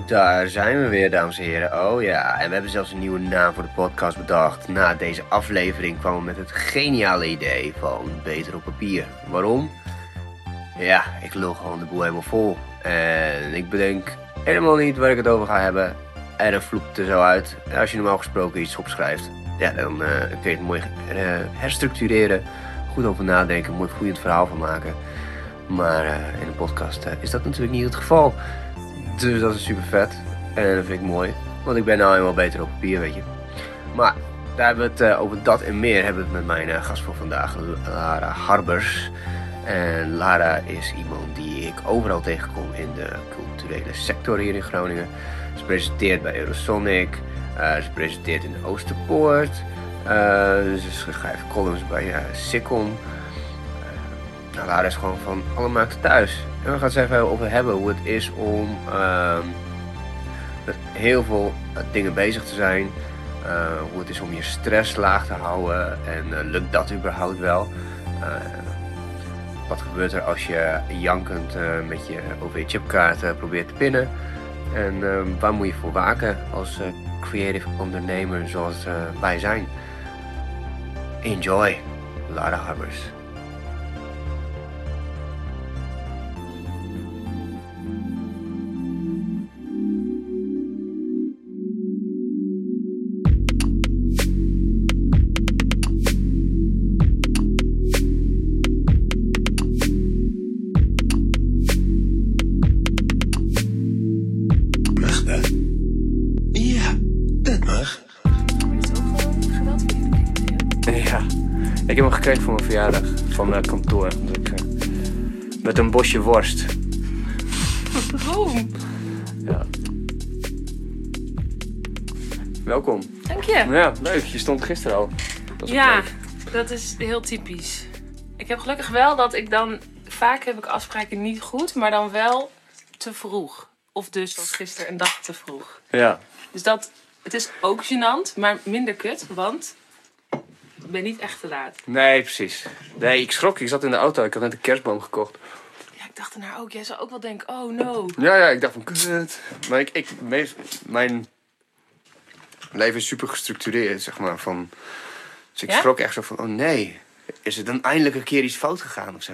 Daar zijn we weer, dames en heren. Oh ja, en we hebben zelfs een nieuwe naam voor de podcast bedacht. Na deze aflevering kwamen we met het geniale idee van Beter op Papier. Waarom? Ja, ik lul gewoon de boel helemaal vol. En ik bedenk helemaal niet waar ik het over ga hebben. En dan vloept het er zo uit. En als je normaal gesproken iets opschrijft, ja, dan kun je het mooi herstructureren. Goed over nadenken, een mooi vloeiend verhaal van maken. Maar in een podcast is dat natuurlijk niet het geval. Dus dat is super vet. En dat vind ik mooi. Want ik ben nou helemaal beter op papier, weet je. Maar daar hebben we het over dat en meer hebben we het met mijn gast voor vandaag, Lara Harbers. En Lara is iemand die ik overal tegenkom in de culturele sector hier in Groningen. Ze presenteert bij Eurosonic. Ze presenteert in de Oosterpoort. Ze schrijft columns bij Sikkom. Lara is gewoon van alle markten thuis. En we gaan het even over hebben hoe het is om met heel veel dingen bezig te zijn. Hoe het is om je stress laag te houden. En lukt dat überhaupt wel? Wat gebeurt er als je jankend met je OV-chipkaart probeert te pinnen? En waar moet je voor waken als creative ondernemer zoals wij zijn? Enjoy, Lara Harbers. Ik heb hem gekregen voor mijn verjaardag van mijn kantoor. Met een bosje worst. Waarom? Ja. Welkom. Dank je. Ja, leuk. Je stond gisteren al. Ja, dat is heel typisch. Ik heb gelukkig wel dat ik dan... Vaak heb ik afspraken niet goed, maar dan wel te vroeg. Of dus zoals gisteren een dag te vroeg. Ja. Dus dat... Het is ook gênant, maar minder kut, want... Ik ben niet echt te laat. Nee, precies. Nee, ik schrok. Ik zat in de auto. Ik had net een kerstboom gekocht. Ja, ik dacht ernaar ook. Jij zou ook wel denken, oh no. Ja, ik dacht van kut. Maar mijn leven is super gestructureerd, zeg maar. Dus ik schrok echt zo van, oh nee. Is er dan eindelijk een keer iets fout gegaan of zo?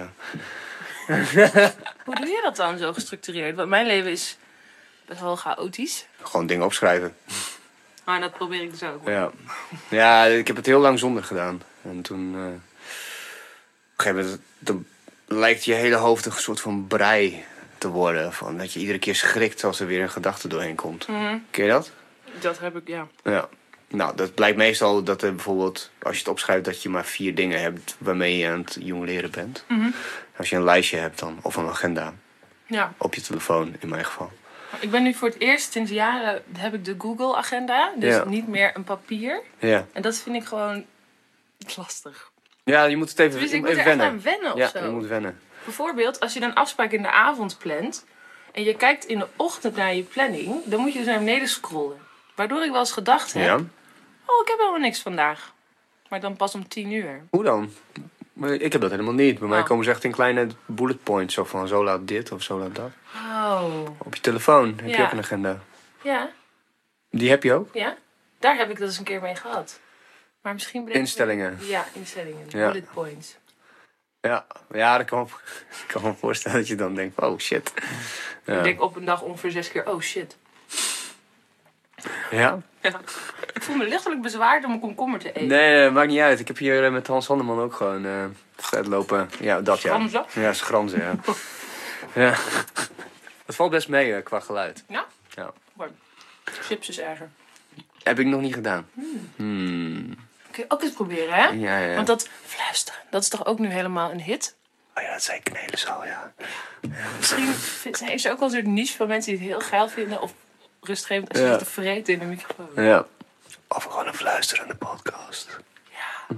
Hoe doe je dat dan zo gestructureerd? Want mijn leven is best wel chaotisch. Gewoon dingen opschrijven. Maar dat probeer ik dus ook. Ja, ik heb het heel lang zonder gedaan. En toen... op een gegeven moment... Dan lijkt je hele hoofd een soort van brei te worden. Van dat je iedere keer schrikt als er weer een gedachte doorheen komt. Mm-hmm. Ken je dat? Dat heb ik, ja. Ja. Nou, dat blijkt meestal dat er bijvoorbeeld... Als je het opschrijft dat je maar 4 dingen hebt... waarmee je aan het jong leren bent. Mm-hmm. Als je een lijstje hebt dan... Of een agenda. Ja. Op je telefoon, in mijn geval. Ik ben nu voor het eerst sinds jaren heb ik de Google agenda. Dus niet meer een papier. Ja. En dat vind ik gewoon lastig. Ja, je moet het even, Dus ik even moet er wennen. echt aan wennen of zo. Ja, je moet wennen. Bijvoorbeeld, als je dan afspraak in de avond plant... en je kijkt in de ochtend naar je planning... dan moet je dus naar beneden scrollen. Waardoor ik wel eens gedacht heb... Ja. Oh, ik heb helemaal niks vandaag. Maar dan pas om 10:00. Hoe dan? Maar ik heb dat helemaal niet. Bij mij Oh. komen ze echt in kleine bullet points. Zo van zo laat dit of zo laat dat. Oh. Op je telefoon heb je Ja. ook een agenda. Ja, Die heb je ook? ja. Daar heb ik dat eens een keer mee gehad. Maar misschien... Instellingen. Ja, instellingen. Ja. Bullet points. Ja, dat kan ik kan me voorstellen dat je dan denkt, oh shit. Ja. Ik denk op een dag ongeveer 6 keer, oh shit. Ja? Ja. Ik voel me lichtelijk bezwaard om een komkommer te eten. Nee, maakt niet uit. Ik heb hier met Hans Handerman ook gewoon lopen. Ja, dat ja. Schranzen? Ja, schranzen, ja. Ja. Het valt best mee qua geluid. Ja? Ja. Mooi. Chips is erger. Heb ik nog niet gedaan. Kun je ook eens proberen, hè? Ja. Want dat fluisteren, dat is toch ook nu helemaal een hit? Oh ja, dat zei Cornelis al, ja. Misschien is er ook wel een soort niche van mensen die het heel geil vinden... of rustgevend als je zit te vreten in de microfoon. Ja. Of gewoon een fluisterende podcast. Ja.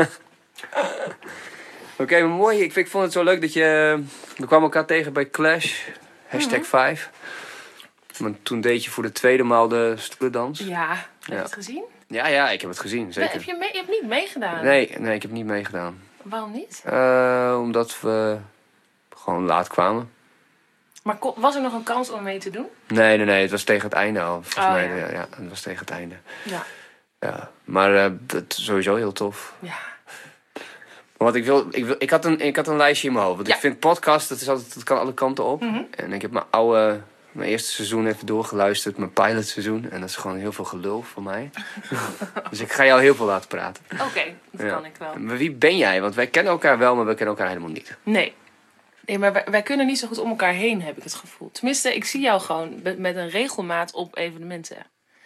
Oké, maar mooi. Ik vond het zo leuk dat je... We kwamen elkaar tegen bij Clash. #5. Maar toen deed je voor de tweede maal de stoelendans. Ja, heb je het gezien? Ja, ik heb het gezien, zeker. Nee, je hebt niet meegedaan? Nee, ik heb niet meegedaan. Waarom niet? Omdat we gewoon laat kwamen. Maar was er nog een kans om mee te doen? Nee. Het was tegen het einde al. Volgens mij, ja. ja, het was tegen het einde. Ja. Maar dat is sowieso heel tof. Ja. Want ik had een lijstje in mijn hoofd. Want ik vind podcast, dat kan alle kanten op. Mm-hmm. En ik heb mijn eerste seizoen even doorgeluisterd. Mijn pilotseizoen. En dat is gewoon heel veel gelul voor mij. Dus ik ga jou heel veel laten praten. Oké, dat kan ik wel. Maar wie ben jij? Want wij kennen elkaar wel, maar we kennen elkaar helemaal niet. Nee, maar wij kunnen niet zo goed om elkaar heen, heb ik het gevoel. Tenminste, ik zie jou gewoon met een regelmaat op evenementen.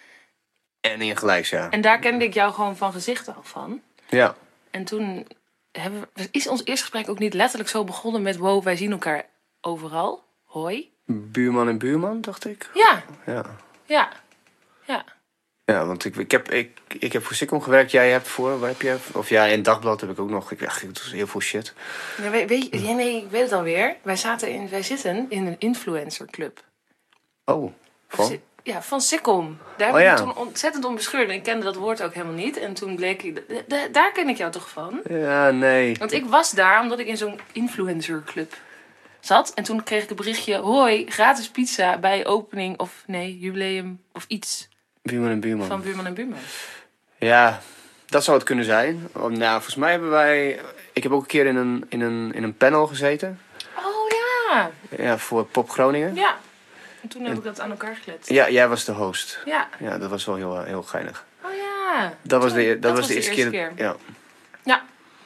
En in gelijks, ja. En daar kende ik jou gewoon van gezicht al van. Ja. En toen is ons eerste gesprek ook niet letterlijk zo begonnen met... wow, wij zien elkaar overal. Hoi. Buurman en buurman, dacht ik. Ja. Ja. Ja. Ja, want ik heb voor Sikkom gewerkt. Jij hebt waar heb je? Of ja, in Dagblad heb ik ook nog. Ik doe heel veel shit. Ja, nee, ik weet het alweer. Wij zitten in een influencerclub. Oh, van? Ja, van Sikkom. Daar heb ik toen ontzettend om bescheurd. En ik kende dat woord ook helemaal niet. En toen bleek ik... Daar ken ik jou toch van? Ja, nee. Want ik was daar omdat ik in zo'n influencerclub zat. En toen kreeg ik een berichtje... hoi, gratis pizza bij opening of... nee, jubileum of iets. Buurman en buurman. Van Buurman en Buurman. Ja, dat zou het kunnen zijn. Nou, volgens mij hebben wij... Ik heb ook een keer in een panel gezeten. Oh ja. Ja, voor Pop Groningen. Ja. En toen heb ik dat aan elkaar gekletst. Ja, jij was de host. Ja. Ja, dat was wel heel, heel geinig. Oh ja. Dat was de eerste keer. Ja. Ja.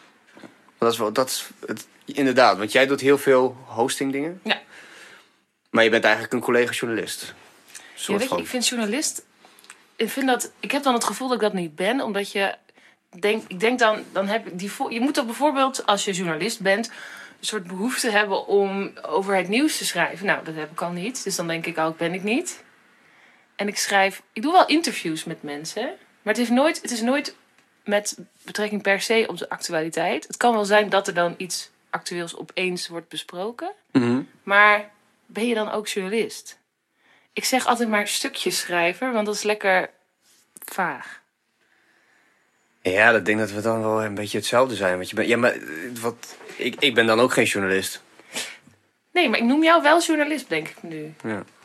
Dat is het, inderdaad, want jij doet heel veel hosting dingen. Ja. Maar je bent eigenlijk een collega-journalist. Ja, weet je, ik vind journalist... Ik heb dan het gevoel dat ik dat niet ben, omdat je... Ik denk dan heb ik je moet toch bijvoorbeeld, als je journalist bent... een soort behoefte hebben om over het nieuws te schrijven. Nou, dat heb ik al niet. Dus dan denk ik ook, ben ik niet. En ik doe wel interviews met mensen. Maar het is nooit met betrekking per se op de actualiteit. Het kan wel zijn dat er dan iets actueels opeens wordt besproken. Mm-hmm. Maar ben je dan ook journalist? Ik zeg altijd maar stukjes schrijver, want dat is lekker vaag. Ja, ik denk dat we dan wel een beetje hetzelfde zijn. Want ik ben dan ook geen journalist. Nee, maar ik noem jou wel journalist, denk ik nu.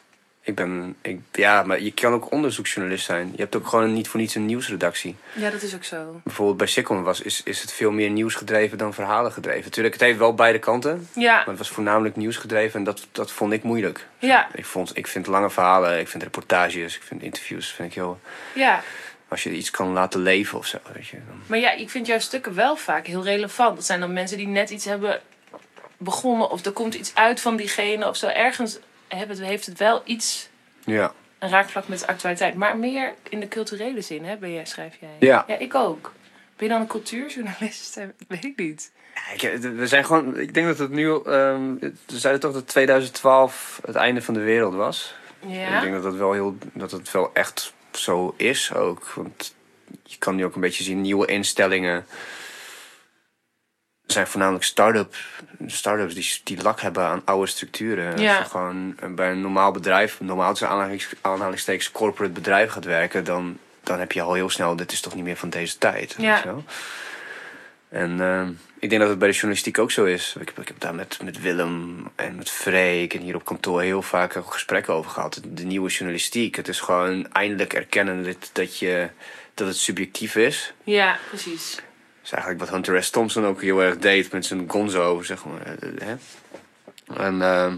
Ja. Maar je kan ook onderzoeksjournalist zijn. Je hebt ook gewoon niet voor niets een nieuwsredactie. Ja, dat is ook zo. Bijvoorbeeld bij Sikkom is het veel meer nieuwsgedreven dan verhalen gedreven. Natuurlijk, het heeft wel beide kanten. Ja. Maar het was voornamelijk nieuwsgedreven en dat vond ik moeilijk. Ja. Ik vind lange verhalen, ik vind reportages, ik vind interviews, vind ik heel... Ja. Als je iets kan laten leven of zo, weet je. Dan... Maar ja, ik vind jouw stukken wel vaak heel relevant. Dat zijn dan mensen die net iets hebben begonnen... of er komt iets uit van diegene of zo. Ergens heeft het wel iets... Ja. Een raakvlak met de actualiteit. Maar meer in de culturele zin, hè, schrijf jij. Ja. Ja, ik ook. Ben je dan een cultuurjournalist? Weet ik niet. Ja, we zijn gewoon... Ik denk dat het nu... ze zeiden toch dat 2012 het einde van de wereld was. Ja. Ik denk dat het wel echt zo is ook. Want je kan nu ook een beetje zien, nieuwe instellingen... Er zijn voornamelijk start-ups die lak hebben aan oude structuren. Ja. Als je gewoon bij een normaal bedrijf, normaal tussen aanhalingstekens corporate bedrijf gaat werken, dan heb je al heel snel, dit is toch niet meer van deze tijd. Ja. Weet je wel? En ik denk dat het bij de journalistiek ook zo is. Ik heb daar met Willem en met Freek en hier op kantoor heel vaak ook gesprekken over gehad. De nieuwe journalistiek. Het is gewoon eindelijk erkennen dat het subjectief is. Ja, precies. Dat is eigenlijk wat Hunter S. Thompson ook heel erg deed met zijn gonzo, zeg maar. Hè? En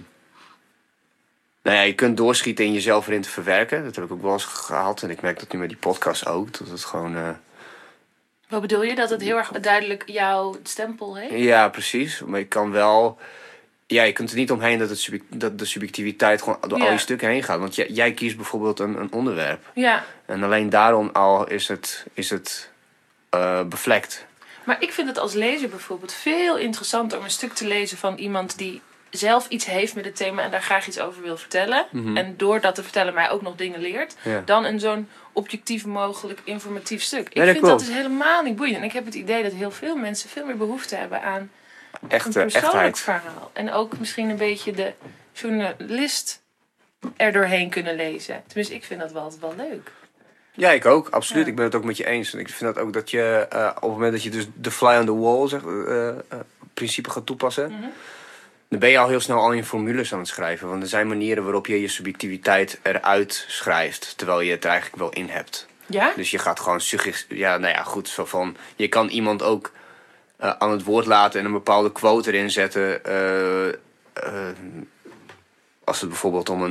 nou ja, je kunt doorschieten in jezelf erin te verwerken. Dat heb ik ook wel eens gehad. En ik merk dat nu met die podcast ook. Dat het gewoon... Wat bedoel je? Dat het heel erg duidelijk jouw stempel heeft? Ja, precies. Maar je kan wel... Ja, je kunt er niet omheen dat de subjectiviteit gewoon door al je stukken heen gaat. Want jij kiest bijvoorbeeld een onderwerp. Ja. En alleen daarom al is het bevlekt. Maar ik vind het als lezer bijvoorbeeld veel interessanter om een stuk te lezen van iemand die zelf iets heeft met het thema en daar graag iets over wil vertellen. Mm-hmm. En door dat te vertellen mij ook nog dingen leert. Ja. Dan een zo'n objectief mogelijk informatief stuk. Ik dat vind klopt. dat dus helemaal niet boeiend. En ik heb het idee dat heel veel mensen veel meer behoefte hebben aan een persoonlijk Echtheid. verhaal. En ook misschien een beetje de journalist er doorheen kunnen lezen. Tenminste, ik vind dat wel altijd wel leuk. Ja, ik ook. Absoluut. Ja. Ik ben het ook met je eens. Ik vind dat ook dat je op het moment dat je dus de fly on the wall principe gaat toepassen. Mm-hmm. Dan ben je al heel snel al je formules aan het schrijven. Want er zijn manieren waarop je je subjectiviteit eruit schrijft. Terwijl je het er eigenlijk wel in hebt. Ja? Dus je gaat gewoon zo van... Je kan iemand ook aan het woord laten en een bepaalde quote erin zetten. Als het bijvoorbeeld om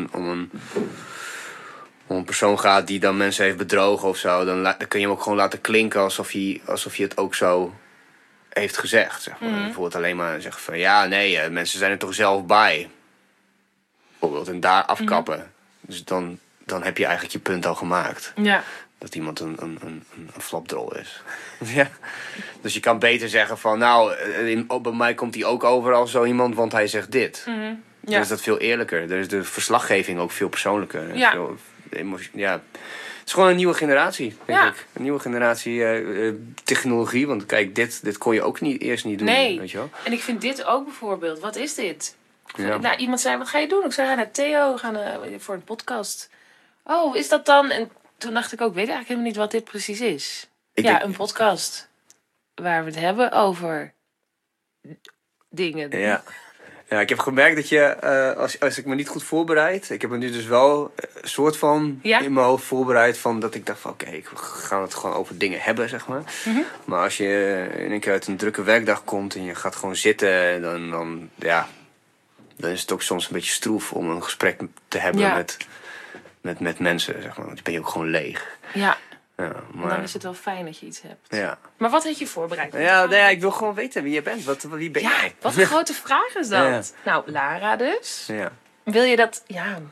een persoon gaat die dan mensen heeft bedrogen of zo. Dan kun je hem ook gewoon laten klinken alsof hij het ook zo heeft gezegd. Zeg maar. Bijvoorbeeld alleen maar zeggen van... Ja, nee, mensen zijn er toch zelf bij. Bijvoorbeeld, en daar afkappen. Dus dan heb je eigenlijk je punt al gemaakt. Ja. Dat iemand een flapdrol is. Ja. Dus je kan beter zeggen van... Nou, bij mij komt hij ook over als zo iemand, want hij zegt dit. Ja. Dan is dat veel eerlijker. Dan is de verslaggeving ook veel persoonlijker. Ja. Het is gewoon een nieuwe generatie, denk ik. Een nieuwe generatie technologie. Want kijk, dit kon je ook eerst niet doen. Nee. Weet je wel? En ik vind dit ook bijvoorbeeld. Wat is dit? Ja. Nou, iemand zei, wat ga je doen? Ik zei, ga naar Theo, voor een podcast. Oh, is dat dan? En toen dacht ik ook, weet eigenlijk helemaal niet wat dit precies is. Een podcast. Waar we het hebben over dingen. Ja. Ja, ik heb gemerkt dat je, als ik me niet goed voorbereid... Ik heb me nu dus wel een soort van in mijn hoofd voorbereid... van dat ik dacht van oké, we gaan het gewoon over dingen hebben, zeg maar. Maar als je in een keer uit een drukke werkdag komt... en je gaat gewoon zitten, dan is het ook soms een beetje stroef... om een gesprek te hebben met mensen, zeg maar. Want dan ben je ook gewoon leeg. Ja. Ja, maar... Dan is het wel fijn dat je iets hebt. Ja. Maar wat had je voorbereid? Ja, ik wil gewoon weten wie je bent. Wie ben jij? Wat een grote vraag is dat. Ja. Nou, Lara dus. Ja. Wil je dat...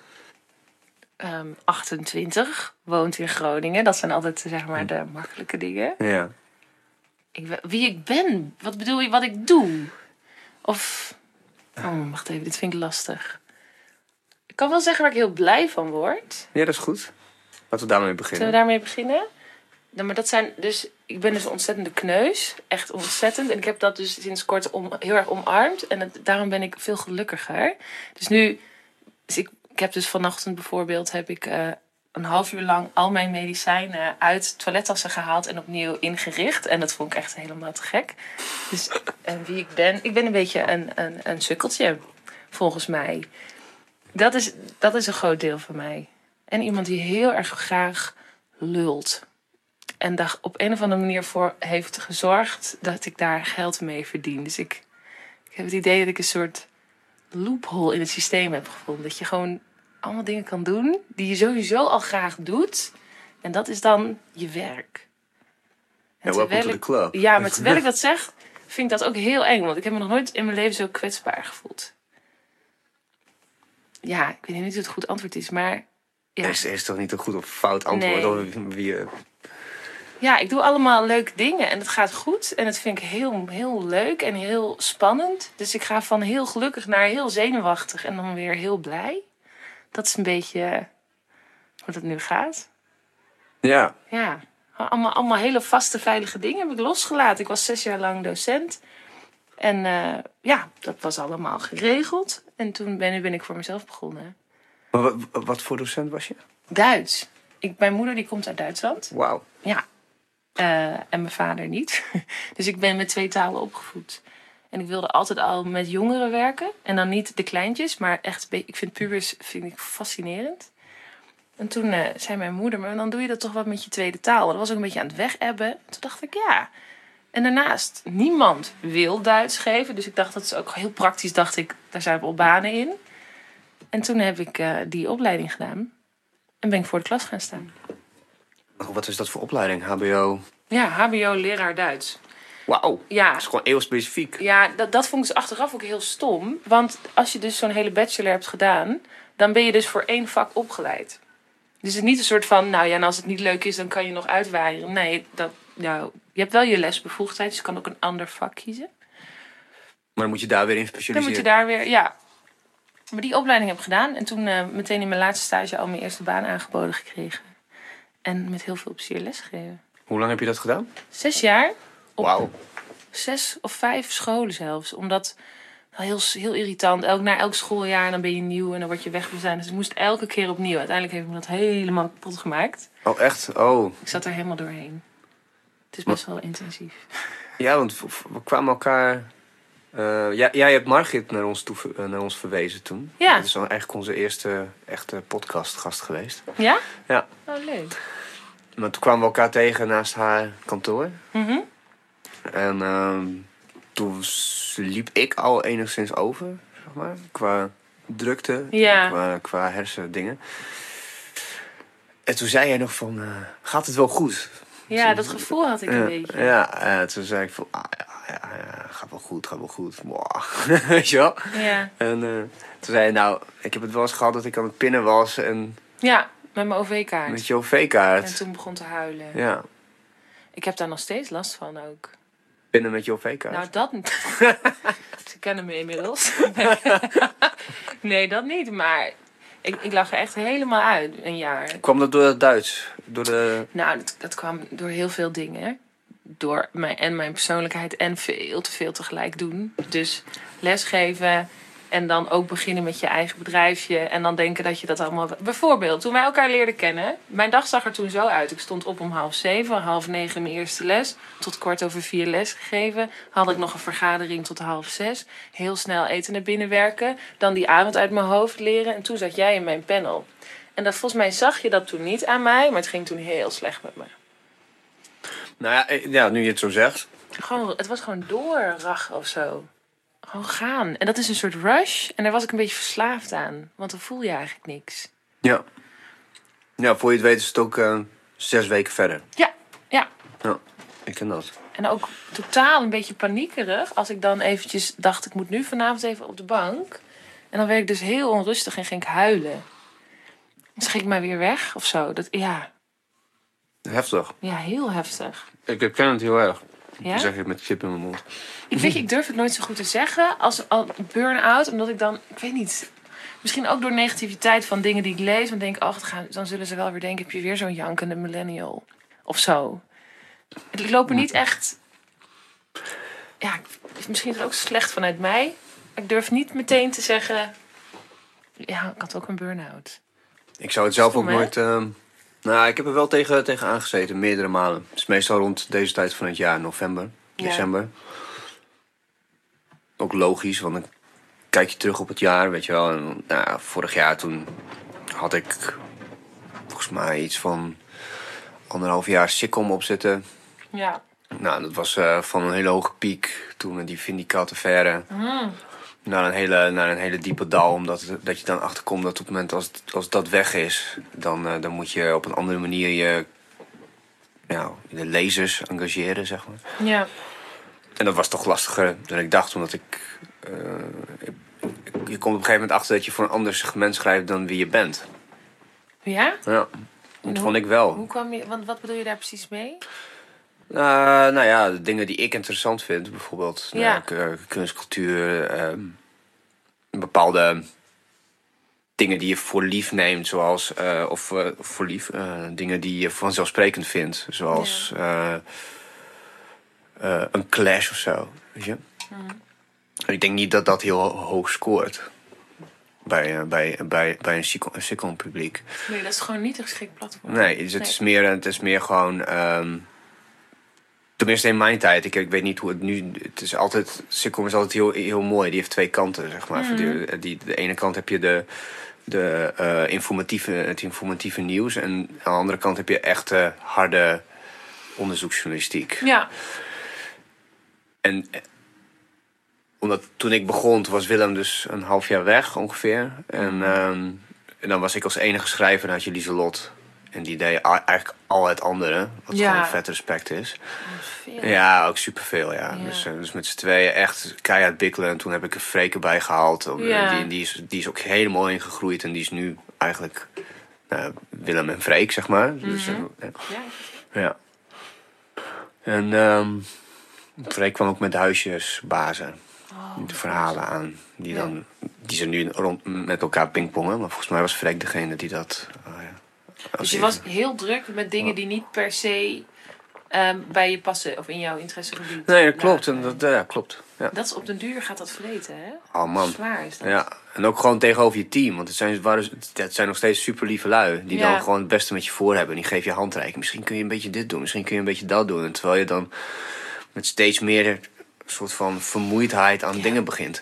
28, woont in Groningen. Dat zijn altijd, zeg maar, de makkelijke dingen. Ja. Wie ik ben? Wat bedoel je, wat ik doe? Of... Oh, wacht even, dit vind ik lastig. Ik kan wel zeggen waar ik heel blij van word. Ja, dat is goed. Laten we daarmee beginnen. Zullen we daarmee beginnen? Nou, maar dat zijn dus... Ik ben dus een ontzettende kneus. Echt ontzettend. En ik heb dat dus sinds kort heel erg omarmd. En daarom ben ik veel gelukkiger. Dus nu... Dus ik heb dus vanochtend bijvoorbeeld... heb ik een half uur lang al mijn medicijnen uit toilettassen gehaald... en opnieuw ingericht. En dat vond ik echt helemaal te gek. Dus wie ik ben... Ik ben een beetje een sukkeltje, volgens mij. Dat is een groot deel van mij. En iemand die heel erg graag lult. En daar op een of andere manier voor heeft gezorgd dat ik daar geld mee verdien. Dus ik heb het idee dat ik een soort loophole in het systeem heb gevonden. Dat je gewoon allemaal dingen kan doen die je sowieso al graag doet. En dat is dan je werk. En welcome to the club. Ja, maar terwijl ik dat zeg, vind ik dat ook heel eng. Want ik heb me nog nooit in mijn leven zo kwetsbaar gevoeld. Ja, ik weet niet of het goed antwoord is, maar... Ja. Er is toch niet een goed of fout antwoord? Nee. Ja, ik doe allemaal leuke dingen en het gaat goed. En dat vind ik heel, heel leuk en heel spannend. Dus ik ga van heel gelukkig naar heel zenuwachtig en dan weer heel blij. Dat is een beetje hoe het nu gaat. Ja. Ja, allemaal hele vaste, veilige dingen heb ik losgelaten. Ik was 6 jaar lang docent. En dat was allemaal geregeld. En toen ben ik voor mezelf begonnen. Maar wat voor docent was je? Duits. Mijn moeder die komt uit Duitsland. Wauw. Ja. En mijn vader niet. Dus ik ben met 2 talen opgevoed. En ik wilde altijd al met jongeren werken. En dan niet de kleintjes, maar echt... Ik vind pubers fascinerend. En toen zei mijn moeder... maar dan doe je dat toch wat met je tweede taal. Dat was ook een beetje aan het wegebben. En toen dacht ik, ja. En daarnaast, niemand wil Duits geven. Dus ik dacht, dat is ook heel praktisch. Dacht ik, daar zijn wel banen in. En toen heb ik die opleiding gedaan. En ben ik voor de klas gaan staan. Wat is dat voor opleiding? HBO? Ja, HBO leraar Duits. Wauw, ja. Dat is gewoon heel specifiek. Ja, dat vond ik dus achteraf ook heel stom. Want als je dus zo'n hele bachelor hebt gedaan... dan ben je dus voor 1 vak opgeleid. Dus het is niet een soort van... nou ja, en als het niet leuk is, dan kan je nog uitwaaien. Nee, je hebt wel je lesbevoegdheid... dus je kan ook een ander vak kiezen. Maar dan moet je daar weer in specialiseren? Dan moet je daar weer, ja. Maar die opleiding heb ik gedaan. En toen meteen in mijn laatste stage al mijn eerste baan aangeboden gekregen. En met heel veel plezier lesgegeven. Hoe lang heb je dat gedaan? 6 jaar. Wauw. 6 of 5 scholen zelfs. Omdat, heel irritant. Na elk schooljaar dan ben je nieuw en dan word je wegbezuinigd. Dus ik moest elke keer opnieuw. Uiteindelijk heeft me dat helemaal kapot gemaakt. Oh, echt? Oh. Ik zat er helemaal doorheen. Het is best wel intensief. Ja, want we kwamen elkaar Jij hebt Margit naar ons verwezen toen. Ja. Dat is dan eigenlijk onze eerste echte podcastgast geweest. Ja? Ja. Oh, leuk. Maar toen kwamen we elkaar tegen naast haar kantoor. Mhm. En toen liep ik al enigszins over, zeg maar. Qua drukte, Ja. qua hersendingen. En toen zei jij nog van, gaat het wel goed? Ja, dat gevoel had ik een beetje. Ja, toen zei ik van, gaat wel goed. Wow. Weet je wel? Ja. En toen zei je, nou, ik heb het wel eens gehad dat ik aan het pinnen was en Ja, met mijn OV-kaart. met je OV-kaart. En toen begon te huilen. Ja, Ik heb daar nog steeds last van ook. pinnen met je OV-kaart. Nou, dat niet. Ze kennen me inmiddels. Nee, dat niet. Maar ik lag er echt helemaal uit, een jaar. Kwam dat door het Duits? Door de... Nou, dat kwam door heel veel dingen. Door mijn persoonlijkheid en veel te veel tegelijk doen. Dus lesgeven en dan ook beginnen met je eigen bedrijfje. En dan denken dat je dat allemaal... Bijvoorbeeld, toen wij elkaar leerden kennen... Mijn dag zag er toen zo uit. Ik stond op om 6:30, 8:30 mijn eerste les. Tot 4:15 les gegeven. Had ik nog een vergadering tot 5:30. Heel snel eten naar binnen werken. Dan die avond uit mijn hoofd leren. En toen zat jij in mijn panel. En dat, volgens mij zag je dat toen niet aan mij. Maar het ging toen heel slecht met me. Nou ja, nu je het zo zegt. Gewoon, het was gewoon doorrag of zo. Gewoon gaan. En dat is een soort rush. En daar was ik een beetje verslaafd aan. Want dan voel je eigenlijk niks. Ja. Ja, voor je het weet is het ook 6 weken verder. Ja. Ja, ik ken dat. En ook totaal een beetje paniekerig. Als ik dan eventjes dacht, ik moet nu vanavond even op de bank. En dan werd ik dus heel onrustig en ging ik huilen. Dus ging ik maar weer weg of zo. Heftig. Ja, heel heftig. Ik ken het heel erg. Ja? Dan zeg je het met chip in mijn mond. Ik durf het nooit zo goed te zeggen als burn-out. Omdat ik dan, ik weet niet... Misschien ook door negativiteit van dingen die ik lees. Dan denk ik, dan zullen ze wel weer denken... heb je weer zo'n jankende millennial? Of zo. Ik loop er niet echt... Ja, misschien is het ook slecht vanuit mij. Ik durf niet meteen te zeggen... Ja, ik had ook een burn-out. Ik zou het zelf Stom, ook nooit... Nou, ik heb er wel tegen aangezeten, meerdere malen. Het is meestal rond deze tijd van het jaar, november, december. Ook logisch, want dan kijk je terug op het jaar, weet je wel. En, nou, vorig jaar toen had ik volgens mij iets van 1,5 jaar sitcom opzetten. Ja. Nou, dat was van een hele hoge piek toen met die Vindicat-affaire. Naar een hele diepe dal, omdat dat je dan achterkomt dat op het moment als dat weg is, dan moet je op een andere manier de lezers engageren, zeg maar. Ja. En dat was toch lastiger dan ik dacht, omdat je komt op een gegeven moment achter dat je voor een ander segment schrijft dan wie je bent. Ja? Ja, dat vond ik wel. Hoe kwam je... Want wat bedoel je daar precies mee? Nou ja, de dingen die ik interessant vind, bijvoorbeeld kunst, cultuur, bepaalde dingen die je voor lief neemt, zoals dingen die je vanzelfsprekend vindt, zoals een Clash of zo, weet je. Ik denk niet dat dat heel hoog scoort bij een sitcom publiek. Nee, dat is gewoon niet een geschikt platform. Nee, dus het is meer gewoon... tenminste in mijn tijd. Ik weet niet hoe het nu... Het is altijd... Sitcom is altijd heel, heel mooi. Die heeft 2 kanten, zeg maar. De ene kant heb je het informatieve nieuws. En aan de andere kant heb je echte harde onderzoeksjournalistiek. Ja. En omdat toen ik begon, toen was Willem dus een half jaar weg ongeveer. En dan was ik als enige schrijver, dan had je Lieselot. En die deed eigenlijk al het andere, wat gewoon vet respect is. Veel. Ja, ook superveel, ja. Dus met z'n tweeën echt keihard bikkelen. En toen heb ik er Freek erbij gehaald. Die is ook helemaal ingegroeid. En die is nu eigenlijk Willem en Freek, zeg maar. Dus, ja. En Freek kwam ook met huisjesbazen. De verhalen aan. Die ze nu met elkaar pingpongen. Maar volgens mij was Freek degene die dat... Dus je was heel druk met dingen die niet per se bij je passen. Of in jouw interessegebied. Nee, dat klopt. En dat klopt. Ja. Dat is op den duur gaat dat vreten, hè? Oh man. Zwaar is dat. Ja. En ook gewoon tegenover je team. Want het zijn nog steeds super lieve lui. Die dan gewoon het beste met je voor hebben. En die geven je handreiking. Misschien kun je een beetje dit doen. Misschien kun je een beetje dat doen. En terwijl je dan met steeds meer soort van vermoeidheid aan dingen begint.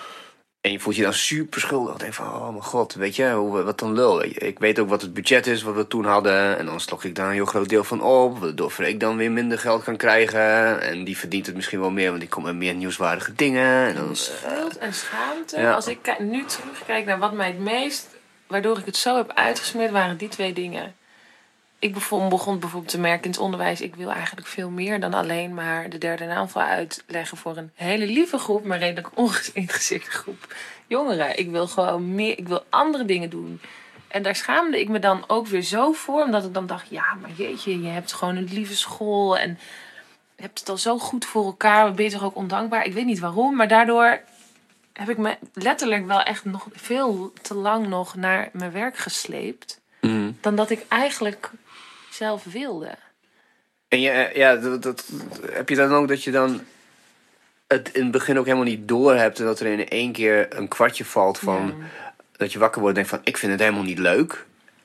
En je voelt je dan super schuldig. Denk van, oh mijn god, weet je, wat een lul. Ik weet ook wat het budget is, wat we toen hadden. En dan slok ik daar een heel groot deel van op. Waardoor Freek dan weer minder geld kan krijgen. En die verdient het misschien wel meer, want die komt met meer nieuwswaardige dingen. En dan, schuld en schaamte. Ja. Als ik nu terugkijk naar wat mij het meest... waardoor ik het zo heb uitgesmeerd, waren die 2 dingen. Ik begon bijvoorbeeld te merken in het onderwijs... ik wil eigenlijk veel meer dan alleen maar de derde naamval uitleggen... voor een hele lieve groep, maar redelijk ongeïnteresseerde groep jongeren. Ik wil gewoon meer, ik wil andere dingen doen. En daar schaamde ik me dan ook weer zo voor... omdat ik dan dacht, ja, maar jeetje, je hebt gewoon een lieve school... en je hebt het al zo goed voor elkaar, ben je toch ook ondankbaar? Ik weet niet waarom, maar daardoor... heb ik me letterlijk wel echt nog veel te lang nog naar mijn werk gesleept... dan dat ik eigenlijk zelf wilde. En dat heb je dan ook dat je dan het in het begin ook helemaal niet door hebt... en dat er in één keer een kwartje valt van... dat je wakker wordt en denkt van, ik vind het helemaal niet leuk...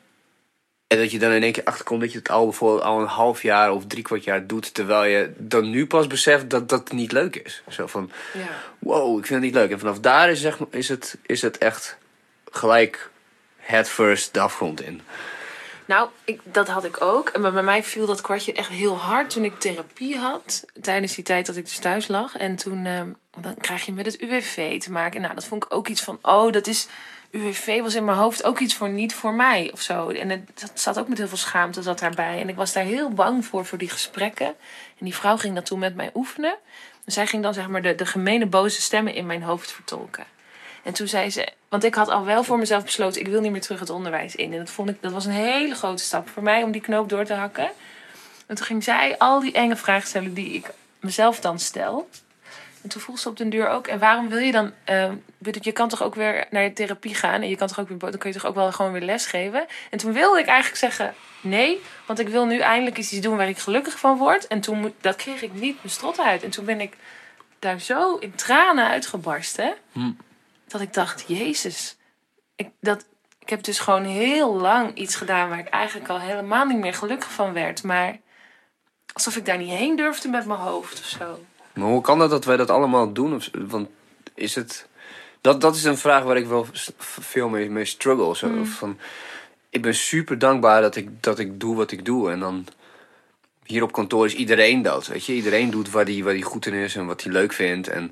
En dat je dan in één keer achterkomt dat je het al bijvoorbeeld al een half jaar of 3/4 jaar doet... terwijl je dan nu pas beseft dat dat niet leuk is. Zo van, wow, ik vind het niet leuk. En vanaf daar is het echt gelijk head first de afgrond in. Nou, dat had ik ook. Maar bij mij viel dat kwartje echt heel hard toen ik therapie had. Tijdens die tijd dat ik dus thuis lag. En toen dan krijg je met het UWV te maken. Nou, dat vond ik ook iets van, dat is... UWV was in mijn hoofd ook iets niet voor mij of zo. En het zat ook met heel veel schaamte daarbij. En ik was daar heel bang voor die gesprekken. En die vrouw ging dat toen met mij oefenen. En zij ging dan zeg maar de gemene boze stemmen in mijn hoofd vertolken. En toen zei ze... Want ik had al wel voor mezelf besloten... ik wil niet meer terug het onderwijs in. En dat was een hele grote stap voor mij om die knoop door te hakken. En toen ging zij al die enge vragen stellen die ik mezelf dan stel... En toen vroeg ze op den duur ook... en waarom wil je dan... je kan toch ook weer naar je therapie gaan... en je kan toch ook weer, dan kun je toch ook wel gewoon weer lesgeven... En toen wilde ik eigenlijk zeggen... nee, want ik wil nu eindelijk iets doen... waar ik gelukkig van word. En toen dat kreeg ik niet mijn strot uit. En toen ben ik daar zo in tranen uitgebarsten... dat ik dacht, Jezus... Ik heb dus gewoon heel lang iets gedaan... waar ik eigenlijk al helemaal niet meer gelukkig van werd. Maar alsof ik daar niet heen durfde met mijn hoofd of zo... Maar hoe kan dat wij dat allemaal doen? Want is het... Dat is een vraag waar ik wel veel mee struggle. Zo. Van, ik ben super dankbaar dat ik doe wat ik doe. En dan... Hier op kantoor is iedereen dat, weet je. Iedereen doet waar die goed in is en wat hij leuk vindt. En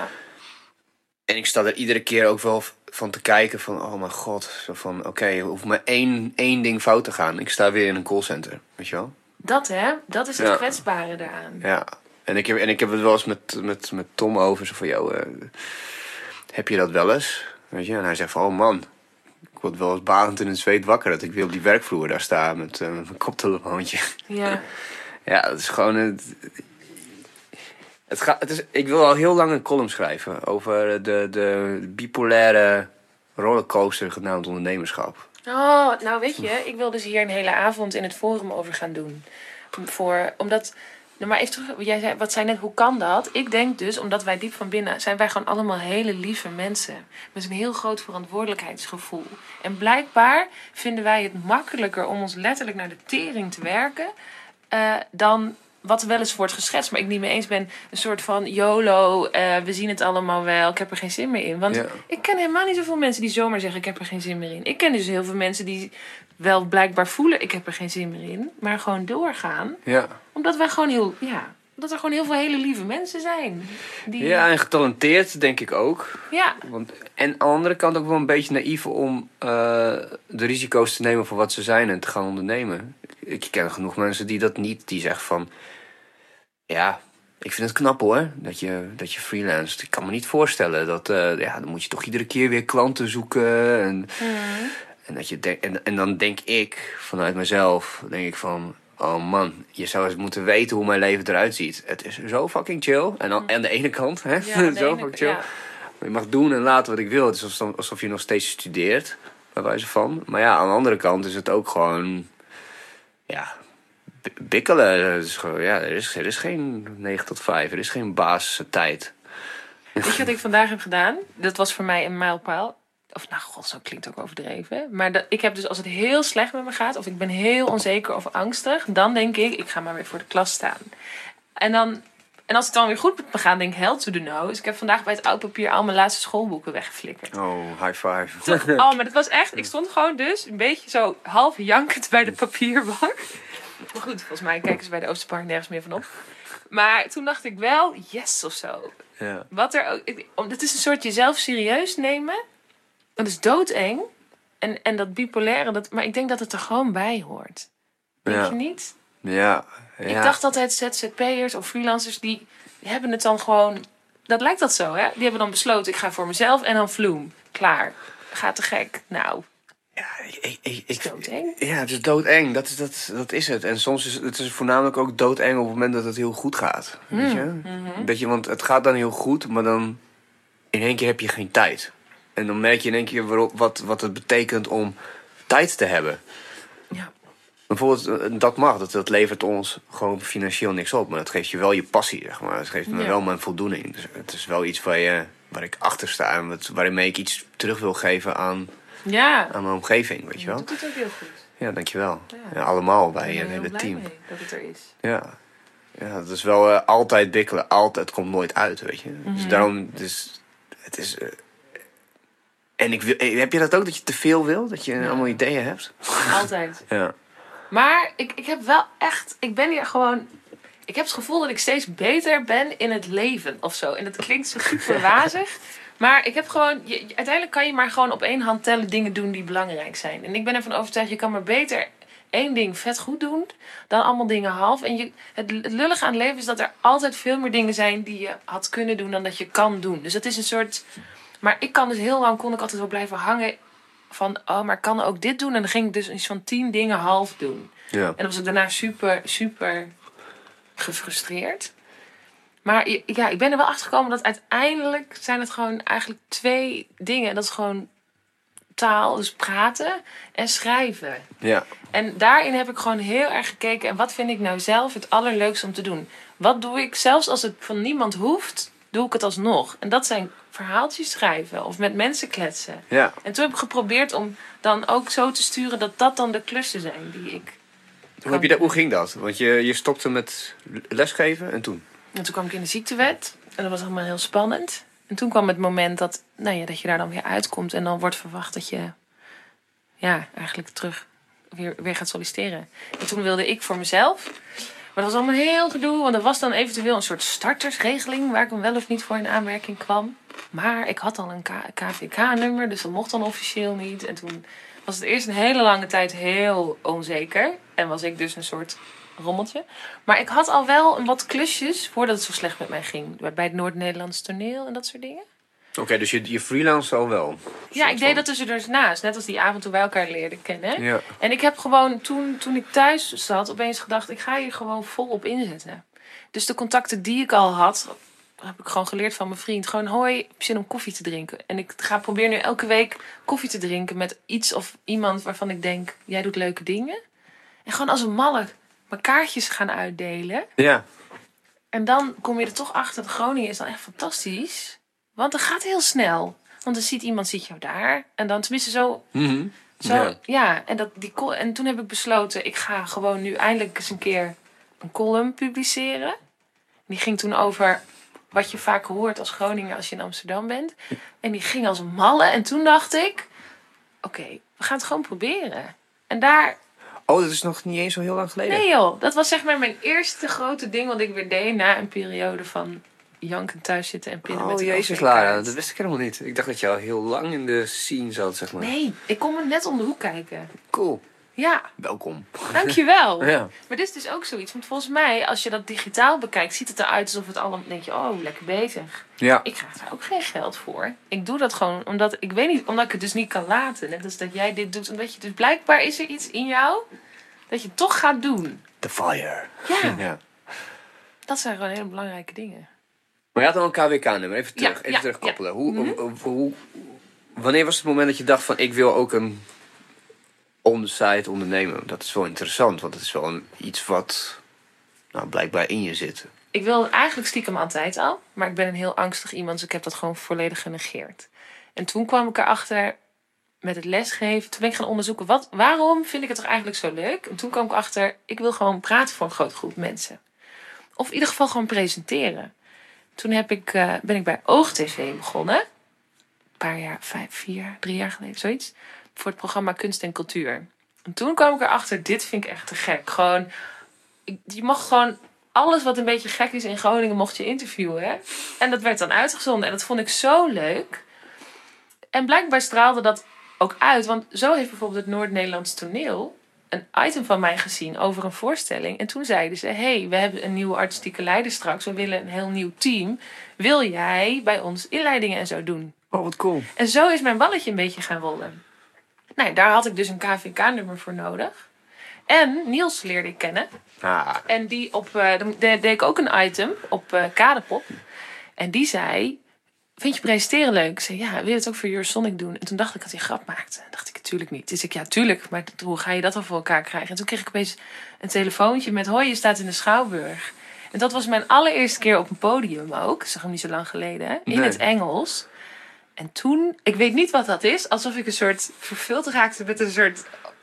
ik sta er iedere keer ook wel van te kijken van... Oh mijn god, zo van oké, er hoeft maar één ding fout te gaan. Ik sta weer in een callcenter, weet je wel. Dat is het kwetsbare daaraan. Ja. En ik heb het wel eens met Tom over. Zo van, heb je dat wel eens? Weet je? En hij zegt van, oh man, ik word wel eens badend in het zweet wakker. Dat ik weer op die werkvloer daar sta met mijn koptelefoontje. Ja. Ja, dat is gewoon... ik wil al heel lang een column schrijven over de bipolaire rollercoaster genaamd ondernemerschap. Oh, nou weet je, ik wil dus hier een hele avond in het forum over gaan doen. Omdat... Nou, maar even terug, wat zei net, hoe kan dat? Ik denk dus, omdat wij diep van binnen... zijn wij gewoon allemaal hele lieve mensen. Met een heel groot verantwoordelijkheidsgevoel. En blijkbaar vinden wij het makkelijker om ons letterlijk naar de tering te werken... dan wat wel eens wordt geschetst. Maar ik niet mee eens ben, een soort van YOLO, we zien het allemaal wel, ik heb er geen zin meer in. Want ik ken helemaal niet zoveel mensen die zomaar zeggen, ik heb er geen zin meer in. Ik ken dus heel veel mensen die wel blijkbaar voelen, ik heb er geen zin meer in. Maar gewoon doorgaan. Ja. Omdat wij gewoon omdat er gewoon heel veel hele lieve mensen zijn. Ja, en getalenteerd denk ik ook. Ja. En aan de andere kant ook wel een beetje naïef om de risico's te nemen voor wat ze zijn en te gaan ondernemen. Ik ken genoeg mensen die dat niet, die zeggen van... Ja, ik vind het knap hoor, dat je freelanced. Ik kan me niet voorstellen dat... dan moet je toch iedere keer weer klanten zoeken. En, dat je en dan denk ik, vanuit mezelf, denk ik van... Oh man, je zou eens moeten weten hoe mijn leven eruit ziet. Het is zo fucking chill. En aan de ene kant, hè? Ja, zo fucking chill. Ja. Je mag doen en laten wat ik wil. Het is alsof je nog steeds studeert, bij wijze van. Maar ja, aan de andere kant is het ook gewoon... Ja, bikkelen. Het is gewoon, er is geen 9 tot 5. Er is geen basistijd. Weet je wat ik vandaag heb gedaan? Dat was voor mij een mijlpaal. Of nou, god, zo klinkt ook overdreven. Maar ik heb dus, als het heel slecht met me gaat... of ik ben heel onzeker of angstig... dan denk ik ga maar weer voor de klas staan. En dan En als het dan weer goed met me gaat, denk ik, hell to the no. Dus ik heb vandaag bij het oud papier al mijn laatste schoolboeken weggeflikkerd. Oh, high five. Oh, maar dat was echt... Ik stond gewoon dus een beetje zo half jankend bij de papierbak. Maar goed, volgens mij kijken ze bij de Oosterpark nergens meer van op. Maar toen dacht ik wel, yes of zo. Ja. Wat er ook... Het is een soort jezelf serieus nemen. Dat is doodeng. En dat bipolaire, maar ik denk dat het er gewoon bij hoort. Denk je niet? Ja. Ik dacht altijd ZZP'ers of freelancers, die hebben het dan gewoon... Dat lijkt dat zo, hè? Die hebben dan besloten, ik ga voor mezelf en dan vloem. Klaar. Gaat te gek. Nou... Ja, doodeng. Ja, het is doodeng. Dat is het. En soms is het voornamelijk ook doodeng op het moment dat het heel goed gaat. Weet je? Dat je? Want het gaat dan heel goed, maar dan in één keer heb je geen tijd. En dan merk je in één keer wat het betekent om tijd te hebben. Ja. Bijvoorbeeld, dat mag. Dat levert ons gewoon financieel niks op. Maar dat geeft je wel je passie, zeg maar. Dat geeft me wel mijn voldoening. Dus het is wel iets waar ik achter sta. En waarmee ik iets terug wil geven aan mijn omgeving, weet je wel. Dat doet het ook heel goed. Ja, dankjewel. Ja, allemaal bij het hele team. Ik ben heel blij mee dat het er is. Ja, dat is wel altijd bikkelen. Het komt nooit uit, weet je. Dus daarom, het is... En heb je dat ook, dat je te veel wil? Dat je allemaal ideeën hebt? Altijd. Ja. Maar ik heb wel echt... Ik ben hier gewoon... Ik heb het gevoel dat ik steeds beter ben in het leven of zo. En dat klinkt zo super wazig. Maar ik heb gewoon... Uiteindelijk kan je maar gewoon op één hand tellen dingen doen die belangrijk zijn. En ik ben ervan overtuigd, je kan maar beter één ding vet goed doen dan allemaal dingen half. En het lullige aan het leven is dat er altijd veel meer dingen zijn die je had kunnen doen dan dat je kan doen. Dus het is een soort... Maar ik kan dus heel lang, kon ik altijd wel blijven hangen van, oh, maar ik kan ook dit doen. En dan ging ik dus iets van 10 dingen half doen. Ja. En dan was ik daarna super, super gefrustreerd. Maar ja, ik ben er wel achter gekomen dat uiteindelijk zijn het gewoon eigenlijk 2 dingen. En dat is gewoon taal, dus praten en schrijven. Ja. En daarin heb ik gewoon heel erg gekeken. En wat vind ik nou zelf het allerleukste om te doen? Wat doe ik, zelfs als het van niemand hoeft, doe ik het alsnog. En dat zijn verhaaltjes schrijven of met mensen kletsen. Ja. En toen heb ik geprobeerd om dan ook zo te sturen dat dat dan de klussen zijn die ik... Hoe ging dat? Want je stopte met lesgeven en toen? En toen kwam ik in de ziektewet. En dat was allemaal heel spannend. En toen kwam het moment dat je daar dan weer uitkomt. En dan wordt verwacht dat je eigenlijk terug weer gaat solliciteren. En toen wilde ik voor mezelf. Maar dat was allemaal heel gedoe. Want er was dan eventueel een soort startersregeling waar ik dan wel of niet voor in aanmerking kwam. Maar ik had al een KVK-nummer. Dus dat mocht dan officieel niet. En toen was het eerst een hele lange tijd heel onzeker. En was ik dus een soort rommeltje. Maar ik had al wel wat klusjes voordat het zo slecht met mij ging. Bij het Noord-Nederlands toneel en dat soort dingen. Oké, dus je freelance al wel? Ja, ik deed dat dus naast. Net als die avond toen wij elkaar leerden kennen. Ja. En ik heb gewoon toen ik thuis zat opeens gedacht, ik ga hier gewoon volop inzetten. Dus de contacten die ik al had, heb ik gewoon geleerd van mijn vriend. Gewoon, hoi, heb je zin om koffie te drinken? En ik ga proberen nu elke week koffie te drinken met iets of iemand waarvan ik denk, jij doet leuke dingen. En gewoon als een malle mijn kaartjes gaan uitdelen. Ja. En dan kom je er toch achter, dat Groningen is dan echt fantastisch. Want het gaat heel snel. Want dan ziet jou daar. En dan tenminste zo... Mm-hmm. En toen heb ik besloten, ik ga gewoon nu eindelijk eens een keer een column publiceren. Die ging toen over wat je vaak hoort als Groninger als je in Amsterdam bent. En die ging als een malle. En toen dacht ik, oké, we gaan het gewoon proberen. En daar... Oh, dat is nog niet eens zo heel lang geleden? Nee joh, dat was zeg maar mijn eerste grote ding wat ik weer deed na een periode van janken thuis zitten en pinnen met de Jezus, Lara, dat wist ik helemaal niet. Ik dacht dat je al heel lang in de scene zat, zeg maar. Nee, ik kom er net om de hoek kijken. Cool. Ja. Welkom. Dankjewel. Ja. Maar dit is dus ook zoiets. Want volgens mij, als je dat digitaal bekijkt, ziet het eruit alsof het allemaal... denk je, oh, lekker bezig. Ja. Ik krijg daar ook geen geld voor. Ik doe dat gewoon omdat ik het dus niet kan laten. Net als dat jij dit doet. Omdat je dus blijkbaar is er iets in jou dat je het toch gaat doen. The fire. Ja. Ja. Dat zijn gewoon hele belangrijke dingen. Maar je had al een KWK-nummer. Even terugkoppelen. Wanneer was het moment dat je dacht van, ik wil ook een on the side ondernemen? Dat is wel interessant, want het is wel iets wat blijkbaar in je zit. Ik wilde eigenlijk stiekem altijd al. Maar ik ben een heel angstig iemand, dus ik heb dat gewoon volledig genegeerd. En toen kwam ik erachter met het lesgeven. Toen ben ik gaan onderzoeken, waarom vind ik het toch eigenlijk zo leuk? En toen kwam ik achter, ik wil gewoon praten voor een grote groep mensen. Of in ieder geval gewoon presenteren. Toen ben ik bij OogTV begonnen. Een paar jaar, 3 jaar geleden, zoiets. Voor het programma Kunst en Cultuur. En toen kwam ik erachter, dit vind ik echt te gek. Gewoon, je mag gewoon alles wat een beetje gek is in Groningen mocht je interviewen. Hè? En dat werd dan uitgezonden. En dat vond ik zo leuk. En blijkbaar straalde dat ook uit. Want zo heeft bijvoorbeeld het Noord-Nederlands Toneel een item van mij gezien over een voorstelling. En toen zeiden ze, we hebben een nieuwe artistieke leider straks. We willen een heel nieuw team. Wil jij bij ons inleidingen en zo doen? Oh, wat cool. En zo is mijn balletje een beetje gaan rollen. Nou, daar had ik dus een KVK-nummer voor nodig. En Niels leerde ik kennen. En die deed ik ook een item op Kadepop. En die zei, vind je presenteren leuk? Ik zei, ja, wil je het ook voor Eurosonic doen? En toen dacht ik dat hij een grap maakte. En dacht ik, tuurlijk niet. Dus ik, ja, tuurlijk. Maar hoe ga je dat dan voor elkaar krijgen? En toen kreeg ik opeens een telefoontje met, hoi, je staat in de Schouwburg. En dat was mijn allereerste keer op een podium ook. Dat is nog niet zo lang geleden. Hè? In het Engels. En toen, ik weet niet wat dat is. Alsof ik een soort vervuld raakte met een soort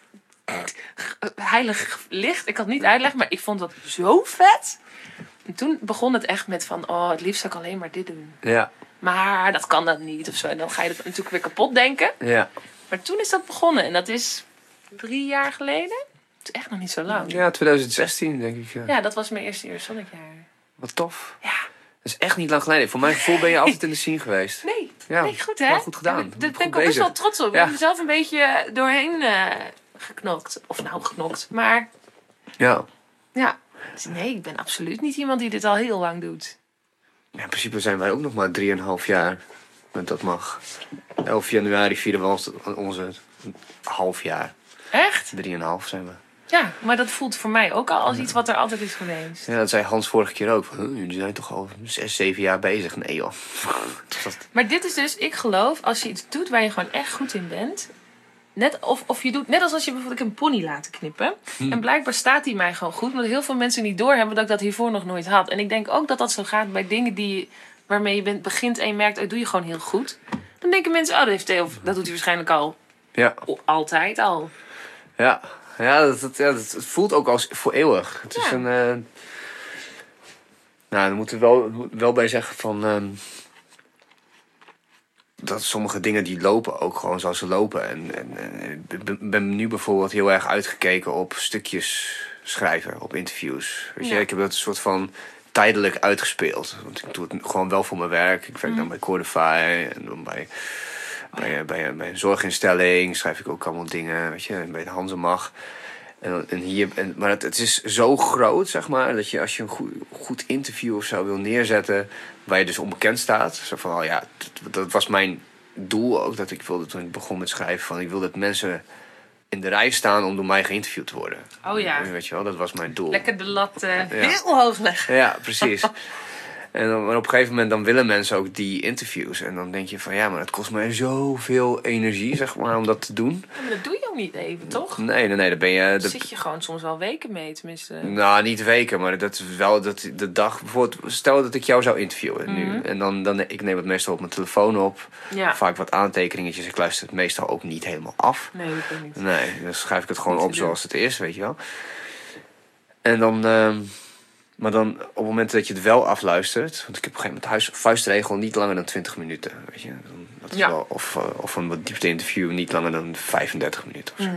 heilig licht. Ik kan het niet uitleggen, maar ik vond dat zo vet. En toen begon het echt met van, het liefst zou ik alleen maar dit doen. Ja. Maar dat kan dat niet of zo. En dan ga je dat natuurlijk weer kapot denken. Ja. Maar toen is dat begonnen. En dat is 3 jaar geleden. Het is echt nog niet zo lang. Ja, 2016 denk ik. Ja, dat was mijn eerste Eurosonic-jaar. Wat tof. Ja. Dat is echt niet lang geleden. Voor mijn gevoel ben je altijd in de scene geweest. Nee, Ja, nee, goed hè? wel goed gedaan. Ja, daar Goed ben ik ook best bezig. wel trots op. Ik heb mezelf een beetje doorheen geknokt. Of nou, geknokt. Maar Ja. ja, dus nee, ik ben absoluut niet iemand die dit al heel lang doet. Ja, in principe zijn wij ook nog maar 3,5 jaar. Dat mag. 11 januari vieren we onze half jaar. Echt? 3,5 zijn we. Ja, maar dat voelt voor mij ook al als iets wat er altijd is geweest. Ja, dat zei Hans vorige keer ook. Jullie zijn toch al 6, 7 jaar bezig? Nee joh. Maar dit is dus, ik geloof, als je iets doet waar je gewoon echt goed in bent. Of je doet net als je bijvoorbeeld een pony laten knippen. En blijkbaar staat die mij gewoon goed. Omdat heel veel mensen niet doorhebben dat ik dat hiervoor nog nooit had. En ik denk ook dat dat zo gaat bij dingen waarmee je begint en je merkt, dat doe je gewoon heel goed. Dan denken mensen, dat heeft Theo, dat doet hij waarschijnlijk al. Ja. Altijd al. Ja. Ja, het voelt ook als voor eeuwig. Het is een... nou, daar moeten we wel bij zeggen van... dat sommige dingen die lopen ook gewoon zoals ze lopen. En ik ben nu bijvoorbeeld heel erg uitgekeken op stukjes schrijven, op interviews. Weet je, ik heb dat een soort van tijdelijk uitgespeeld. Want ik doe het gewoon wel voor mijn werk. Ik werk dan bij Cordify en dan bij een zorginstelling schrijf ik ook allemaal dingen. Weet je, bij de Hanzemag. Maar het is zo groot, zeg maar, dat je als je een goed interview of zo wil neerzetten, waar je dus onbekend staat. Zo van, dat was mijn doel ook, dat ik wilde toen ik begon met schrijven. Van, ik wilde dat mensen in de rij staan om door mij geïnterviewd te worden. Oh ja. Weet je wel, dat was mijn doel. Lekker de lat heel hoog leggen. Ja, precies. Maar op een gegeven moment dan willen mensen ook die interviews. En dan denk je van, ja, maar het kost mij zoveel energie, zeg maar, om dat te doen. Ja, maar dat doe je ook niet even, toch? Nee, daar ben je... Daar zit je gewoon soms wel weken mee, tenminste. Nou, niet weken, maar dat is wel de dag... Bijvoorbeeld, stel dat ik jou zou interviewen nu. En dan ik neem het meestal op mijn telefoon op. Ja. Vaak wat aantekeningetjes. Ik luister het meestal ook niet helemaal af. Nee, dat ook niet. Nee, dan schrijf ik het gewoon op zoals het is, weet je wel. En dan... Maar dan op het moment dat je het wel afluistert... Want ik heb op een gegeven moment vuistregel niet langer dan 20 minuten. Weet je? Dat is wel, of een wat diepte interview niet langer dan 35 minuten of zo.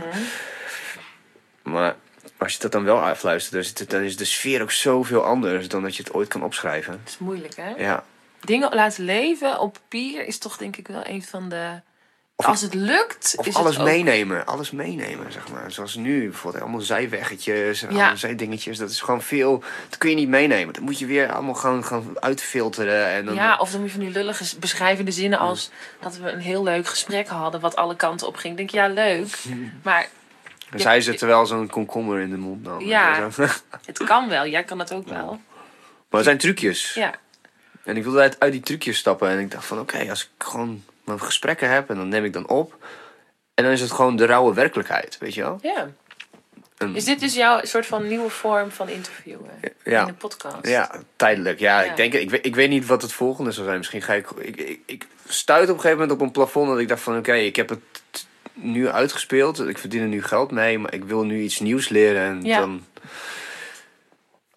Maar als je dat dan wel afluistert... dan is de sfeer ook zoveel anders dan dat je het ooit kan opschrijven. Dat is moeilijk, hè? Ja. Dingen laten leven op papier is toch denk ik wel een van de... Als het lukt, of is alles het ook... meenemen. Alles meenemen, zeg maar. Zoals nu, bijvoorbeeld allemaal zijweggetjes en allemaal zijdingetjes. Dat is gewoon veel... Dat kun je niet meenemen. Dat moet je weer allemaal gaan uitfilteren. En dan... Ja, of dan moet je van die lullige beschrijvende zinnen als... dat we een heel leuk gesprek hadden wat alle kanten op ging. Ik denk, ja, leuk. Maar... En zij zitten wel zo'n komkommer in de mond dan. Ja, het kan wel. Jij kan het ook wel. Maar er zijn trucjes. Ja. En ik wilde uit die trucjes stappen. En ik dacht van, oké, als ik gewoon mijn gesprekken heb... en dan neem ik dan op... en dan is het gewoon de rauwe werkelijkheid, weet je wel? Ja. Is dit dus jouw soort van nieuwe vorm van interviewen? Ja. In een podcast? Ja, tijdelijk. Ja, Ja. Ik weet niet wat het volgende zal zijn. Misschien ga ik stuit op een gegeven moment op een plafond... dat ik dacht van, oké, ik heb het nu uitgespeeld. Ik verdien er nu geld mee, maar ik wil nu iets nieuws leren. En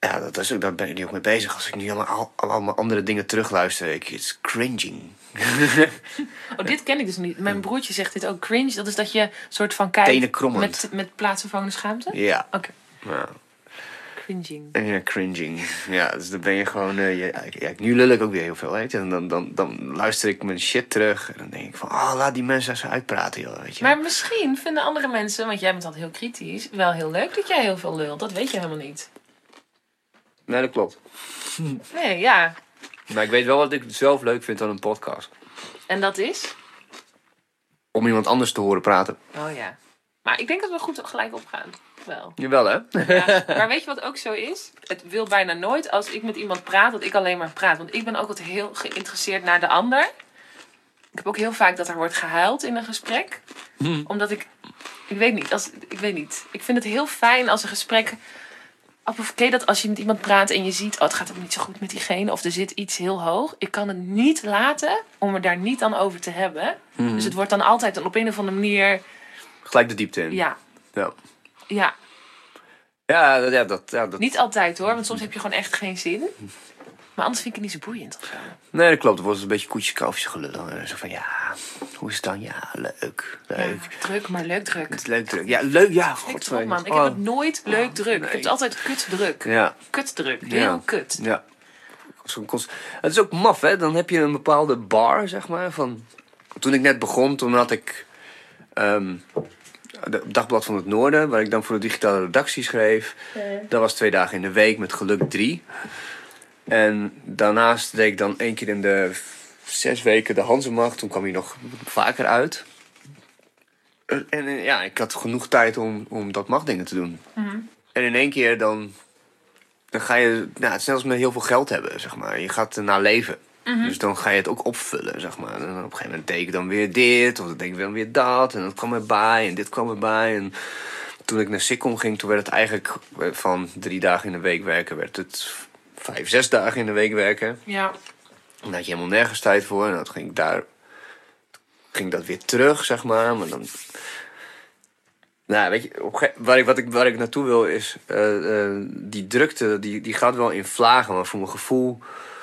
Ja, daar ben ik nu ook mee bezig. Als ik nu allemaal andere dingen terugluister, it's cringing. Oh, dit ken ik dus niet. Mijn broertje zegt dit ook. Cringe, dat is dat je soort van kijkt Tenen krommend. met plaatsvervangende schaamte? Ja. Oké. Ja. Cringing. Ja, cringing. Ja, dus dan ben je gewoon... nu lul ik ook weer heel veel, weet je. En dan luister ik mijn shit terug. En dan denk ik van, laat die mensen eens uitpraten, joh, weet je. Maar misschien vinden andere mensen, want jij bent altijd heel kritisch, wel heel leuk dat jij heel veel lult. Dat weet je helemaal niet. Nee, dat klopt. Nee, ja. Maar ik weet wel wat ik zelf leuk vind aan een podcast. En dat is? Om iemand anders te horen praten. Oh ja. Maar ik denk dat we goed gelijk opgaan. Wel. Jawel, hè? Ja. Maar weet je wat ook zo is? Het wil bijna nooit als ik met iemand praat dat ik alleen maar praat. Want ik ben ook altijd heel geïnteresseerd naar de ander. Ik heb ook heel vaak dat er wordt gehuild in een gesprek. Omdat ik weet niet. Ik vind het heel fijn als een gesprek... Oké, dat als je met iemand praat en je ziet... het gaat ook niet zo goed met diegene of er zit iets heel hoog. Ik kan het niet laten om er daar niet dan over te hebben. Dus het wordt dan altijd op een of andere manier... Gelijk de diepte in. Ja. Ja. Dat... Niet altijd hoor, want soms heb je gewoon echt geen zin. Maar anders vind ik het niet zo boeiend of zo. Nee, dat klopt. Het wordt een beetje koetjes-kalfjes gelul. Zo van, hoe is het dan? Ja, leuk. Ja, druk, maar leuk druk. Het is leuk druk. Ja, leuk. Ja, godverdomme. Man, ik heb het nooit leuk druk. Nee. Ik heb het altijd kut druk. Ja. Kut druk. Heel kut. Ja. Het is ook maf, hè. Dan heb je een bepaalde bar, zeg maar. Van... Toen ik net begon, toen had ik... het Dagblad van het Noorden, waar ik dan voor de digitale redactie schreef. Dat was 2 dagen in de week, met geluk 3. En daarnaast deed ik dan 1 keer in de 6 weken de Hanzemacht. Toen kwam hij nog vaker uit. En ja, ik had genoeg tijd om dat machtdingen te doen. En in 1 keer dan ga je... het is net als met heel veel geld hebben, zeg maar. Je gaat ernaar leven. Dus dan ga je het ook opvullen, zeg maar. En dan op een gegeven moment deed ik dan weer dit, of dan deed ik dan weer dat. En dat kwam erbij, en dit kwam erbij. En toen ik naar Sikkom ging, toen werd het eigenlijk van 3 dagen in de week werken, werd het 5, 6 dagen in de week werken. Ja. En daar had je helemaal nergens tijd voor. En dan ging dat weer terug, zeg maar. Maar dan... Nou, weet je, waar ik naartoe wil is... die drukte, die gaat wel in vlagen. Maar voor mijn gevoel...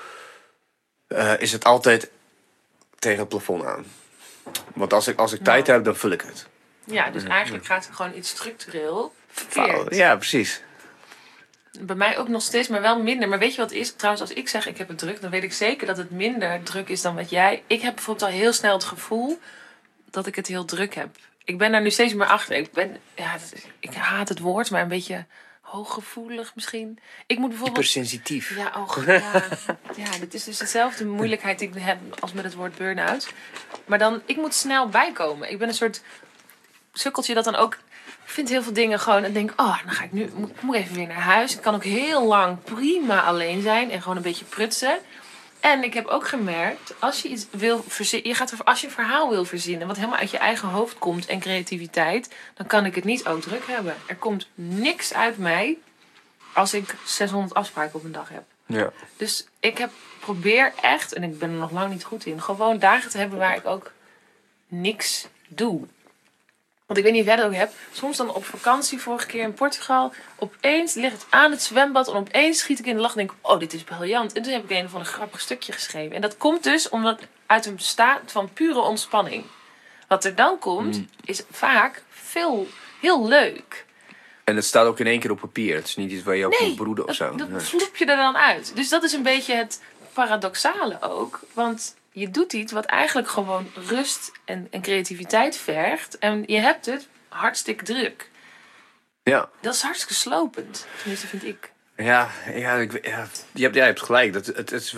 is het altijd tegen het plafond aan. Want als ik tijd heb, dan vul ik het. Ja, dus eigenlijk gaat het gewoon iets structureel verkeerd. Ja, precies. Bij mij ook nog steeds, maar wel minder. Maar weet je wat het is? Trouwens, als ik zeg ik heb het druk, dan weet ik zeker dat het minder druk is dan wat jij... Ik heb bijvoorbeeld al heel snel het gevoel dat ik het heel druk heb. Ik ben daar nu steeds meer achter. Ik haat het woord, maar een beetje... hooggevoelig misschien. Ik moet bijvoorbeeld... Hypersensitief. Ja, ja, dit is dus dezelfde moeilijkheid die ik heb als met het woord burn-out. Maar ik moet snel bijkomen. Ik ben een soort sukkeltje dat dan ook... Ik vind heel veel dingen gewoon en denk... dan ga ik nu... Moet even weer naar huis. Ik kan ook heel lang prima alleen zijn en gewoon een beetje prutsen. En ik heb ook gemerkt, als je iets wil verzinnen... Als je een verhaal wil verzinnen, wat helemaal uit je eigen hoofd komt en creativiteit... dan kan ik het niet ook druk hebben. Er komt niks uit mij als ik 600 afspraken op een dag heb. Ja. Dus ik probeer echt, en ik ben er nog lang niet goed in... gewoon dagen te hebben waar ik ook niks doe. Want ik weet niet of jij dat ook hebt. Soms dan op vakantie, vorige keer in Portugal... opeens ligt het aan het zwembad... en opeens schiet ik in de lach en denk... dit is briljant. En toen heb ik een of ander grappig stukje geschreven. En dat komt dus omdat uit een staat van pure ontspanning. Wat er dan komt, is vaak heel leuk. En het staat ook in 1 keer op papier. Het is niet iets waar je op moet broeden of zo. Dat vloep je er dan uit. Dus dat is een beetje het paradoxale ook. Want... Je doet iets wat eigenlijk gewoon rust en creativiteit vergt. En je hebt het hartstikke druk. Ja. Dat is hartstikke slopend. Tenminste, vind ik. Ja, je hebt gelijk. Het is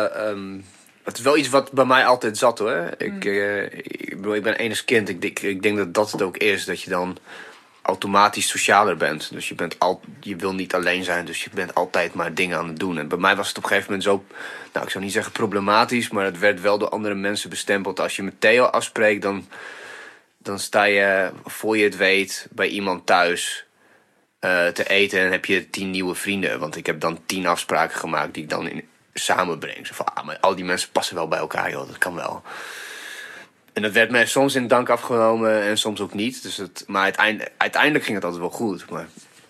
wel iets wat bij mij altijd zat, hoor. Ik ben enig kind. Ik denk dat het ook is. Dat je dan automatisch socialer bent. Dus je wil niet alleen zijn. Dus je bent altijd maar dingen aan het doen. En bij mij was het op een gegeven moment zo... Nou, ik zou niet zeggen problematisch... maar het werd wel door andere mensen bestempeld. Als je met Theo afspreekt... dan sta je, voor je het weet... bij iemand thuis te eten... en heb je 10 nieuwe vrienden. Want ik heb dan 10 afspraken gemaakt... die ik dan samenbreng. Zo van, maar al die mensen passen wel bij elkaar, joh. Dat kan wel. En dat werd mij soms in dank afgenomen en soms ook niet. Maar uiteindelijk ging het altijd wel goed. Maar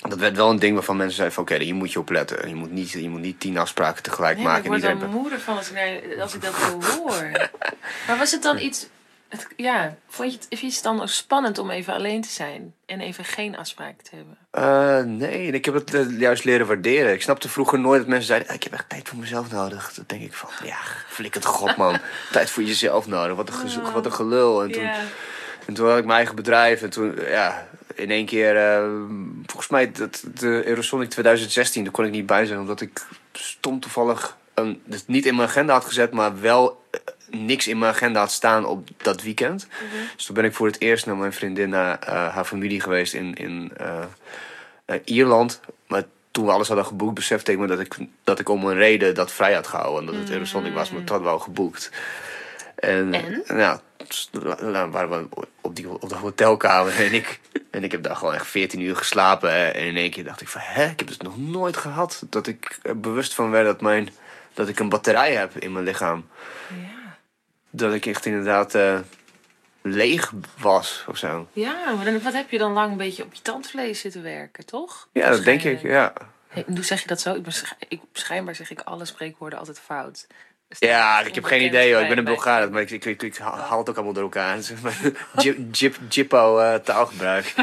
Dat werd wel een ding waarvan mensen zeiden van... Oké, hier moet je op letten. Je moet niet 10 afspraken tegelijk maken. Ik word er moeder van als ik dat zo hoor. Maar was het dan iets... vind je het dan ook spannend om even alleen te zijn? En even geen afspraken te hebben? Nee, ik heb het juist leren waarderen. Ik snapte vroeger nooit dat mensen zeiden... Ik heb echt tijd voor mezelf nodig. Dan denk ik van... Ja, flikker het god, man. Tijd voor jezelf nodig. Wat een gelul. En toen had ik mijn eigen bedrijf. En toen, in één keer... volgens mij, de Eurosonic 2016... Daar kon ik niet bij zijn. Omdat ik stom toevallig... het niet in mijn agenda had gezet... Maar wel... niks in mijn agenda had staan op dat weekend. Mm-hmm. Dus toen ben ik voor het eerst naar mijn vriendin... naar haar familie geweest in Ierland. Maar toen we alles hadden geboekt... besefte ik me dat ik om een reden dat vrij had gehouden. En dat het Eurosonic was, maar het hadden we al geboekt. En? Nou, waren we op de hotelkamer... En ik heb daar gewoon echt 14 uur geslapen. En in één keer dacht ik van... ik heb het nog nooit gehad. Dat ik er bewust van werd dat ik een batterij heb in mijn lichaam. Ja. Dat ik echt inderdaad leeg was of zo. Ja, maar wat heb je dan lang een beetje op je tandvlees zitten werken, toch? Ja, dat denk ik, ja. Hey, hoe zeg je dat zo? Schijnbaar zeg ik alle spreekwoorden altijd fout. Ja, ik heb geen idee hoor. Ik ben een Bulgaar, maar ik haal het ook allemaal door elkaar. Jippo taalgebruik.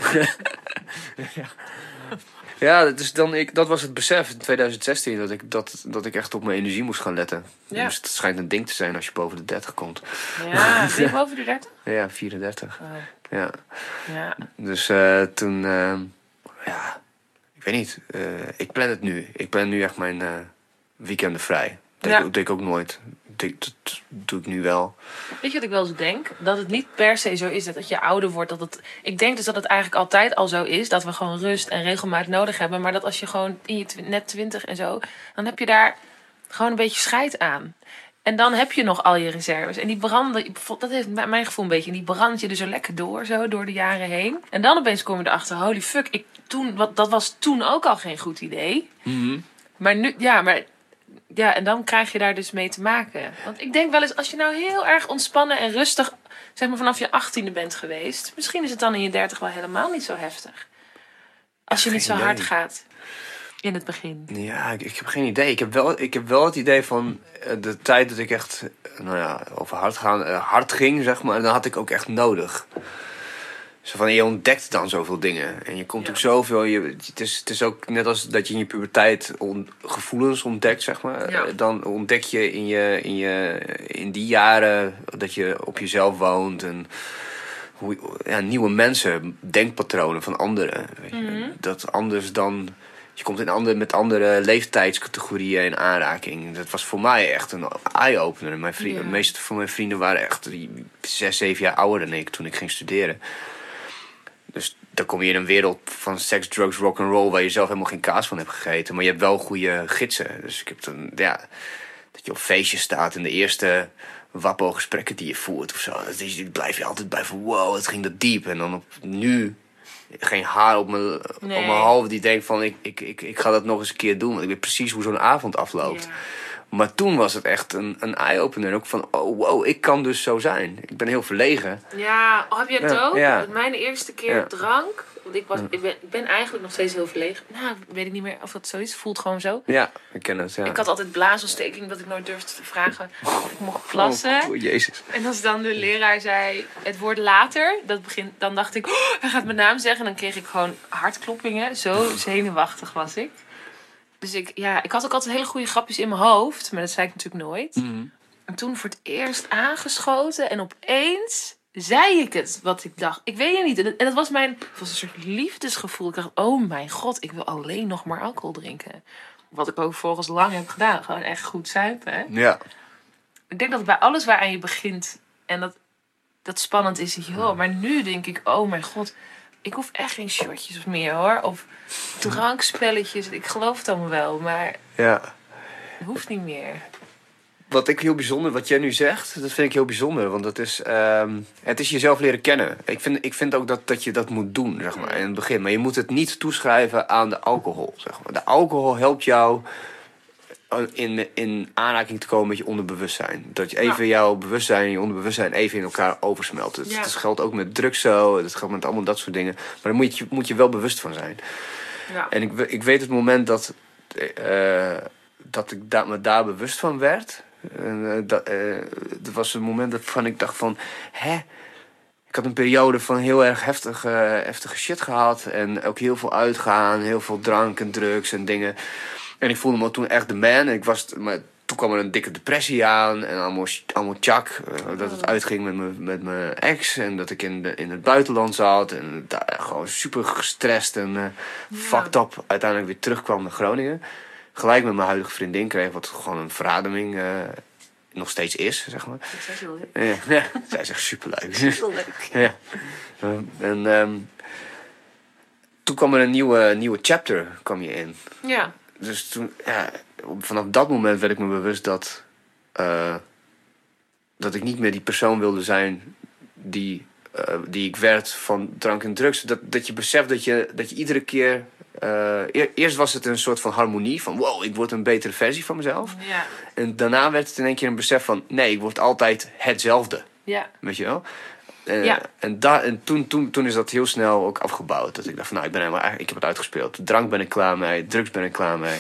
Ja, dus dat was het besef in 2016 dat ik echt op mijn energie moest gaan letten. Ja. Dus het schijnt een ding te zijn als je boven de 30 komt. Ja, ben je boven de 30? Ja, 34. Oh. Ja. Dus toen, ik weet niet. Ik plan het nu. Ik plan nu echt mijn weekenden vrij. Dat deed ik ook nooit. Dat doe ik nu wel. Weet je wat ik wel eens denk? Dat het niet per se zo is dat je ouder wordt. Ik denk dus dat het eigenlijk altijd al zo is. Dat we gewoon rust en regelmaat nodig hebben. Maar dat als je gewoon in je net 20 en zo... dan heb je daar gewoon een beetje scheid aan. En dan heb je nog al je reserves. En die branden... Dat heeft mijn gevoel een beetje. En die brand je er zo lekker door de jaren heen. En dan opeens kom je erachter... Holy fuck, dat was toen ook al geen goed idee. Mm-hmm. Maar nu... Ja, en dan krijg je daar dus mee te maken. Want ik denk wel eens, als je nou heel erg ontspannen en rustig... zeg maar vanaf je 18e bent geweest... misschien is het dan in je 30 wel helemaal niet zo heftig. Als je niet zo hard gaat in het begin. Ja, ik heb geen idee. Ik heb wel het idee van de tijd dat ik echt... over hard ging, zeg maar. En dat had ik ook echt nodig. Zo van, je ontdekt dan zoveel dingen. En je komt ook zoveel... Het is ook net als dat je in je puberteit gevoelens ontdekt, zeg maar. Ja. Dan ontdek je in die jaren dat je op jezelf woont. En nieuwe mensen, denkpatronen van anderen. Weet je. Mm-hmm. Dat anders dan... Je komt met andere leeftijdscategorieën in aanraking. Dat was voor mij echt een eye-opener. De meeste van mijn vrienden waren echt 6, 7 jaar ouder dan ik toen ik ging studeren. Dus dan kom je in een wereld van seks, drugs, rock'n'roll... waar je zelf helemaal geen kaas van hebt gegeten. Maar je hebt wel goede gidsen. Dus ik heb dan, dat je op feestjes staat... en de eerste wappo-gesprekken die je voert of zo... dan blijf je altijd bij van wow, het ging dat diep. En dan nu geen haar op mijn hoofd die denkt van... ik ga dat nog eens een keer doen. Want ik weet precies hoe zo'n avond afloopt. Ja. Maar toen was het echt een eye-opener. Ook van, oh wow, ik kan dus zo zijn. Ik ben heel verlegen. Ja, heb je het ook? Ja. Mijn eerste keer drank. Want ik ben eigenlijk nog steeds heel verlegen. Nou, weet ik niet meer of dat zo is. Het voelt gewoon zo. Ja, ik ken het, ja. Ik had altijd blaasontsteking dat ik nooit durfde te vragen of ik mocht plassen. Oh, jezus. En als dan de leraar zei het woord later, dan dacht ik, hij gaat mijn naam zeggen. En dan kreeg ik gewoon hartkloppingen. Zo zenuwachtig was ik. Dus ik had ook altijd hele goede grapjes in mijn hoofd. Maar dat zei ik natuurlijk nooit. Mm-hmm. En toen voor het eerst aangeschoten. En opeens zei ik het wat ik dacht. Ik weet het niet. En dat was een soort liefdesgevoel. Ik dacht, oh mijn god, ik wil alleen nog maar alcohol drinken. Wat ik ook volgens lang heb gedaan. Gewoon echt goed zuipen. Hè? Ja. Ik denk dat bij alles waaraan je begint. En dat spannend is. Maar nu denk ik, oh mijn god... Ik hoef echt geen shotjes of meer hoor. Of drankspelletjes. Ik geloof het allemaal wel. Maar het hoeft niet meer. Wat jij nu zegt, dat vind ik heel bijzonder. Want het is jezelf leren kennen. Ik vind ook dat je dat moet doen, zeg maar, in het begin. Maar je moet het niet toeschrijven aan de alcohol, zeg maar. De alcohol helpt jou in aanraking te komen met je onderbewustzijn. Dat je even jouw bewustzijn en je onderbewustzijn even in elkaar oversmelt. Dat geldt ook met drugs zo. Dat geldt met allemaal dat soort dingen. Maar daar moet je wel bewust van zijn. Ja. En ik weet het moment dat ik me daar bewust van werd. Dat was het moment waarvan ik dacht van... Ik had een periode van heel erg heftige shit gehad. En ook heel veel uitgaan, heel veel drank en drugs en dingen. En ik voelde me toen echt de man. En maar toen kwam er een dikke depressie aan. En allemaal tjak. Dat het uitging met mijn ex. En dat ik in het buitenland zat. En daar gewoon super gestrest en fucked up uiteindelijk weer terugkwam naar Groningen. Gelijk met mijn huidige vriendin kreeg. Wat gewoon een verademing nog steeds is, zeg maar. Dat is heel leuk. Ja, zij is echt superleuk. Superleuk. Ja. En toen kwam er een nieuwe chapter kwam je in. Ja. Dus toen, vanaf dat moment werd ik me bewust dat ik niet meer die persoon wilde zijn die ik werd van drank en drugs. Dat je beseft dat je iedere keer... eerst was het een soort van harmonie van... wow, ik word een betere versie van mezelf. Ja. En daarna werd het in één keer een besef van... nee, ik word altijd hetzelfde. Ja. Weet je wel? Ja. En toen is dat heel snel ook afgebouwd. Dat ik dacht van, ik heb het uitgespeeld. Drank ben ik klaar mee, drugs ben ik klaar mee.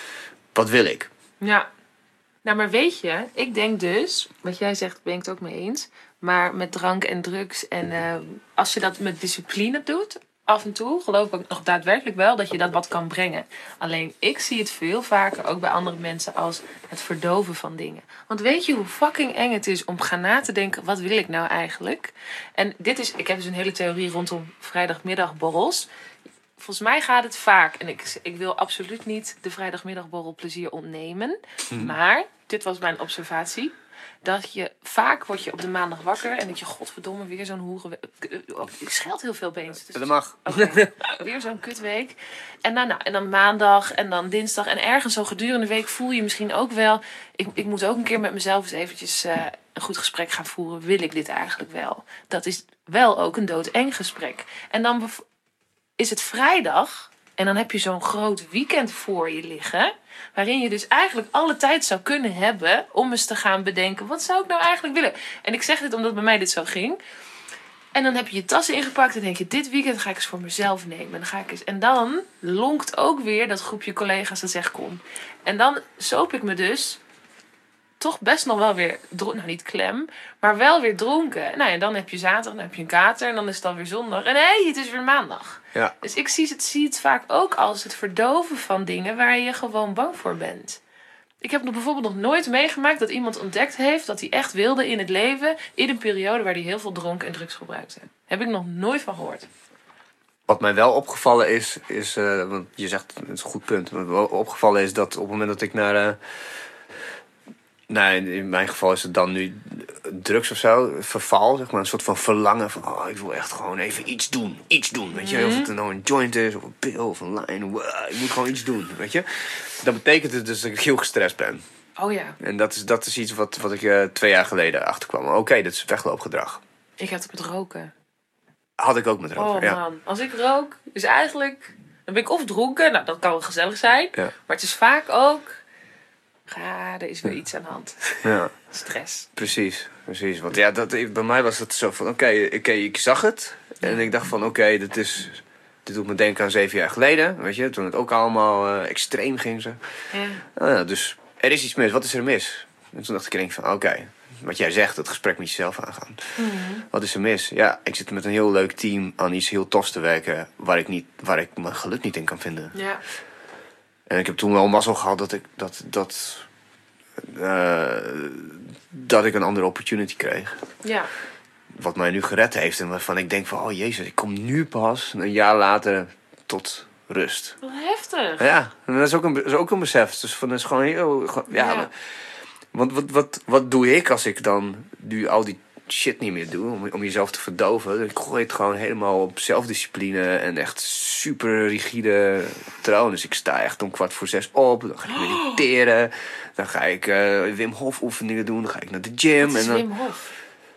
Wat wil ik? Ja. Nou, maar weet je, ik denk dus... wat jij zegt, ben ik het ook mee eens. Maar met drank en drugs en als je dat met discipline doet... af en toe geloof ik nog daadwerkelijk wel dat je dat wat kan brengen. Alleen ik zie het veel vaker, ook bij andere mensen, als het verdoven van dingen. Want weet je hoe fucking eng het is om gaan na te denken, wat wil ik nou eigenlijk? En ik heb dus een hele theorie rondom vrijdagmiddagborrels. Volgens mij gaat het vaak, en ik wil absoluut niet de vrijdagmiddagborrel plezier ontnemen. Maar, dit was mijn observatie... dat je vaak word je op de maandag wakker en dat je godverdomme weer zo'n hoeren... Ik scheld heel veel beens. Dus Dat mag. Okay, weer zo'n kutweek. En dan maandag en dan dinsdag. En ergens zo gedurende de week voel je misschien ook wel... Ik moet ook een keer met mezelf eens eventjes een goed gesprek gaan voeren. Wil ik dit eigenlijk wel? Dat is wel ook een doodeng gesprek. En dan is het vrijdag... en dan heb je zo'n groot weekend voor je liggen... waarin je dus eigenlijk alle tijd zou kunnen hebben... om eens te gaan bedenken, wat zou ik nou eigenlijk willen? En ik zeg dit omdat bij mij dit zo ging. En dan heb je je tassen ingepakt en denk je... dit weekend ga ik eens voor mezelf nemen. En dan lonkt ook weer dat groepje collega's dat zegt kom. En dan soop ik me dus... toch best nog wel weer, nou niet klem, maar wel weer dronken. Nou, en dan heb je zaterdag, dan heb je een kater en dan is het alweer zondag. En het is weer maandag. Ja. Dus ik zie het vaak ook als het verdoven van dingen waar je gewoon bang voor bent. Ik heb bijvoorbeeld nog nooit meegemaakt dat iemand ontdekt heeft dat hij echt wilde in het leven in een periode waar hij heel veel dronk en drugs gebruikte. Heb ik nog nooit van gehoord. Wat mij wel opgevallen is want je zegt, het is een goed punt. Wat me wel opgevallen is dat op het moment dat ik naar... in mijn geval is het dan nu drugs of zo, verval, zeg maar, een soort van verlangen van, ik wil echt gewoon even iets doen, weet je, of het nou een joint is, of een pil, of een lijn, ik moet gewoon iets doen, weet je. Dat betekent het dus dat ik heel gestrest ben. Oh ja. En dat is iets wat ik 2 jaar geleden achterkwam. Oké, dat is wegloopgedrag. Ik heb het met roken. Had ik ook met roken, ja. Man, als ik rook, is eigenlijk, dan ben ik of dronken, nou dat kan wel gezellig zijn, Ja. maar het is vaak ook, er is weer iets aan de hand. Ja. Stress. Precies. Want ja, bij mij was het zo van, oké, ik zag het. En ik dacht van, oké, dit doet me denken aan 7 jaar geleden. Weet je, toen het ook allemaal extreem ging. Zo. Ja. Dus er is iets mis. Wat is er mis? En toen dacht ik ineens van, oké, wat jij zegt, het gesprek met jezelf aangaan. Wat is er mis? Ja, ik zit met een heel leuk team aan iets heel tofs te werken... waar ik mijn geluk niet in kan vinden. Ja. En ik heb toen wel mazzel gehad dat ik een andere opportunity kreeg. Ja. Wat mij nu gered heeft en waarvan ik denk van... oh jezus, ik kom nu pas een jaar later tot rust. Wat heftig. Ja, en dat is ook een besef. Dus van, dat is gewoon heel... Ja. Want wat doe ik als ik dan nu al die shit niet meer doe... om jezelf te verdoven? Ik gooi het gewoon helemaal op zelfdiscipline... en echt super rigide patroon. Dus ik sta echt om 5:45 op. Dan ga ik mediteren. Dan ga ik Wim Hof oefeningen doen. Dan ga ik naar de gym. Wat is en dan, Wim Hof?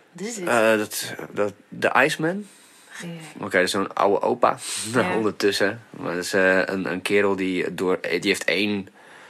de Iceman. Oké, dat is zo'n oude opa. Ja. Ondertussen. Maar dat is een kerel die heeft één...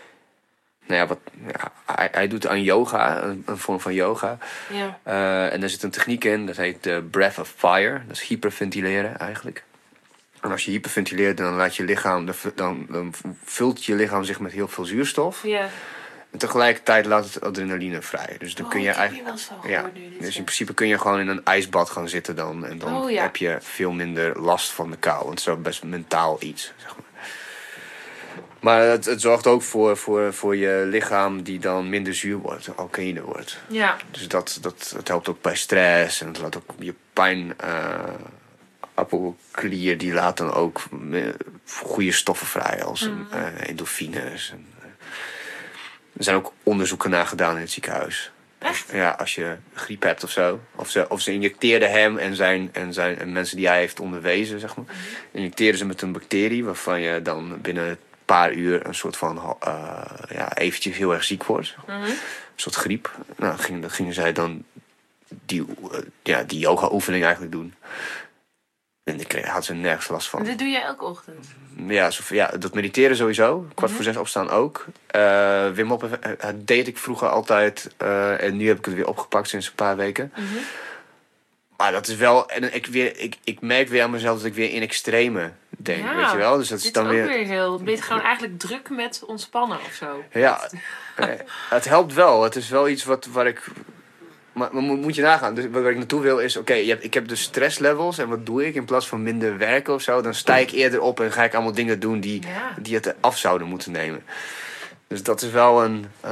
hij doet aan yoga, een vorm van yoga. Ja. En daar zit een techniek in, dat heet Breath of Fire. Dat is hyperventileren eigenlijk. En als je hyperventileert, dan laat je lichaam, dan vult je lichaam zich met heel veel zuurstof. Ja. En tegelijkertijd laat het adrenaline vrij. Dus dan kun je eigenlijk. Wel zo gehoord nu. Dus in principe kun je gewoon in een ijsbad gaan zitten dan. En dan heb je veel minder last van de kou. Want het is ook best mentaal iets, zeg maar. Maar het zorgt ook voor je lichaam die dan minder zuur wordt, alkene wordt. Ja. Dus het helpt ook bij stress en het laat ook je pijn. Appelklier die laat dan ook goede stoffen vrij als endorfines. Er zijn ook onderzoeken naar gedaan in het ziekenhuis. Echt? Ja, als je griep hebt of zo. Of ze injecteerden hem en mensen die hij heeft onderwezen, zeg maar. Injecteerden ze met een bacterie waarvan je dan binnen een paar uur een soort van eventjes heel erg ziek wordt. Een soort griep. Nou, gingen zij dan die yoga-oefening eigenlijk doen. En ik had ze nergens last van. En dit doe jij elke ochtend? Ja, dat mediteren sowieso. 5:45 opstaan ook. Wim Hof deed ik vroeger altijd. En nu heb ik het weer opgepakt sinds een paar weken. Maar dat is wel... En ik merk weer aan mezelf dat ik weer in extreme denk, weet je wel. Dus dat is dan weer heel... Ben je gewoon eigenlijk druk met ontspannen of zo? Ja, het helpt wel. Het is wel iets waar ik... Maar moet je nagaan. Dus waar ik naartoe wil is... Oké, ik heb dus stresslevels. En wat doe ik? In plaats van minder werken of zo... Dan sta ik eerder op en ga ik allemaal dingen doen... die het af zouden moeten nemen. Dus dat is wel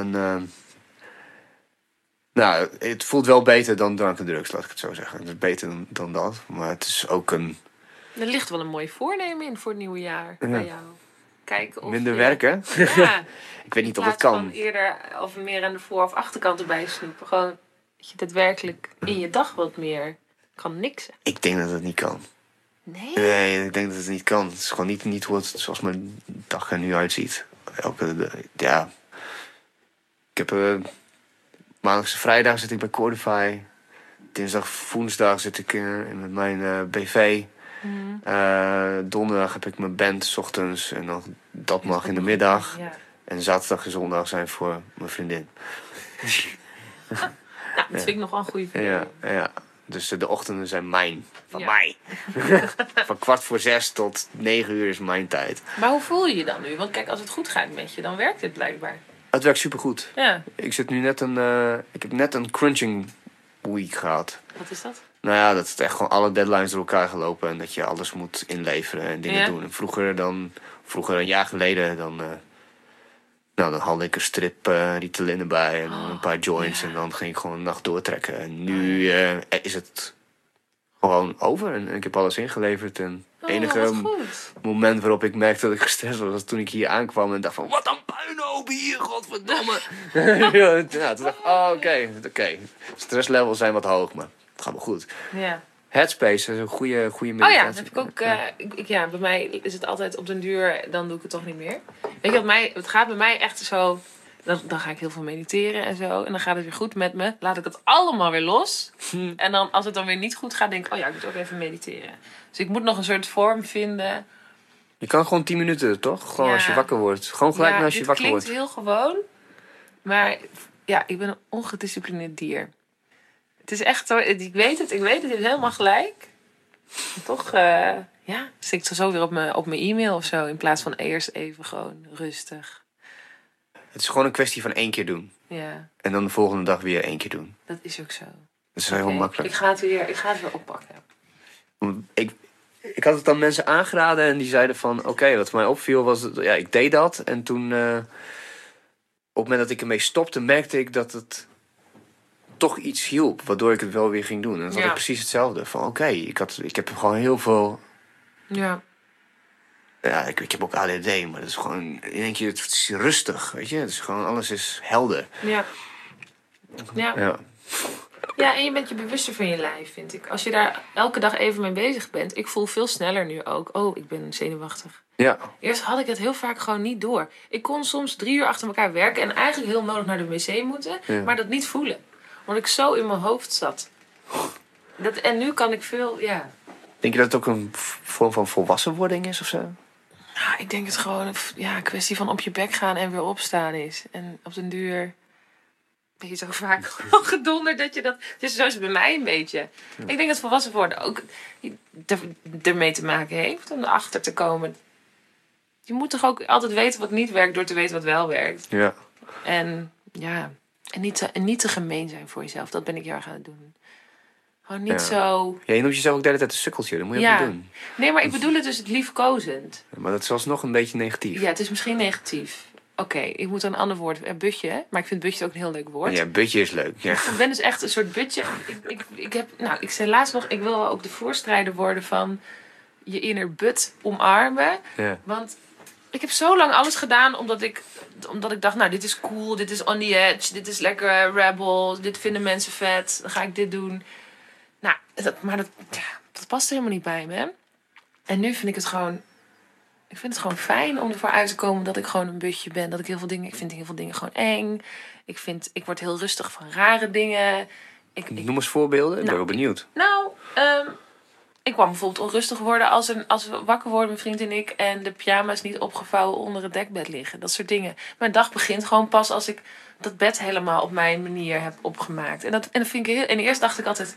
nou, het voelt wel beter dan drank en drugs, laat ik het zo zeggen. Het is beter dan dat. Maar het is ook een... Er ligt wel een mooi voornemen in voor het nieuwe jaar bij jou. Kijken of minder werken? Ja. Ik weet niet of dat kan. Van eerder of meer aan de voor- of achterkant erbij snoepen. Gewoon dat je daadwerkelijk in je dag wat meer kan niksen. Ik denk dat het niet kan. Nee? Nee, ik denk dat het niet kan. Het is gewoon niet hoe het zoals mijn dag er nu uitziet. Ik heb maandags en vrijdag zit ik bij Cordify. Dinsdag, woensdag zit ik met mijn BV. Donderdag heb ik mijn band 's ochtends en dan dat mag in de middag. Ja. En zaterdag en zondag zijn voor mijn vriendin. Nou, dat vind ik nog wel een goede vriendin. Ja. Dus de ochtenden zijn mijn. Van Ja. mij. Van 5:45 tot 9 uur is mijn tijd. Maar hoe voel je je dan nu? Want kijk, als het goed gaat met je, dan werkt het blijkbaar. Het werkt supergoed. Ja. Ik zit nu ik heb net een crunching week gehad. Wat is dat? Nou ja, dat het echt gewoon alle deadlines door elkaar gelopen. En dat je alles moet inleveren en dingen doen. En vroeger een jaar geleden, dan haalde ik een strip Ritalin erbij en een paar joints. En dan ging ik gewoon een nacht doortrekken. En nu is het gewoon over. En ik heb alles ingeleverd. En het enige moment waarop ik merkte dat ik gestrest was toen ik hier aankwam en dacht van, wat een puinhoop hier, godverdomme. Toen dacht ik, oké. Stresslevels zijn wat hoog, maar het gaat wel goed. Ja. Headspace is een goede meditatie. Dat heb ik ook. Bij mij is het altijd op den duur, dan doe ik het toch niet meer. Weet je, het gaat bij mij echt zo. Dan ga ik heel veel mediteren en zo. En dan gaat het weer goed met me. Laat ik het allemaal weer los. En dan, als het dan weer niet goed gaat, denk ik, ik moet ook even mediteren. Dus ik moet nog een soort vorm vinden. Je kan gewoon 10 minuten, toch? Gewoon als je wakker wordt. Gewoon gelijk als je wakker wordt. Het klinkt heel gewoon. Maar ik ben een ongedisciplineerd dier. Het is echt zo, ik weet het, je hebt helemaal gelijk. En toch, zit ik zo weer op mijn e-mail of zo. In plaats van eerst even gewoon rustig. Het is gewoon een kwestie van 1 keer doen. Ja. En dan de volgende dag weer 1 keer doen. Dat is ook zo. Dat is heel makkelijk. Ik ga het weer oppakken. Ik had het aan mensen aangeraden en die zeiden van... Oké, wat mij opviel was... ik deed dat. En toen... op het moment dat ik ermee stopte, merkte ik dat het toch iets hielp. Waardoor ik het wel weer ging doen. En dan had ik precies hetzelfde. Van ik heb gewoon heel veel... Ja. Ja, ik heb ook ADD, maar het is gewoon... In één keer, het is rustig, weet je. Het is gewoon, alles is helder. Ja. Ja, en je bent je bewuster van je lijf, vind ik. Als je daar elke dag even mee bezig bent. Ik voel veel sneller nu ook. Oh, ik ben zenuwachtig. Ja. Eerst had ik het heel vaak gewoon niet door. Ik kon soms 3 uur achter elkaar werken en eigenlijk heel nodig naar de wc moeten. Ja. Maar dat niet voelen. Omdat ik zo in mijn hoofd zat. En nu kan ik veel, Denk je dat het ook een vorm van volwassenwording is of zo? Nou, ik denk het gewoon een kwestie van op je bek gaan en weer opstaan is. En op den duur... ben je zo vaak gedonderd dat je dat... Dus zo is het bij mij een beetje. Ja. Ik denk dat volwassen worden ook ermee te maken heeft om erachter te komen. Je moet toch ook altijd weten wat niet werkt door te weten wat wel werkt. Ja. En ja, en niet te gemeen zijn voor jezelf. Dat ben ik heel erg aan het doen. Gewoon niet zo... Ja, je noemt jezelf ook de hele tijd een sukkeltje. Dat moet je ook niet doen. Nee, maar ik bedoel het dus het liefkozend. Ja, maar dat is alsnog een beetje negatief. Ja, het is misschien negatief. Oké, ik moet een ander woord. Butje, hè? Maar ik vind butje ook een heel leuk woord. Ja, butje is leuk. Ja. Ik ben dus echt een soort butje. Ik zei laatst nog, ik wil ook de voorstrijder worden van je inner but omarmen. Ja. Want ik heb zo lang alles gedaan omdat ik dacht, nou, dit is cool, dit is on the edge, dit is lekker rebel, dit vinden mensen vet, dan ga ik dit doen. Nou, dat past helemaal niet bij me. En nu vind ik het gewoon... Ik vind het gewoon fijn om ervoor uit te komen dat ik gewoon een butje ben. Dat ik ik vind heel veel dingen gewoon eng. Ik word heel rustig van rare dingen. Noem eens voorbeelden, ik ben wel benieuwd. Ik kwam bijvoorbeeld onrustig worden als we wakker worden, mijn vriend en ik, en de pyjama's niet opgevouwen onder het dekbed liggen. Dat soort dingen. Mijn dag begint gewoon pas als ik dat bed helemaal op mijn manier heb opgemaakt. En dat vind ik heel... En eerst dacht ik altijd...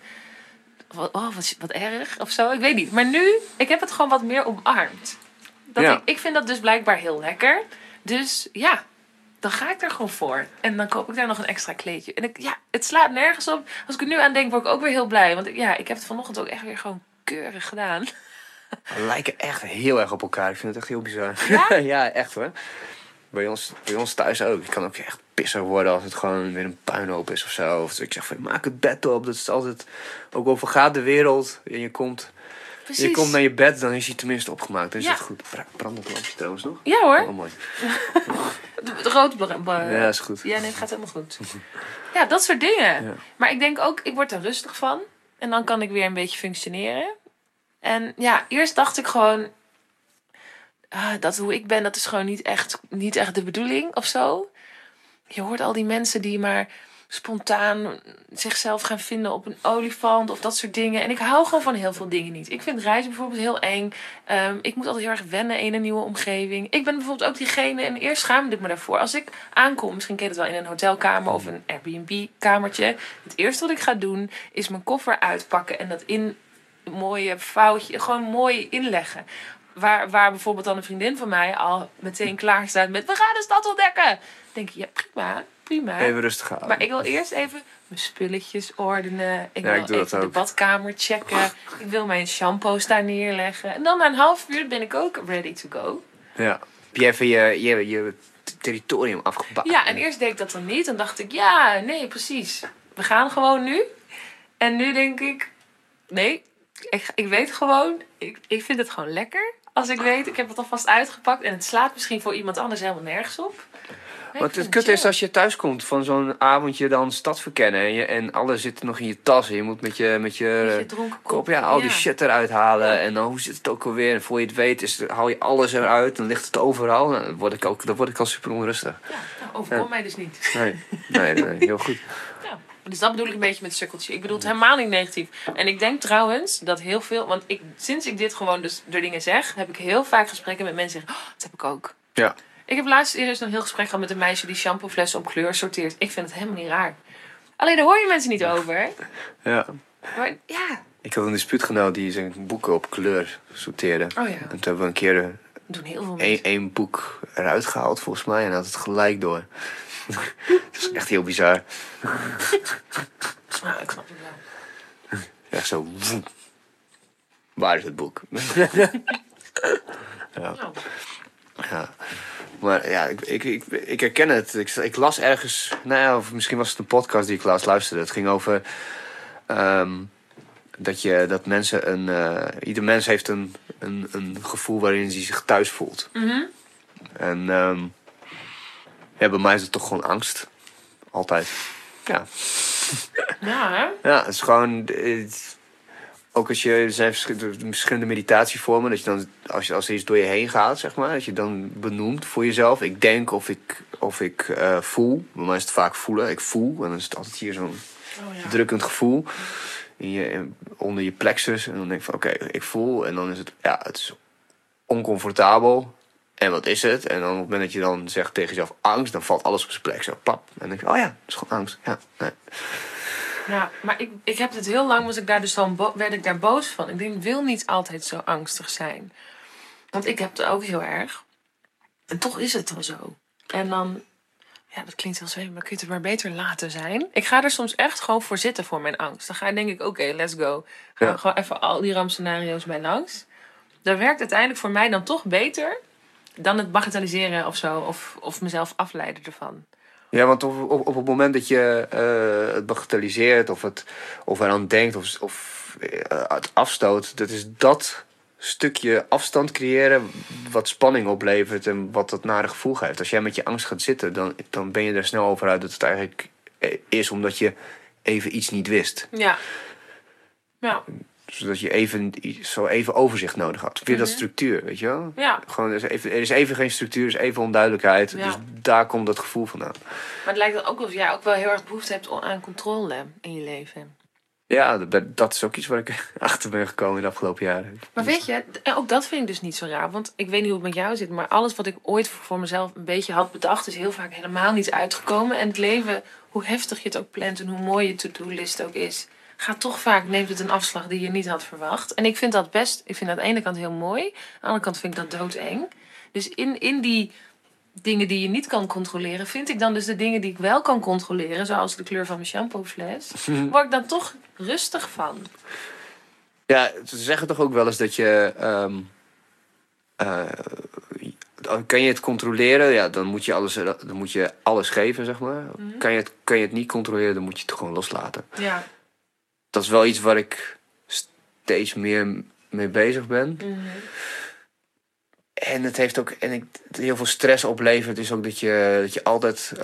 wat erg of zo. Ik weet niet. Maar nu, ik heb het gewoon wat meer omarmd. Ik vind dat dus blijkbaar heel lekker. Dus ja, dan ga ik er gewoon voor. En dan koop ik daar nog een extra kleedje. En het slaat nergens op. Als ik er nu aan denk, word ik ook weer heel blij. Want ik heb het vanochtend ook echt weer gewoon keurig gedaan. We lijken echt heel erg op elkaar. Ik vind het echt heel bizar. Ja? Ja, echt hoor. Bij ons thuis ook. Ik kan ook echt pissig worden als het gewoon weer een puinhoop is of zo. Of ik zeg van, maak het bed op. Dat is altijd... Ook over gaat de wereld en je komt... Precies. Je komt naar je bed, dan is hij tenminste opgemaakt. Dan is het goed. Brand het lampje trouwens nog? Ja hoor. Oh, mooi. De rood... Ja, is goed. Ja, nee, het gaat helemaal goed. Ja, dat soort dingen. Ja. Maar ik denk ook, ik word er rustig van. En dan kan ik weer een beetje functioneren. En ja, eerst dacht ik gewoon... dat hoe ik ben, dat is gewoon niet echt de bedoeling of zo. Je hoort al die mensen die maar spontaan zichzelf gaan vinden op een olifant of dat soort dingen. En ik hou gewoon van heel veel dingen niet. Ik vind reizen bijvoorbeeld heel eng. Ik moet altijd heel erg wennen in een nieuwe omgeving. Ik ben bijvoorbeeld ook diegene, en eerst schaamde ik me daarvoor. Als ik aankom, misschien ken je het wel in een hotelkamer of een Airbnb-kamertje. Het eerste wat ik ga doen, is mijn koffer uitpakken en dat in een mooie vouwtje, gewoon mooi inleggen. Waar bijvoorbeeld dan een vriendin van mij al meteen klaar staat met... We gaan de stad ontdekken! Dan denk ik, ja, prima. Even rustig houden. Maar ik wil eerst even mijn spulletjes ordenen. Ik wil even de badkamer checken. Ik wil mijn shampoos daar neerleggen. En dan na een half uur ben ik ook ready to go. Ja. Heb je even je territorium afgebouwd? Ja, en eerst deed ik dat dan niet. Dan dacht ik, ja, nee, precies. We gaan gewoon nu. En nu denk ik, nee, ik weet gewoon... Ik vind het gewoon lekker. Als ik weet, ik heb het alvast uitgepakt. En het slaat misschien voor iemand anders helemaal nergens op. Want het kut is als je thuis komt van zo'n avondje dan stad verkennen. En alles zit nog in je tas. En je moet met je dronken kop al die shit eruit halen. Ja. En dan hoe zit het ook alweer? En voor je het weet haal je alles eruit. Dan ligt het overal. Nou, dan word ik al super onrustig. Ja, overkom mij dus niet. Nee, heel goed. Ja. Dus dat bedoel ik een beetje met sukkeltje. Ik bedoel het helemaal niet negatief. En ik denk trouwens dat heel veel... Want sinds ik dit gewoon dus door dingen zeg... heb ik heel vaak gesprekken met mensen die zeggen... dat heb ik ook. Ja. Ik heb laatst eerst een heel gesprek gehad met een meisje... die shampooflessen op kleur sorteert. Ik vind het helemaal niet raar. Alleen daar hoor je mensen niet over. Hè? Ja. Maar ja... Ik had een dispuutgenoot die zijn boeken op kleur sorteerde. Oh ja. En toen hebben we een keer... doen heel veel mensen. Één boek eruit gehaald volgens mij. En had het gelijk door. Dat is echt heel bizar. Nou, ik snap het wel. Echt zo... Waar is het boek? Ja. Nou. Ja. Maar ja, ik herken het. Ik las ergens... Nou ja, of misschien was het een podcast die ik laatst luisterde. Het ging over... dat mensen ieder mens heeft een gevoel waarin hij zich thuis voelt. Mm-hmm. En ja, bij mij is het toch gewoon angst. Altijd. Ja. Ja, hè? Ja, het is gewoon... ook als er zijn verschillende meditatievormen. Dat je dan, als er iets door je heen gaat, zeg maar. Dat je dan benoemt voor jezelf. Ik denk of ik voel. Bij mij is het vaak voelen. Ik voel. En dan is het altijd hier zo'n drukkend gevoel. Onder je plexus. En dan denk ik van oké, ik voel. En dan is het... Ja, het is oncomfortabel. En wat is het? En dan op het moment dat je dan zegt tegen jezelf angst, dan valt alles op zijn plek. Zo, plap. En dan denk je, oh ja, dat is gewoon angst. Ja, nee. Ja, maar ik heb het heel lang, was ik daar dus dan werd ik daar boos van. Ik denk, ik wil niet altijd zo angstig zijn. Want ik heb het ook heel erg. En toch is het dan zo. En dan, ja, dat klinkt heel zweverig, maar kun je het maar beter laten zijn. Ik ga er soms echt gewoon voor zitten voor mijn angst. Dan denk ik, oké, let's go. Gaan we gewoon even al die rampscenario's bij langs. Dat werkt uiteindelijk voor mij dan toch beter dan het bagatelliseren of zo. Of mezelf afleiden ervan. Ja, want op het moment dat je het bagatelliseert of eraan denkt of het afstoot, dat is dat stukje afstand creëren wat spanning oplevert en wat dat nare gevoel geeft. Als jij met je angst gaat zitten, dan ben je er snel over uit dat het eigenlijk is omdat je even iets niet wist. Ja. Ja. Zodat je even overzicht nodig had. Weer dat structuur, weet je wel? Ja. Gewoon, er is even geen structuur, er is even onduidelijkheid. Ja. Dus daar komt dat gevoel vandaan. Maar het lijkt ook alsof jij ook wel heel erg behoefte hebt aan controle in je leven. Ja, dat is ook iets waar ik achter ben gekomen in de afgelopen jaren. Maar weet je, ook dat vind ik dus niet zo raar. Want ik weet niet hoe het met jou zit, maar alles wat ik ooit voor mezelf een beetje had bedacht, is heel vaak helemaal niet uitgekomen. En het leven, hoe heftig je het ook plant en hoe mooi je to-do-list ook is, gaat toch vaak, neemt het een afslag die je niet had verwacht. En ik vind dat ik vind dat aan de ene kant heel mooi. Aan de andere kant vind ik dat doodeng. Dus in die dingen die je niet kan controleren, vind ik dan dus de dingen die ik wel kan controleren, zoals de kleur van mijn shampoofles, word ik dan toch rustig van. Ja, ze zeggen toch ook wel eens dat je kan je het controleren, ja, dan moet je alles geven, zeg maar. Kan je het niet controleren, dan moet je het gewoon loslaten. Ja. Dat is wel iets waar ik steeds meer mee bezig ben. En het heeft ook heel veel stress oplevert, is ook dat je altijd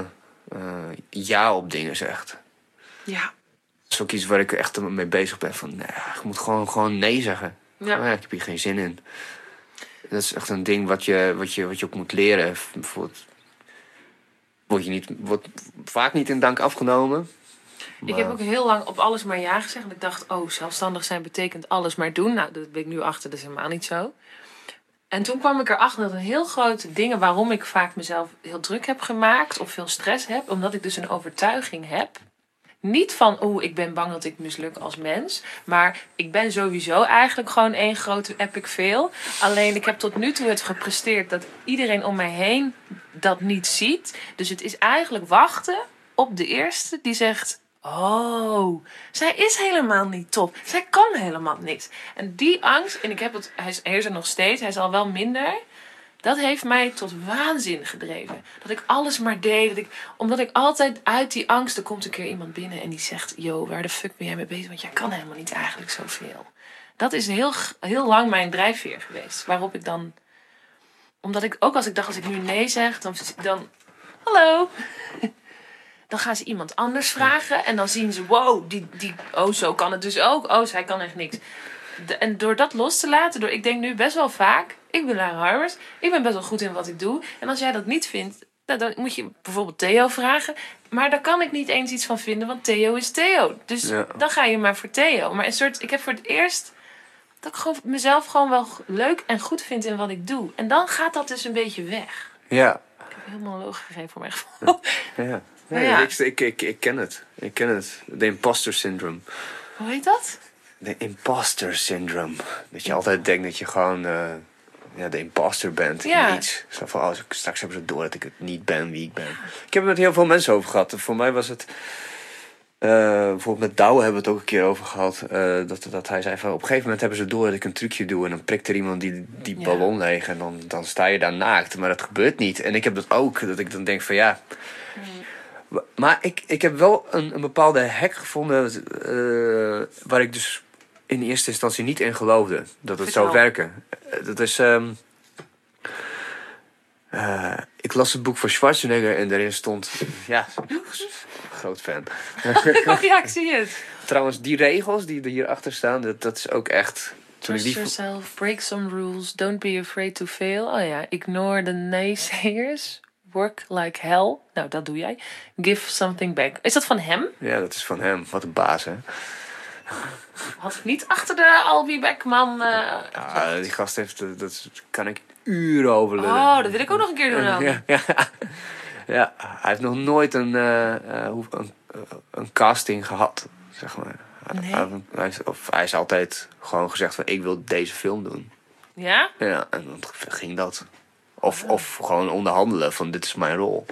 ja op dingen zegt. Ja. Dat is ook iets waar ik echt mee bezig ben. Van, nou ja, je moet gewoon nee zeggen. Ja. Oh ja, ik heb hier geen zin in. Dat is echt een ding wat je ook moet leren. Bijvoorbeeld, wordt vaak niet in dank afgenomen. Maar Ik heb ook heel lang op alles maar ja gezegd. Want ik dacht, zelfstandig zijn betekent alles maar doen. Nou, dat ben ik nu achter, dat is helemaal niet zo. En toen kwam ik erachter dat een heel grote dingen waarom ik vaak mezelf heel druk heb gemaakt of veel stress heb, omdat ik dus een overtuiging heb. Niet van, ik ben bang dat ik misluk als mens. Maar ik ben sowieso eigenlijk gewoon één grote epic fail. Alleen ik heb tot nu toe het gepresteerd dat iedereen om mij heen dat niet ziet. Dus het is eigenlijk wachten op de eerste die zegt, zij is helemaal niet top. Zij kan helemaal niks. En die angst, en hij is er nog steeds, hij is al wel minder. Dat heeft mij tot waanzin gedreven. Dat ik alles maar deed. Omdat ik altijd uit die angst, er komt een keer iemand binnen en die zegt, waar de fuck ben jij mee bezig? Want jij kan helemaal niet eigenlijk zoveel. Dat is heel, heel lang mijn drijfveer geweest. Waarop ik dan, omdat ik ook als ik nu nee zeg, dan hallo. Dan gaan ze iemand anders vragen. En dan zien ze, zo kan het dus ook. Zij kan echt niks. En door dat los te laten, ik denk nu best wel vaak, ik ben Lara Harbers, ik ben best wel goed in wat ik doe. En als jij dat niet vindt, dan moet je bijvoorbeeld Theo vragen. Maar daar kan ik niet eens iets van vinden, want Theo is Theo. Dus dan ga je maar voor Theo. Maar ik heb voor het eerst dat ik mezelf gewoon wel leuk en goed vind in wat ik doe. En dan gaat dat dus een beetje weg. Ja. Ik heb helemaal een loog gegeven voor mijn gevoel. Ja. Nee, ik ken het. Ik ken het. De imposter syndrome. Hoe heet dat? De imposter syndrome. Dat je altijd denkt dat je gewoon de imposter bent in iets. Zo van, straks hebben ze door dat ik het niet ben wie ik ben. Ik heb het met heel veel mensen over gehad. Voor mij was het bijvoorbeeld met Douwe hebben we het ook een keer over gehad. Dat hij zei van, op een gegeven moment hebben ze door dat ik een trucje doe. En dan prikt er iemand die ballon leeg. En dan sta je daar naakt. Maar dat gebeurt niet. En ik heb dat ook. Dat ik dan denk van ja. Maar ik heb wel een bepaalde hack gevonden. Waar ik dus in eerste instantie niet in geloofde. Dat het zou werken. Dat is... ik las het boek van Schwarzenegger en daarin stond... Ja, groot fan. Ja, ik zie het. Trouwens, die regels die er hierachter staan, dat is ook echt... Trust yourself, break some rules, don't be afraid to fail. Oh ja, ignore the naysayers, work like hell. Nou, dat doe jij. Give something back. Is dat van hem? Ja, dat is van hem. Wat een baas, hè? Had ik niet achter de Albie Beckman... die gast heeft... uren over lullen. Oh, dat wil ik ook nog een keer doen dan. Ja, hij heeft nog nooit een casting gehad, zeg maar. Nee. Hij is altijd gewoon gezegd van, ik wil deze film doen. Ja? Ja, en dan ging dat. Of gewoon onderhandelen van, dit is mijn rol.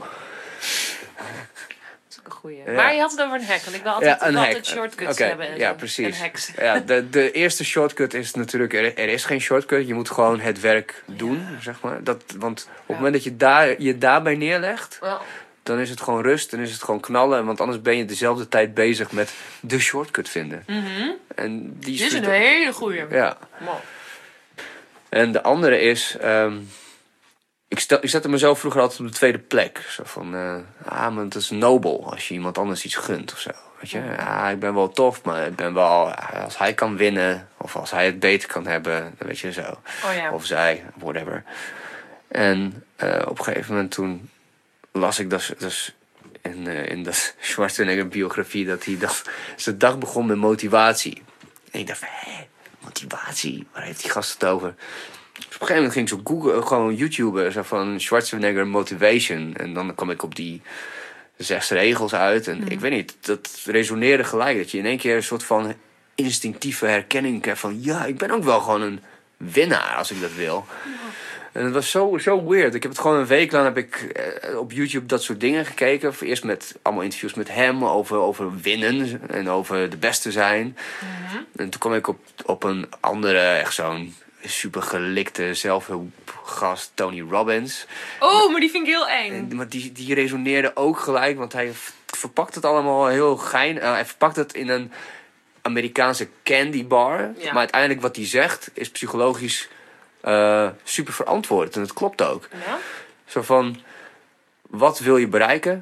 Dat is ook een goeie. Ja. Maar je had het over een hack. Want ik wil altijd shortcuts hebben. En ja, zo. precies. En hacks. Ja, de eerste shortcut is natuurlijk... Er is geen shortcut. Je moet gewoon het werk doen, zeg maar. Want op het moment dat je daarbij neerlegt... Ja. Dan is het gewoon rust. Dan is het gewoon knallen. Want anders ben je dezelfde tijd bezig met de shortcut vinden. Mm-hmm. En die Dit is een hele goeie. Ja. Wow. En de andere is... Ik zette mezelf vroeger altijd op de tweede plek. Zo van... maar het is nobel als je iemand anders iets gunt of zo. Weet je? Ja, ik ben wel tof, maar ik ben wel... Als hij kan winnen... Of als hij het beter kan hebben... Dan weet je zo. Oh ja. Of zij, whatever. En op een gegeven moment toen... las ik dus in de Schwarzenegger biografie... dat hij zijn dag begon met motivatie. En ik dacht, motivatie? Waar heeft die gast het over? Dus op een gegeven moment ging ik zo googlen, gewoon YouTuber, zo van Schwarzenegger Motivation. En dan kwam ik op die 6 regels uit. En ik weet niet, dat resoneerde gelijk. Dat je in één keer een soort van instinctieve herkenning krijgt van... ja, ik ben ook wel gewoon een winnaar als ik dat wil. En het was zo weird. Ik heb het gewoon een week lang op YouTube dat soort dingen gekeken. Eerst met allemaal interviews met hem over winnen en over de beste zijn. Mm-hmm. En toen kwam ik op een andere, echt zo'n super gelikte zelfhulpgast, Tony Robbins. Oh, maar die vind ik heel eng. Maar die resoneerde ook gelijk, want hij verpakt het allemaal heel hij verpakt het in een Amerikaanse candy bar. Ja. Maar uiteindelijk wat hij zegt is psychologisch super verantwoord. En dat klopt ook. Ja? Zo van, wat wil je bereiken?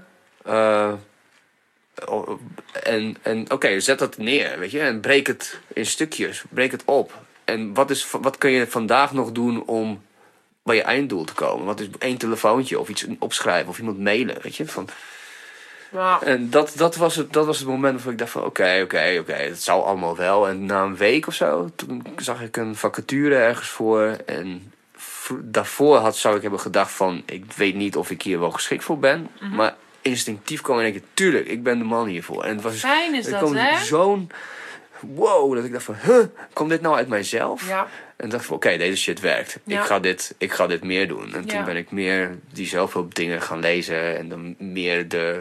En oké, zet dat neer, weet je. En breek het in stukjes. Breek het op. En wat kun je vandaag nog doen om bij je einddoel te komen? Wat is 1 telefoontje of iets opschrijven of iemand mailen, weet je? Ja. En dat was het moment waarvan ik dacht van oké, het zal allemaal wel. En na een week of zo, toen zag ik een vacature ergens voor. En daarvoor zou ik hebben gedacht van, ik weet niet of ik hier wel geschikt voor ben. Mm-hmm. Maar instinctief kwam in één keer, tuurlijk, ik ben de man hiervoor. En het was fijn is dat, hè? Zo'n wow, dat ik dacht van, komt dit nou uit mijzelf? Ja. En dacht van, oké, deze shit werkt. Ja. Ik ga dit meer doen. En toen ben ik meer die zelfhulpdingen gaan lezen. En dan meer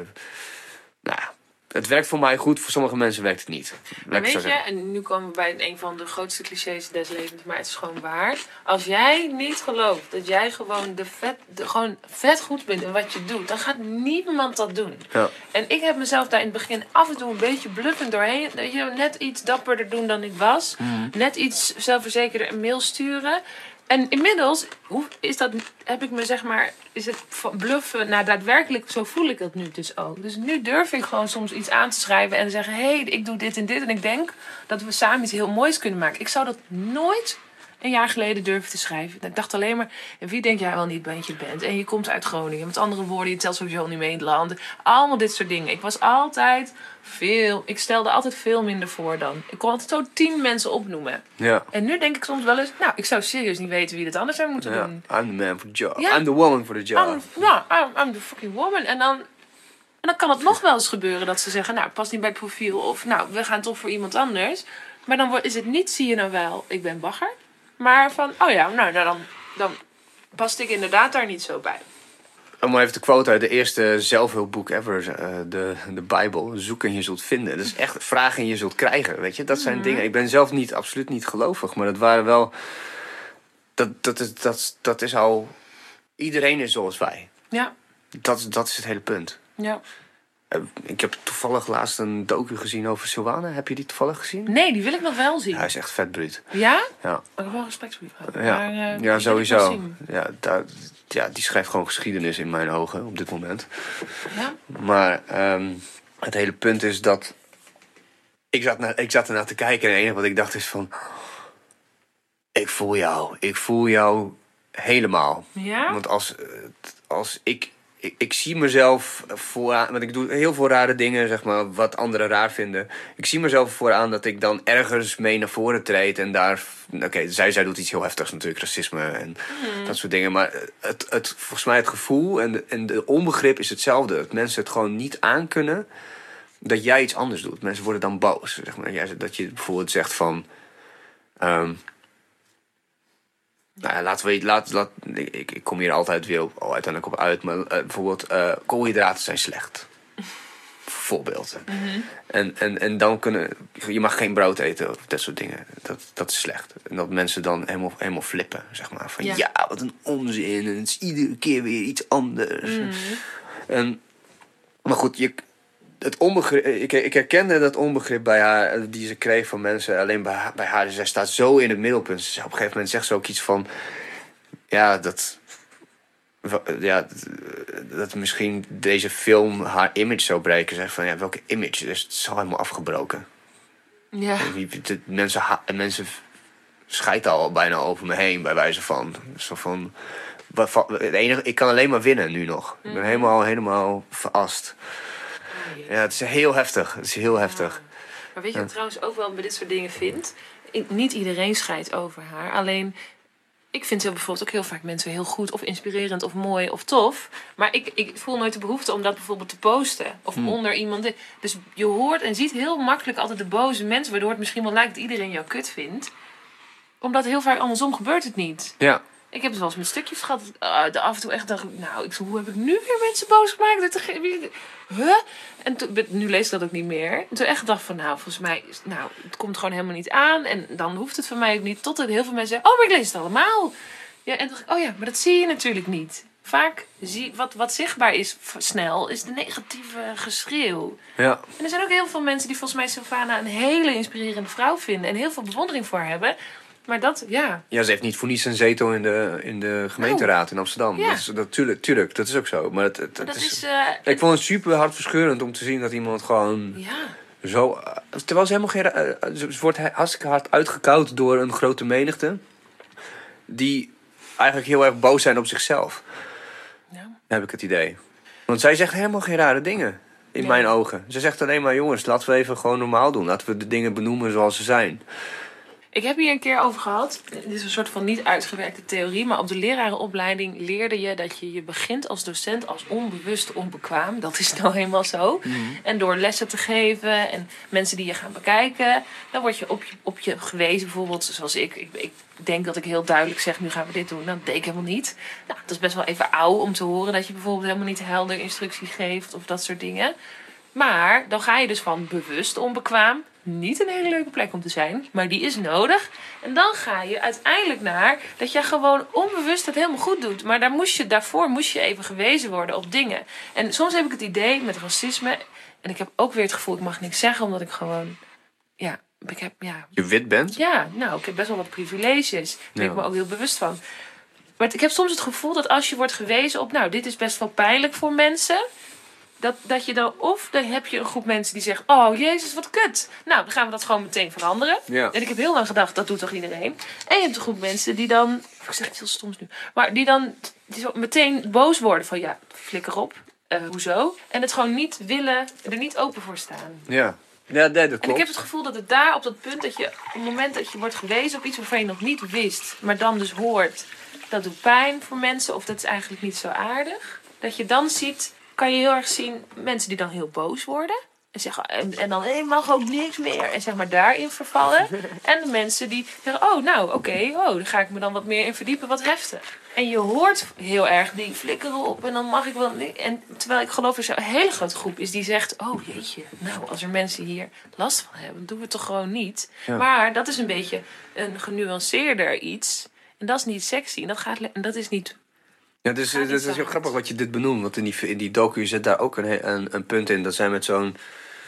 het werkt voor mij goed, voor sommige mensen werkt het niet. Maar weet je, en nu komen we bij een van de grootste clichés des levens, maar het is gewoon waar. Als jij niet gelooft dat jij gewoon gewoon vet goed bent in wat je doet, dan gaat niemand dat doen. Ja. En ik heb mezelf daar in het begin af en toe een beetje bluffend doorheen. Net iets dapperder doen dan ik was. Mm. Net iets zelfverzekerder een mail sturen. En inmiddels heb ik me zeg maar, is het bluffen, daadwerkelijk, zo voel ik dat nu dus ook. Dus nu durf ik gewoon soms iets aan te schrijven en zeggen, hé, ik doe dit en dit. En ik denk dat we samen iets heel moois kunnen maken. Ik zou dat nooit een jaar geleden durven te schrijven. Ik dacht alleen maar, wie denk jij wel niet dat je bent? En je komt uit Groningen. Met andere woorden, je telt sowieso niet mee in het land. Allemaal dit soort dingen. Ik stelde altijd veel minder voor dan. Ik kon altijd zo 10 mensen opnoemen. Ja. En nu denk ik soms wel eens, ik zou serieus niet weten wie dit anders zou moeten doen. I'm the man for the job. Ja. I'm the woman for the job. I'm the fucking woman. En dan kan het nog wel eens gebeuren dat ze zeggen, past niet bij het profiel. Of we gaan toch voor iemand anders. Maar dan is het niet, zie je nou wel, ik ben bagger. Maar van, dan past ik inderdaad daar niet zo bij. Om maar even te quote uit de eerste zelfhulpboek ever, de Bijbel. Zoek en je zult vinden. Dat is echt vragen en je zult krijgen, weet je. Dat zijn dingen. Ik ben zelf absoluut niet gelovig, maar dat waren wel... Dat is al... Iedereen is zoals wij. Ja. Dat is het hele punt. Ja. Ik heb toevallig laatst een docu gezien over Sylvana. Heb je die toevallig gezien? Nee, die wil ik nog wel zien. Ja, hij is echt vet bruut. Ja? Ja. Ik heb wel respect voor je. Ja, sowieso. Ja, die schrijft gewoon geschiedenis in mijn ogen op dit moment. Ja. Maar het hele punt is dat... Ik zat ernaar te kijken en het enige wat ik dacht is van... Ik voel jou helemaal. Ja? Want als ik ik zie mezelf vooraan, want ik doe heel veel rare dingen, zeg maar, wat anderen raar vinden. Ik zie mezelf vooraan dat ik dan ergens mee naar voren treed en daar... Oké, zij doet iets heel heftigs natuurlijk, racisme en dat soort dingen. Maar volgens mij het gevoel en de onbegrip is hetzelfde. Dat mensen het gewoon niet aankunnen dat jij iets anders doet. Mensen worden dan boos, zeg maar. Dat je bijvoorbeeld zegt van... ik kom hier altijd weer uiteindelijk op uit, maar bijvoorbeeld koolhydraten zijn slecht. Voorbeeld. En dan je mag geen brood eten of dat soort dingen. Dat is slecht. En dat mensen dan helemaal flippen, zeg maar. Van ja, wat een onzin. En het is iedere keer weer iets anders. Maar goed, ik herkende dat onbegrip bij haar, die ze kreeg van mensen. Alleen bij haar, zij staat zo in het middelpunt. Op een gegeven moment zegt ze ook iets van... dat misschien deze film haar image zou breken. Zeg van, welke image? Dus het is al helemaal afgebroken. Ja. Mensen scheiden al bijna over me heen, bij wijze van. Zo van... ik kan alleen maar winnen nu nog. Ik ben helemaal verast. Ja, het is heel heftig. Maar weet je wat ik trouwens ook wel bij dit soort dingen vind? Niet iedereen scheidt over haar. Alleen, ik vind bijvoorbeeld ook heel vaak mensen heel goed of inspirerend of mooi of tof. Maar ik voel nooit de behoefte om dat bijvoorbeeld te posten. Of onder iemand. Dus je hoort en ziet heel makkelijk altijd de boze mensen. Waardoor het misschien wel lijkt dat iedereen jou kut vindt. Omdat heel vaak andersom gebeurt het niet. Ja. Ik heb het wel eens met stukjes gehad. Af en toe echt dacht ik, hoe heb ik nu weer mensen boos gemaakt? En nu lees ik dat ook niet meer. En toen echt dacht van, volgens mij, het komt gewoon helemaal niet aan. En dan hoeft het voor mij ook niet. Totdat heel veel mensen zeggen, maar ik lees het allemaal. Ja, en dacht ik, maar dat zie je natuurlijk niet. Vaak wat zichtbaar is snel, is de negatieve geschreeuw. Ja. En er zijn ook heel veel mensen die volgens mij Sylvana een hele inspirerende vrouw vinden. En heel veel bewondering voor hebben. Maar dat, ja, ze heeft niet voor niets een zetel in de gemeenteraad in Amsterdam. Ja. Tuurlijk, dat is ook zo. Maar ik vond het super hartverscheurend om te zien dat iemand gewoon zo... Terwijl ze helemaal geen... Ze wordt hartstikke hard uitgekoud door een grote menigte. Die eigenlijk heel erg boos zijn op zichzelf. Ja. Heb ik het idee. Want zij zegt helemaal geen rare dingen. In mijn ogen. Ze zegt alleen maar, jongens, laten we even gewoon normaal doen. Laten we de dingen benoemen zoals ze zijn. Ik heb hier een keer over gehad. Dit is een soort van niet uitgewerkte theorie. Maar op de lerarenopleiding leerde je dat je begint als docent als onbewust onbekwaam. Dat is nou helemaal zo. En door lessen te geven en mensen die je gaan bekijken. Dan word je op je gewezen. Bijvoorbeeld zoals ik denk dat ik heel duidelijk zeg, nu gaan we dit doen. Dat deed ik helemaal niet. Nou, dat is best wel even oud om te horen dat je bijvoorbeeld helemaal niet helder instructie geeft. Of dat soort dingen. Maar dan ga je dus van bewust onbekwaam. Niet een hele leuke plek om te zijn, maar die is nodig. En dan ga je uiteindelijk naar dat je gewoon onbewust het helemaal goed doet. Maar daarvoor moest je even gewezen worden op dingen. En soms heb ik het idee met racisme. En ik heb ook weer het gevoel, ik mag niks zeggen, omdat ik gewoon... Je wit bent? Ja, ik heb best wel wat privileges. Daar ben ik me ook heel bewust van. Maar ik heb soms het gevoel dat als je wordt gewezen op... dit is best wel pijnlijk voor mensen... Dat je dan heb je een groep mensen die zeggen... Oh, jezus, wat kut. Nou, dan gaan we dat gewoon meteen veranderen. Ja. En ik heb heel lang gedacht, dat doet toch iedereen? En je hebt een groep mensen die dan... Ik zeg het heel stoms nu. Maar die zo meteen boos worden van... Ja, flikker op. Hoezo? En het gewoon niet willen, er niet open voor staan. Ja. Ja, dat klopt. En ik heb het gevoel dat het daar op dat punt... dat je op het moment dat je wordt gewezen op iets waarvan je nog niet wist... maar dan dus hoort... dat doet pijn voor mensen of dat is eigenlijk niet zo aardig... dat je dan ziet... kan je heel erg zien mensen die dan heel boos worden. En zeggen, en dan mag ook niks meer. En zeg maar daarin vervallen. En de mensen die zeggen, daar ga ik me dan wat meer in verdiepen, wat heftig. En je hoort heel erg die flikkeren op en dan mag ik wel niet. En terwijl ik geloof er een hele grote groep is die zegt, oh jeetje, als er mensen hier last van hebben, dan doen we het toch gewoon niet. Ja. Maar dat is een beetje een genuanceerder iets. En dat is niet sexy. En dat is niet... Ja, dus het is heel grappig wat je dit benoemt. Want in die docu zit daar ook een punt in. Dat zij met zo'n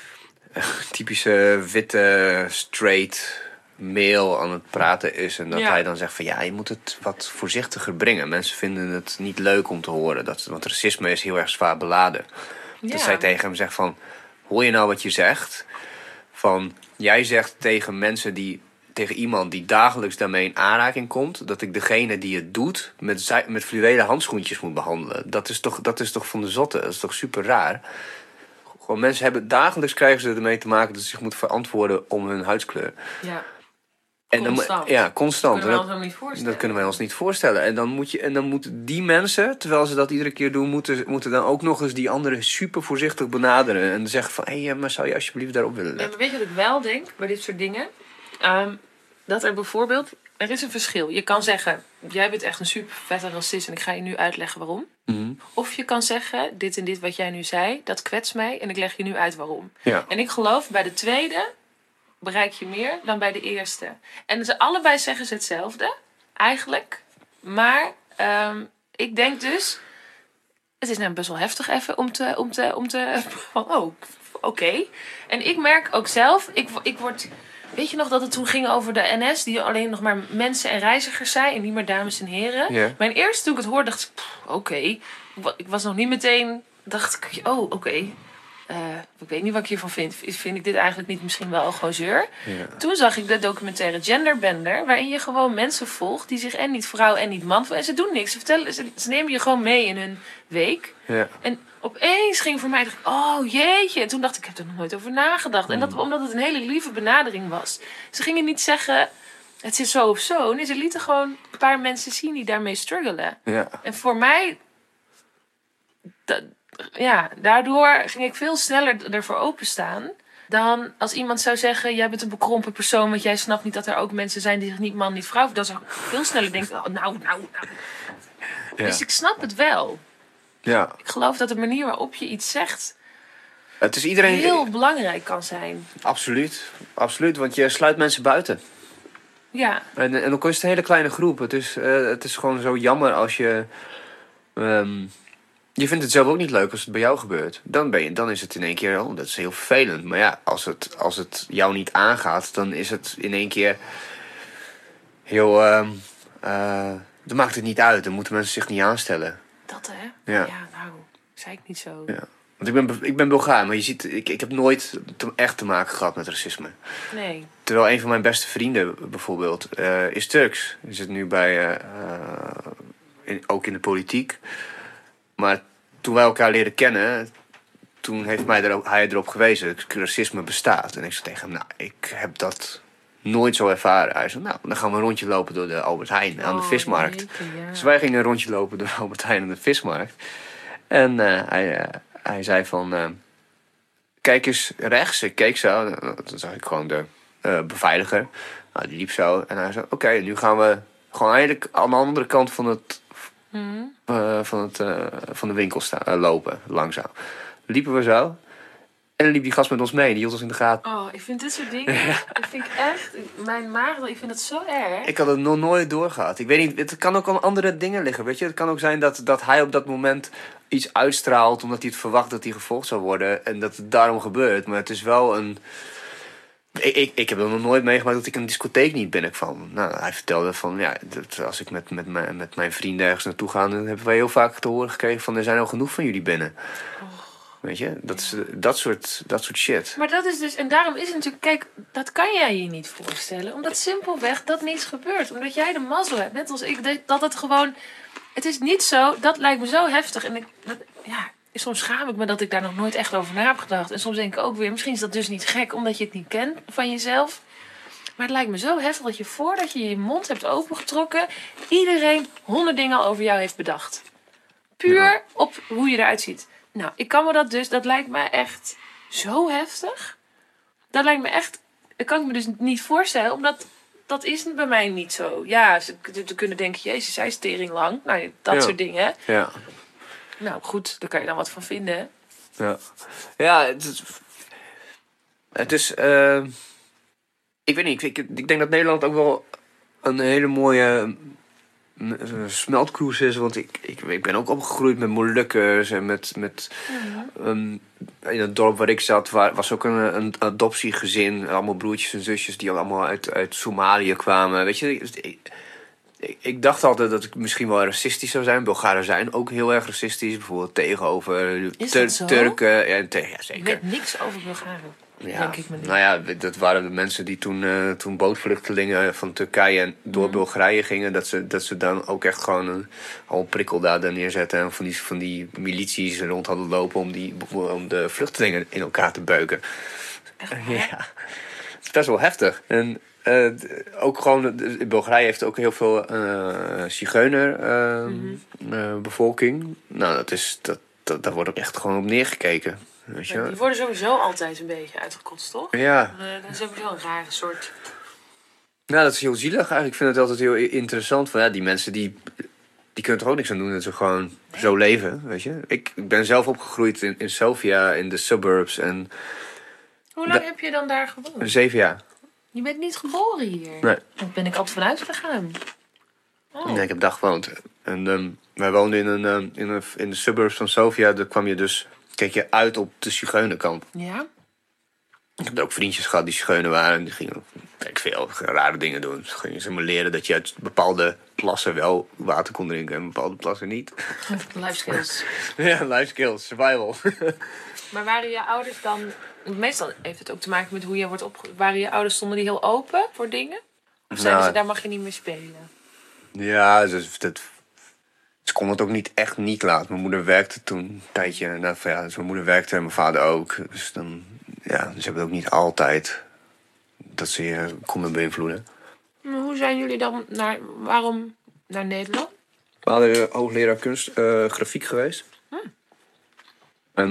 typische witte, straight male aan het praten is. En dat hij dan zegt van je moet het wat voorzichtiger brengen. Mensen vinden het niet leuk om te horen. Want racisme is heel erg zwaar beladen. Ja. Dus zij tegen hem zegt van, hoor je nou wat je zegt? Van, jij zegt tegen mensen die tegen iemand die dagelijks daarmee in aanraking komt, dat ik degene die het doet met fluwelen handschoentjes moet behandelen. Dat is toch van de zotte. Dat is toch super raar. Gewoon mensen hebben dagelijks krijgen ze ermee te maken dat ze zich moeten verantwoorden om hun huidskleur. Ja. En Constant. Constant. Dat kunnen wij ons niet voorstellen. Dat kunnen wij ons niet voorstellen. En dan moeten die mensen, terwijl ze dat iedere keer doen, moeten dan ook nog eens die anderen super voorzichtig benaderen. En zeggen van, hé, maar zou je alsjeblieft daarop willen letten? Maar weet je wat ik wel denk bij dit soort dingen? Dat er bijvoorbeeld, er is een verschil. Je kan zeggen, jij bent echt een super vette racist en ik ga je nu uitleggen waarom. Mm-hmm. Of je kan zeggen, dit en dit wat jij nu zei, dat kwetst mij en ik leg je nu uit waarom. Ja. En ik geloof, bij de tweede bereik je meer dan bij de eerste. En ze allebei zeggen ze hetzelfde, eigenlijk. Maar ik denk dus, het is nou best wel heftig even om te van, oh, oké. En ik merk ook zelf, ik word... Weet je nog dat het toen ging over de NS, die alleen nog maar mensen en reizigers zei en niet meer dames en heren? Ja. Mijn eerste toen ik het hoorde, dacht ik, oké. Ik was nog niet meteen, dacht ik, oh, oké. Ik weet niet wat ik hiervan vind. Vind ik dit eigenlijk niet misschien wel gewoon zeur? Ja. Toen zag ik de documentaire Genderbender, waarin je gewoon mensen volgt die zich en niet vrouw en niet man voelen. En ze doen niks. Ze nemen je gewoon mee in hun week. Ja. En opeens ging voor mij, dacht ik, oh jeetje. En toen dacht ik heb er nog nooit over nagedacht. En dat omdat het een hele lieve benadering was. Ze gingen niet zeggen, het zit zo of zo. Nee, ze lieten gewoon een paar mensen zien die daarmee struggelen. Ja. En voor mij, daardoor ging ik veel sneller ervoor openstaan dan als iemand zou zeggen, jij bent een bekrompen persoon, want jij snapt niet dat er ook mensen zijn die zich niet man, niet vrouw. Dan zou ik veel sneller denken, oh, nou. Ja. Dus ik snap het wel. Ja. Ik geloof dat de manier waarop je iets zegt Het is iedereen... heel belangrijk kan zijn. Absoluut, want je sluit mensen buiten. Ja. En dan is het een hele kleine groep. Het is gewoon zo jammer als je... je vindt het zelf ook niet leuk als het bij jou gebeurt. Dan is het in één keer... Oh, dat is heel vervelend. Maar ja, als het jou niet aangaat, dan is het in één keer heel... dan maakt het niet uit. Dan moeten mensen zich niet aanstellen. Dat hè? Ja. Nou, zei ik niet zo. Ja. Want ik ben Bulgaar, maar je ziet... Ik heb nooit echt te maken gehad met racisme. Nee. Terwijl een van mijn beste vrienden bijvoorbeeld is Turks. Die zit nu bij... ook in de politiek. Maar toen wij elkaar leren kennen, toen heeft hij erop gewezen dat racisme bestaat. En ik zei tegen hem, nou, ik heb dat nooit zo ervaren. Hij zei, nou, dan gaan we een rondje lopen door de Albert Heijn aan de vismarkt. Jeetje, ja. Dus wij gingen een rondje lopen door de Albert Heijn aan de vismarkt. En hij zei van, kijk eens rechts. Ik keek zo, dan zag ik gewoon de beveiliger. Nou, die liep zo. En hij zei, oké, nu gaan we gewoon eigenlijk aan de andere kant van de winkel lopen, langzaam. Liepen we zo. En dan liep die gast met ons mee. Die hield ons in de gaten. Oh, ik vind dit soort dingen... Dat vind ik echt... Mijn maag, ik vind dat zo erg. Ik had het nog nooit doorgehad. Ik weet niet, het kan ook aan andere dingen liggen, weet je. Het kan ook zijn dat hij op dat moment iets uitstraalt omdat hij het verwacht dat hij gevolgd zou worden. En dat het daarom gebeurt. Maar het is wel een... Ik heb er nog nooit meegemaakt dat ik een discotheek niet binnenkwam. Nou, hij vertelde van, ja, als ik met mijn vrienden ergens naartoe ga, dan hebben wij heel vaak te horen gekregen van, er zijn al genoeg van jullie binnen. Weet je, dat soort shit. Maar dat is dus, en daarom is het natuurlijk, kijk, dat kan jij je niet voorstellen. Omdat simpelweg dat niets gebeurt. Omdat jij de mazzel hebt, net als ik, dat het gewoon, het is niet zo, dat lijkt me zo heftig. En soms schaam ik me dat ik daar nog nooit echt over na heb gedacht. En soms denk ik ook weer, misschien is dat dus niet gek, omdat je het niet kent van jezelf. Maar het lijkt me zo heftig dat je voordat je je mond hebt opengetrokken, iedereen 100 dingen over jou heeft bedacht. Puur op hoe je eruit ziet. Nou, ik kan me dat lijkt me echt zo heftig. Dat lijkt me echt, dat kan ik me dus niet voorstellen, omdat dat is bij mij niet zo. Ja, ze kunnen denken, jezus, zij is tering lang. Nou, dat soort dingen. Ja. Nou, goed, daar kan je dan wat van vinden. Ja, het is ik weet niet, ik denk dat Nederland ook wel een hele mooie smeltkroes is, want ik ben ook opgegroeid met Molukkers en met in het dorp waar ik zat was ook een adoptiegezin, allemaal broertjes en zusjes die allemaal uit Somalië kwamen. Weet je, ik dacht altijd dat ik misschien wel racistisch zou zijn. Bulgaren zijn ook heel erg racistisch, bijvoorbeeld tegenover Turken. Ja, zeker. Ik weet niks over Bulgaren. Ja, denk ik me niet. nou ja, dat waren de mensen die toen bootvluchtelingen van Turkije en door Bulgarije gingen, dat ze dan ook echt gewoon al een prikkel daar neerzetten en van die milities rond hadden lopen om de vluchtelingen in elkaar te beuken. Echt waar? Ja, het is best wel heftig. En ook gewoon, Bulgarije heeft ook heel veel zigeuner bevolking. Nou, daar wordt ook echt gewoon op neergekeken. Weet je? Die worden sowieso altijd een beetje uitgekotst, toch? Ja. Dat is sowieso een rare soort... Nou, dat is heel zielig eigenlijk. Ik vind het altijd heel interessant. Van, ja, die mensen die kunnen er ook niks aan doen dat ze gewoon zo leven, weet je. Ik ben zelf opgegroeid in Sofia, in de suburbs. En Hoe lang heb je dan daar gewoond? 7 jaar. Je bent niet geboren hier? Nee. Daar ben ik altijd vanuit gegaan. Oh. Nee, ik heb daar gewoond. En wij woonden in de suburbs van Sofia. Daar keek je uit op de zigeunerkamp. Ja? Ik heb er ook vriendjes gehad die zigeuner waren. En die gingen veel rare dingen doen. Ze gingen ze maar leren dat je uit bepaalde plassen wel water kon drinken en bepaalde plassen niet. Life skills. Ja, life skills, survival. Maar waren je ouders dan... Meestal heeft het ook te maken met hoe je wordt opgevoed. Waren je ouders, stonden die heel open voor dingen? Of zeiden ze, daar mag je niet meer spelen? Ja, ze kon het ook niet echt niet laten. Mijn moeder werkte toen een tijdje. Dus mijn moeder werkte en mijn vader ook. Dus dan, ja, ze hebben ook niet altijd dat ze je konden beïnvloeden. Maar hoe zijn jullie dan waarom naar Nederland? We hadden hoogleraar kunst, grafiek geweest. En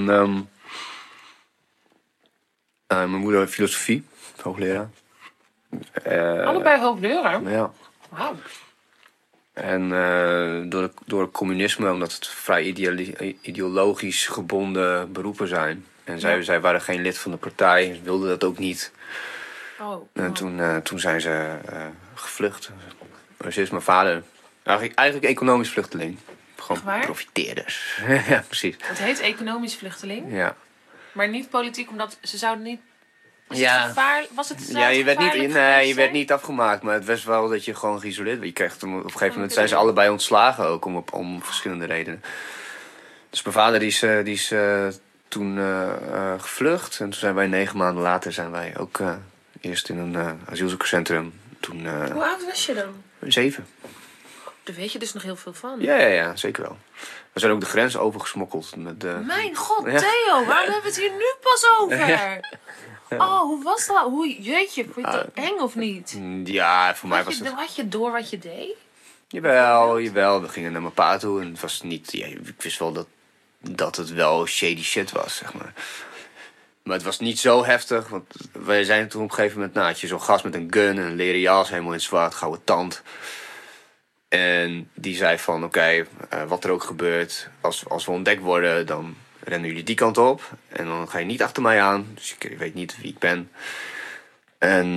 mijn moeder filosofie, hoogleraar. Allebei hoogleraar? Ja. Wauw. En door het communisme, omdat het vrij ideologisch gebonden beroepen zijn. En zij waren geen lid van de partij, ze wilden dat ook niet. Oh. En toen zijn ze gevlucht. Ze is mijn vader eigenlijk economisch vluchteling. Gewoon profiteerders. Ja, precies. Het heet economisch vluchteling, Ja. maar niet politiek, omdat ze zouden niet... Was het Ja, je werd niet afgemaakt, maar het was wel dat je gewoon geïsoleerd werd. Je kreeg op een gegeven moment zijn ze allebei ontslagen ook om verschillende redenen. Dus mijn vader die is toen gevlucht en toen zijn wij 9 maanden later zijn wij ook eerst in een asielzoekerscentrum. Hoe oud was je dan? 7. Daar weet je dus nog heel veel van. Ja, zeker wel. We zijn ook de grens overgesmokkeld. Mijn god, Theo, waarom hebben we het hier nu pas over? Ja. Oh, hoe was dat? Jeetje, vond je het eng of niet? Ja, voor mij was het... Had je door wat je deed? Jawel. We gingen naar mijn pa toe en het was niet... Ja, ik wist wel dat het wel shady shit was, zeg maar. Maar het was niet zo heftig, want wij zijn toen op een gegeven moment... had je zo'n gast met een gun en een leren jas, helemaal in zwart, gouden tand. En die zei van, oké, wat er ook gebeurt, als we ontdekt worden, dan rennen jullie die kant op. En dan ga je niet achter mij aan, dus je weet niet wie ik ben. En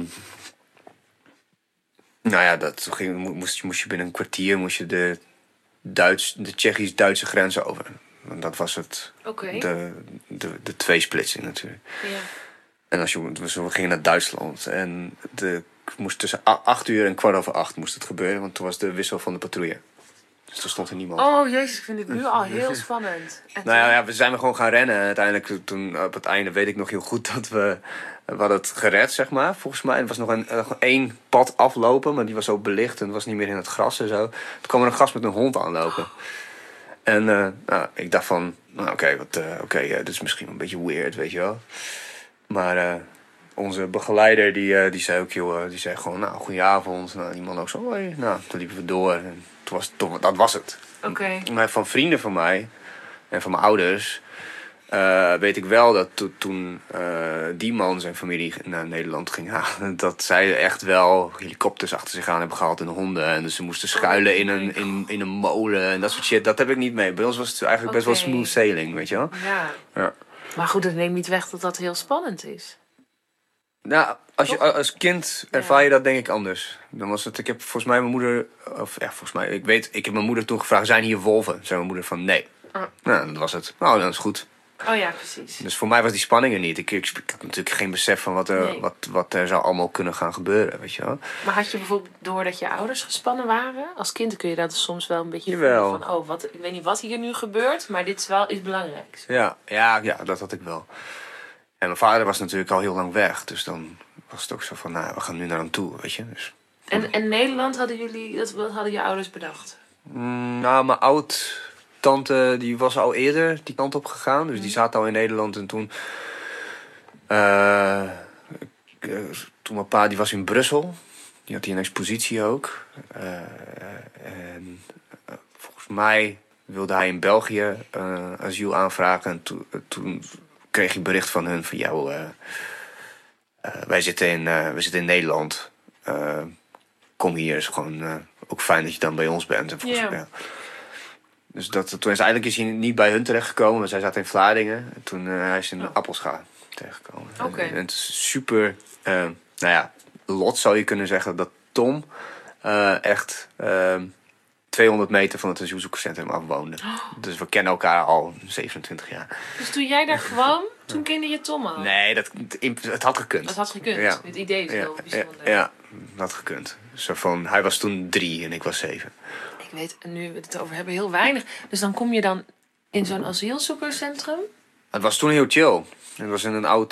nou ja, moest je binnen een kwartier de Tsjechisch-Duitse grens over. Want dat was het, de tweesplitsing natuurlijk. Ja. En we gingen naar Duitsland en moest tussen 8 uur en 7:15 moest het gebeuren, want toen was de wissel van de patrouille. Dus er stond er niemand. Oh jezus, ik vind dit nu al heel spannend. Nou ja, we zijn gewoon gaan rennen. En uiteindelijk, toen op het einde, weet ik nog heel goed dat we hadden het gered, zeg maar. Volgens mij. Er was nog één pad aflopen, maar die was ook belicht en het was niet meer in het gras en zo. Toen kwam er een gast met een hond aanlopen. En ik dacht van, dit is misschien een beetje weird, weet je wel. Maar onze begeleider, die zei ook, joh, die zei gewoon, nou, goedenavond. Nou, die man ook zo, hoi. Nou, toen liepen we door en dat was het. Oké. Maar van vrienden van mij en van mijn ouders weet ik wel dat toen die man zijn familie naar Nederland ging halen, dat zij echt wel helikopters achter zich aan hebben gehaald en honden. En dus ze moesten schuilen in een molen en dat soort shit. Dat heb ik niet mee. Bij ons was het eigenlijk best wel smooth sailing, weet je wel. Ja. Maar goed, dat neemt niet weg dat dat heel spannend is. Nou, als kind ervaar je dat denk ik anders. Dan was het, ik heb volgens mij mijn moeder, ik heb mijn moeder toen gevraagd, zijn hier wolven? Zei mijn moeder van nee. Nou, dat was het. Nou, dat is goed. Oh ja, precies. Dus voor mij was die spanning er niet. Ik had natuurlijk geen besef van wat er zou allemaal kunnen gaan gebeuren, weet je wel. Maar had je bijvoorbeeld door dat je ouders gespannen waren? Als kind kun je dat soms wel een beetje voelen van, ik weet niet wat hier nu gebeurt, maar dit is wel iets belangrijks. Ja, dat had ik wel. En mijn vader was natuurlijk al heel lang weg. Dus dan was het ook zo van, we gaan nu naar hem toe, weet je. Dus, En Nederland wat hadden je ouders bedacht? mijn oud-tante, die was al eerder die kant op gegaan. Dus die zaten al in Nederland. En toen... toen mijn pa, die was in Brussel. Die had hier een expositie ook. En volgens mij wilde hij in België asiel aanvragen. En toen kreeg hij bericht van hun van... wij zitten in Nederland. Kom hier, is gewoon ook fijn dat je dan bij ons bent. En ja. Dus toen is hij niet bij hun terechtgekomen. Maar zij zaten in Vlaardingen. En toen hij is in Appelscha terechtgekomen. Okay. En het is super... lot zou je kunnen zeggen dat Tom echt 200 meter van het asielzoekerscentrum afwoonde. Dus we kennen elkaar al 27 jaar. Dus toen jij daar kwam, toen kende je Tom al? Nee, het had gekund. Het had gekund. Ja. Het idee is wel bijzonder. Ja, dat had gekund. Zo van, hij was toen 3 en ik was 7. Ik weet, nu we het over hebben, heel weinig. Dus dan kom je dan in zo'n asielzoekerscentrum? Het was toen heel chill. Het was in een oud...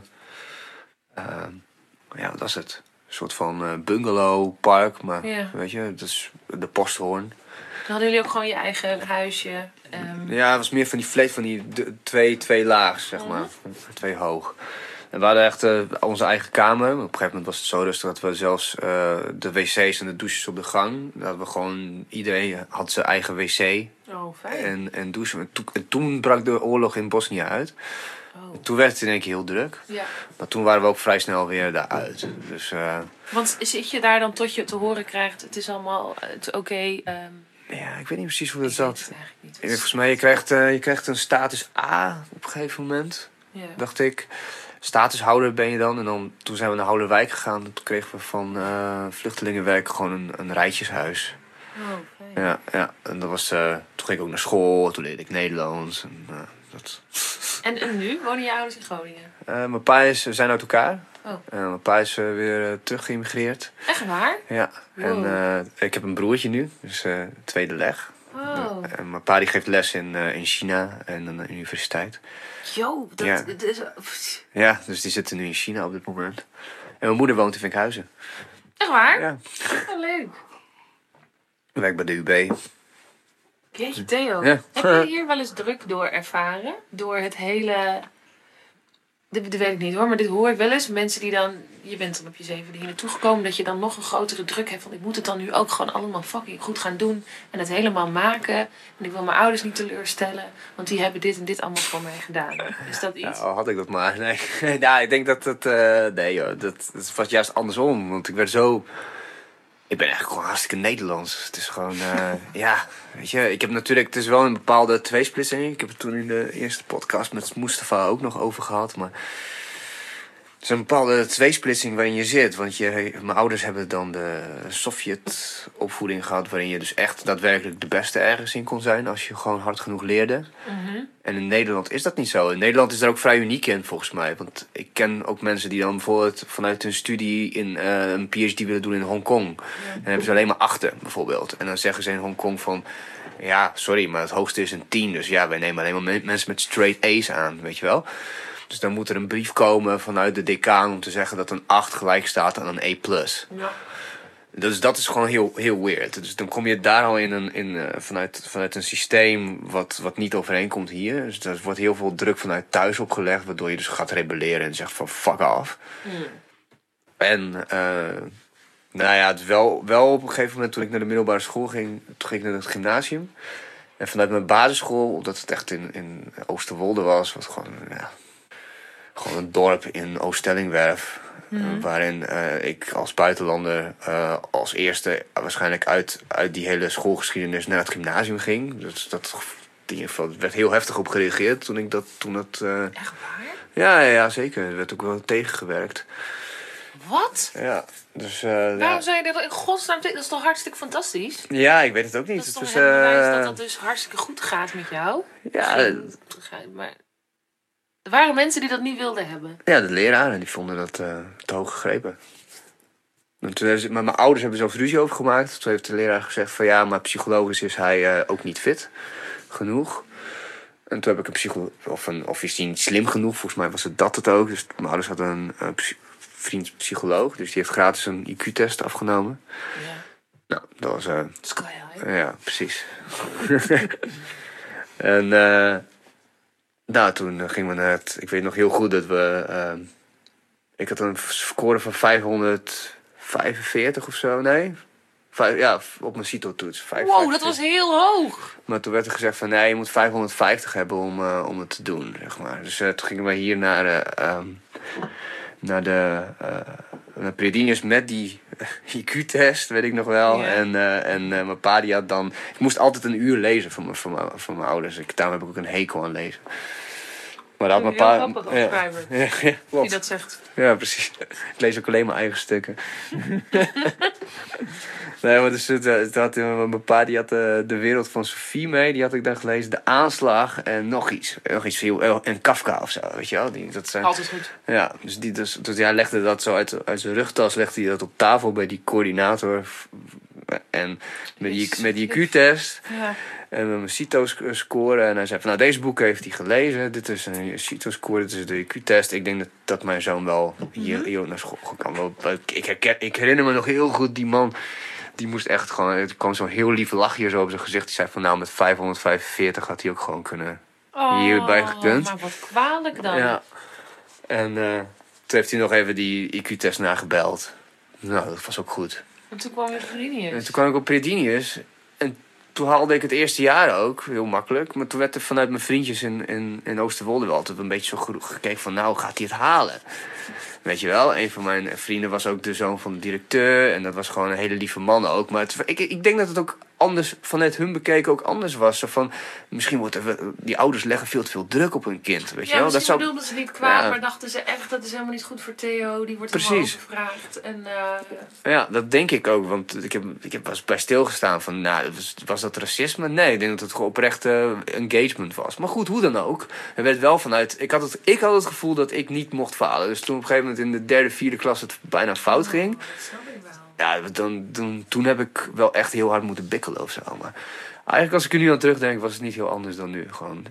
wat was het? Een soort van bungalowpark, maar weet je, het is de Posthoorn. Dan hadden jullie ook gewoon je eigen huisje? Ja, het was meer van die twee laag, zeg maar. 2 hoog. En we hadden echt onze eigen kamer. Op een gegeven moment was het zo rustig dat we zelfs de wc's en de douches op de gang... Dat we gewoon, iedereen had zijn eigen wc. Oh, fijn. En douchen. En toen brak de oorlog in Bosnië uit. Oh. Toen werd het in één keer heel druk. Ja. Maar toen waren we ook vrij snel weer daaruit. Dus, want zit je daar dan tot je te horen krijgt... het is allemaal oké... Ja, ik weet niet precies hoe dat zat. Volgens mij, je krijgt een status A op een gegeven moment. Ja. Dacht ik. Statushouder ben je dan. En dan toen zijn we naar Houderwijk gegaan. Toen kregen we van vluchtelingenwerk gewoon een rijtjeshuis. Oh, fijn. Ja. En dat was, toen ging ik ook naar school. Toen leerde ik Nederlands. En nu? Wonen je ouders in Groningen? Mijn pa zijn uit elkaar. Oh. Mijn pa is weer terug geïmigreerd. Echt waar? Ja. Wow. En ik heb een broertje nu. Dus tweede leg. Oh. En mijn pa die geeft les in China en aan de universiteit. Jo, dat is... Ja, dus die zitten nu in China op dit moment. En mijn moeder woont in Vinkhuizen. Echt waar? Ja. Oh, leuk. Ik werk bij de UB. Jeetje, Theo. Ja. Heb je hier wel eens druk door ervaren? Door het hele... Dat weet ik niet hoor, maar dit hoor ik wel eens. Mensen die dan... Je bent dan op je 7e hier naartoe gekomen... dat je dan nog een grotere druk hebt van... ik moet het dan nu ook gewoon allemaal fucking goed gaan doen... en het helemaal maken. En ik wil mijn ouders niet teleurstellen... want die hebben dit en dit allemaal voor mij gedaan. Is dat iets? Ja, had ik dat maar. Nee, ik denk dat het... nee joh, dat was juist andersom. Want ik werd zo... Ik ben eigenlijk gewoon hartstikke Nederlands. Het is gewoon... ja, weet je... Ik heb natuurlijk... Het is wel een bepaalde tweesplitsing. Ik heb het toen in de eerste podcast met Mustafa ook nog over gehad. Maar... Het is een bepaalde tweesplitsing waarin je zit. Want mijn ouders hebben dan de Sovjet-opvoeding gehad... waarin je dus echt daadwerkelijk de beste ergens in kon zijn... als je gewoon hard genoeg leerde. Mm-hmm. En in Nederland is dat niet zo. In Nederland is daar ook vrij uniek in, volgens mij. Want ik ken ook mensen die dan bijvoorbeeld... vanuit hun studie een PhD willen doen in Hongkong. Ja. En dan hebben ze alleen maar 8, bijvoorbeeld. En dan zeggen ze in Hongkong van... Ja, sorry, maar het hoogste is een 10. Dus ja, wij nemen alleen maar mensen met straight A's aan, weet je wel... Dus dan moet er een brief komen vanuit de decaan om te zeggen dat een 8 gelijk staat aan een E+. Ja. Dus dat is gewoon heel, heel weird. Dus dan kom je daar al vanuit een systeem wat niet overeenkomt hier. Dus er wordt heel veel druk vanuit thuis opgelegd, waardoor je dus gaat rebelleren en zegt van fuck off. Mm. En het wel op een gegeven moment toen ik naar de middelbare school ging, toen ging ik naar het gymnasium. En vanuit mijn basisschool, omdat het echt in Oosterwolde was, wat gewoon een dorp in Oost-Stellingwerf. Mm-hmm. Waarin ik als buitenlander als eerste waarschijnlijk uit die hele schoolgeschiedenis naar het gymnasium ging. Dus dat in ieder geval werd heel heftig op gereageerd toen dat. Echt waar? Ja, zeker. Er werd ook wel tegengewerkt. Wat? Ja, dus... Waarom zou je dat in godsnaam... Dat is toch hartstikke fantastisch? Ja, ik weet het ook niet. Dat is toch een bewijs dat het dus hartstikke goed gaat met jou? Ja. Maar... Er waren mensen die dat niet wilden hebben. Ja, de leraren die vonden dat te hoog gegrepen. Maar mijn ouders hebben er zelfs ruzie over gemaakt. Toen heeft de leraar gezegd van ja, maar psychologisch is hij ook niet fit genoeg. En toen heb ik een psycholoog, of is die niet slim genoeg? Volgens mij was het ook. Dus mijn ouders hadden een vriend psycholoog. Dus die heeft gratis een IQ-test afgenomen. Ja. Nou, dat was... Sky high. ja, precies. En toen gingen we naar het... Ik weet nog heel goed dat we... ik had een score van 545 of zo. Nee? Op mijn CITO-toets. Wow, dat was heel hoog. Maar toen werd er gezegd van... Nee, je moet 550 hebben om het te doen, zeg maar. Dus toen gingen we hier naar Predinius met die IQ-test, weet ik nog wel. Ja. En mijn pa die had dan... Ik moest altijd een uur lezen van mijn ouders. Daarom heb ik ook een hekel aan lezen. Maar dat had mijn pa... Grappig als schrijver. Ja, Die klopt. dat zegt. Ja, precies. Ik lees ook alleen mijn eigen stukken. Nee, maar dus mijn pa die had de wereld van Sophie mee. Die had ik dan gelezen. De aanslag en nog iets. En Kafka of zo, weet je wel. Dat zijn, Altijd goed. ja, dus hij legde dat zo uit zijn rugtas. Legde hij dat op tafel bij die coördinator. En met die IQ-test. Ja. En met mijn CITO-score. En hij zei van, nou, deze boeken heeft hij gelezen. Dit is een CITO-score, dit is de IQ-test. Ik denk dat mijn zoon wel hier naar school kan. Ik herinner me nog heel goed, die man... Die moest echt gewoon... Er kwam zo'n heel lief lachje zo op zijn gezicht. Die zei van, nou, met 545 had hij ook gewoon kunnen... hierbij gekund. Maar wat kwalijk dan. Ja. En toen heeft hij nog even die IQ-test nagebeld. Nou, dat was ook goed. En toen kwam je Predinius. En toen kwam ik op Predinius. En toen haalde ik het eerste jaar ook. Heel makkelijk. Maar toen werd er vanuit mijn vriendjes in Oosterwolde wel altijd een beetje zo gekeken van... Nou, gaat hij het halen? Weet je wel, een van mijn vrienden was ook de zoon van de directeur. En dat was gewoon een hele lieve man ook. Maar ik denk dat het ook anders, vanuit hun bekeken, ook anders was. Zo van, misschien die ouders leggen veel te veel druk op hun kind. Weet je wel? Misschien bedoelden ze niet kwaad, maar dachten ze echt, dat is helemaal niet goed voor Theo. Die wordt helemaal overvraagd. En, ja, dat denk ik ook. Want ik was bij stilgestaan van, nou, was dat racisme? Nee, ik denk dat het gewoon oprechte engagement was. Maar goed, hoe dan ook. Er werd wel vanuit... Ik had het gevoel dat ik niet mocht falen. Dus toen op een gegeven moment in de derde, vierde klas het bijna fout ging. dat snap ik wel. Ja, toen heb ik wel echt heel hard moeten bikkelen of zo. Maar eigenlijk als ik er nu aan terugdenk, was het niet heel anders dan nu. Gewoon,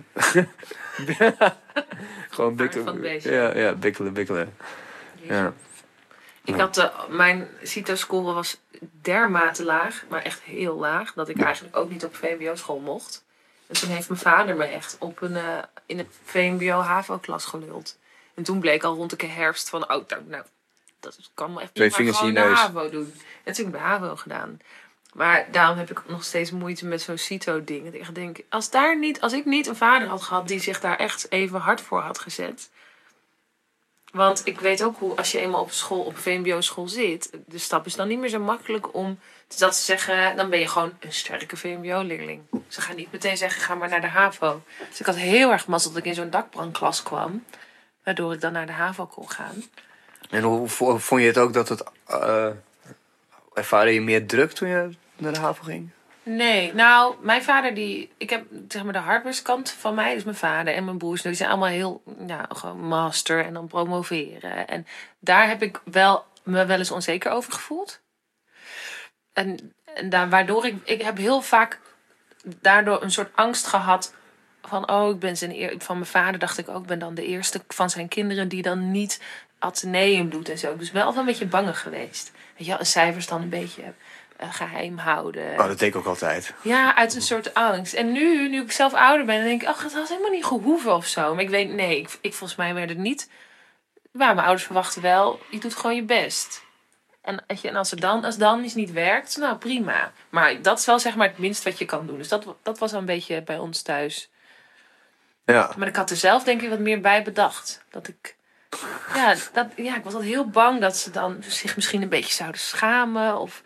gewoon bikkelen. Ja, bikkelen. Ja. Ik had mijn CITO-score was dermate laag, maar echt heel laag, dat ik eigenlijk ook niet op VMBO-school mocht. En toen heeft mijn vader me echt in een VMBO-HAVO-klas geluld. En toen bleek al rond de herfst van, dat kan me echt niet, maar gewoon de HAVO doen. En toen heb ik bij HAVO gedaan. Maar daarom heb ik nog steeds moeite met zo'n CITO-ding. Dat ik echt denk, als ik niet een vader had gehad die zich daar echt even hard voor had gezet. Want ik weet ook hoe, als je eenmaal op VMBO-school zit, de stap is dan niet meer zo makkelijk om dat te zeggen, dan ben je gewoon een sterke VMBO-leerling. Ze gaan niet meteen zeggen, ga maar naar de HAVO. Dus ik had heel erg mazzel dat ik in zo'n dakbrandklas kwam, waardoor ik dan naar de HAVO kon gaan. En hoe vond je het ook dat het... ervaarde je meer druk toen je naar de HAVO ging? Nee, nou, mijn vader ik heb zeg maar de hardwareskant van mij, dus mijn vader en mijn broers, die zijn allemaal heel, gewoon master en dan promoveren. En daar heb ik me wel eens onzeker over gevoeld. En waardoor ik heb heel vaak daardoor een soort angst gehad van, ik ben van mijn vader dacht ik ook, ik ben dan de eerste van zijn kinderen die dan niet ateneum doet en zo. Dus wel altijd een beetje bang geweest. Weet je wel, cijfers dan een beetje geheim houden. Oh, dat deed ik ook altijd. Ja, uit een soort angst. En nu ik zelf ouder ben, dan denk ik, het had helemaal niet gehoeven of zo. Maar ik weet, nee, ik volgens mij werd het niet. Maar mijn ouders verwachten wel, je doet gewoon je best. En als dan iets niet werkt, nou prima. Maar dat is wel zeg maar het minst wat je kan doen. Dus dat was al een beetje bij ons thuis. Ja. Maar ik had er zelf denk ik wat meer bij bedacht. Dat ik... ik was altijd heel bang dat ze dan zich misschien een beetje zouden schamen. Of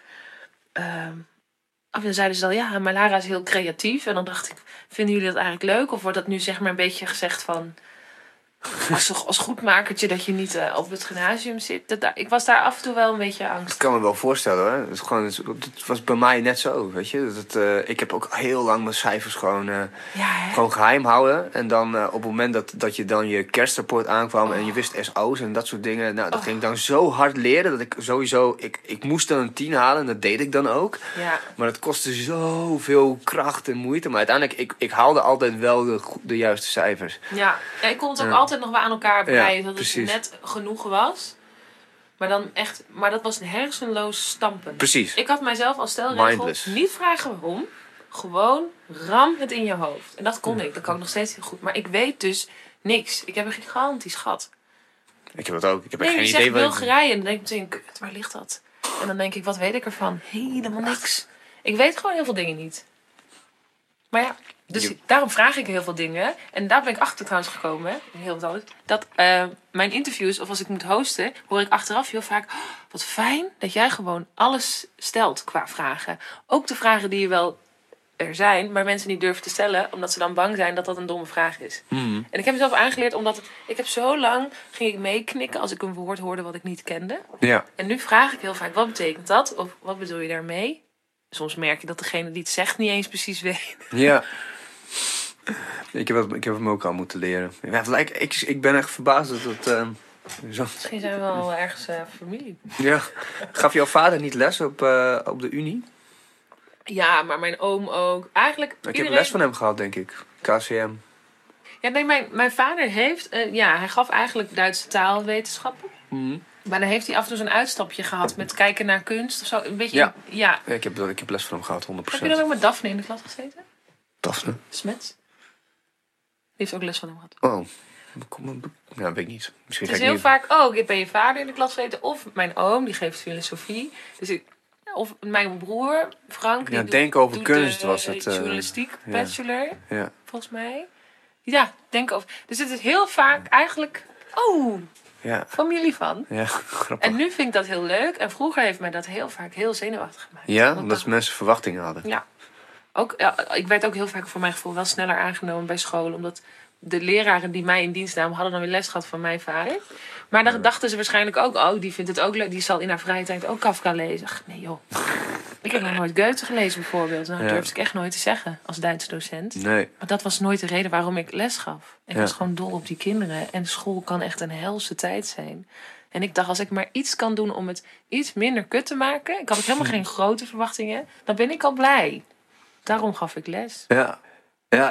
dan zeiden ze dan, maar Lara is heel creatief. En dan dacht ik, vinden jullie dat eigenlijk leuk? Of wordt dat nu zeg maar een beetje gezegd van... als goedmakertje dat je niet op het gymnasium zit. Ik was daar af en toe wel een beetje angst. Dat kan me wel voorstellen hoor. Het was bij mij net zo, weet je. Ik heb ook heel lang mijn cijfers gewoon geheim houden. En dan op het moment dat je dan je kerstrapport aankwam en je wist SO's en dat soort dingen. Nou, dat ging ik dan zo hard leren dat ik sowieso... Ik moest dan een 10 halen en dat deed ik dan ook. Ja. Maar het kostte zoveel kracht en moeite. Maar uiteindelijk, ik haalde altijd wel de juiste cijfers. Ja, ik kon het ook altijd nog wel aan elkaar breien. Dat precies. het net genoeg was. Maar dat was een hersenloos stampen. Precies. Ik had mijzelf als stelregel Mindless. niet vragen waarom. Gewoon ram het in je hoofd. En dat kon ik. Dat kan ik nog steeds heel goed. Maar ik weet dus niks. Ik heb een gigantisch gat. Ik heb dat ook. Ik heb Nee, geen je idee zegt wat... Bulgarije. En dan denk ik meteen, kut, waar ligt dat? En dan denk ik, wat weet ik ervan? Helemaal niks. Ik weet gewoon heel veel dingen niet. Maar ja, dus daarom vraag ik heel veel dingen. En daar ben ik achter trouwens gekomen, heel wat anders, dat mijn interviews, of als ik moet hosten, hoor ik achteraf heel vaak, wat fijn dat jij gewoon alles stelt qua vragen. Ook de vragen die je wel er zijn, maar mensen niet durven te stellen, omdat ze dan bang zijn dat dat een domme vraag is. Mm. En ik heb mezelf aangeleerd, omdat ik heb zo lang, ging ik meeknikken als ik een woord hoorde wat ik niet kende. Ja. En nu vraag ik heel vaak, wat betekent dat? Of wat bedoel je daarmee? Soms merk je dat degene die het zegt niet eens precies weet. Ja. Ik heb hem ook al moeten leren. Ja, ik ben echt verbaasd dat het... zo... Misschien zijn we wel ergens familie. Ja. Gaf jouw vader niet les op de Unie? Ja, maar mijn oom ook. Eigenlijk Ik heb les van hem gehad, denk ik. KCM. Ja, nee, mijn vader heeft... hij gaf eigenlijk Duitse taalwetenschappen. Mm. Maar dan heeft hij af en toe zo'n uitstapje gehad met kijken naar kunst of zo. Een beetje... Ja. Ik heb les van hem gehad, 100%. Heb je dan ook met Daphne in de klas gezeten? Daphne? Smets? Die heeft ook les van hem gehad. Oh. Ja, weet ik niet. Misschien Het is ga ik heel niet... vaak, ik heb bij je vader in de klas gezeten. Of mijn oom, die geeft filosofie. Dus of mijn broer, Frank. Ja, die denk over doet kunst de was het. journalistiek bachelor, Ja. volgens mij. Ja, denk over. Dus het is heel vaak eigenlijk... Ja. familie van. Ja, grappig. En nu vind ik dat heel leuk. En vroeger heeft mij dat heel vaak heel zenuwachtig gemaakt. Ja, Want omdat mensen verwachtingen hadden. Ja. Ik werd ook heel vaak voor mijn gevoel wel sneller aangenomen bij school. Omdat de leraren die mij in dienst namen, hadden dan weer les gehad van mijn vader. Maar dan dachten ze waarschijnlijk ook, die vindt het ook leuk. Die zal in haar vrije tijd ook Kafka lezen. Ach, nee joh. Ik heb nog nooit Goethe gelezen bijvoorbeeld. Nou, dat durfde ik echt nooit te zeggen als Duitse docent. Nee. Maar dat was nooit de reden waarom ik les gaf. Ik Ja. was gewoon dol op die kinderen. En school kan echt een helse tijd zijn. En ik dacht, als ik maar iets kan doen om het iets minder kut te maken. Ik had ook helemaal geen grote verwachtingen. Dan ben ik al blij. Daarom gaf ik les. Ja. Ja,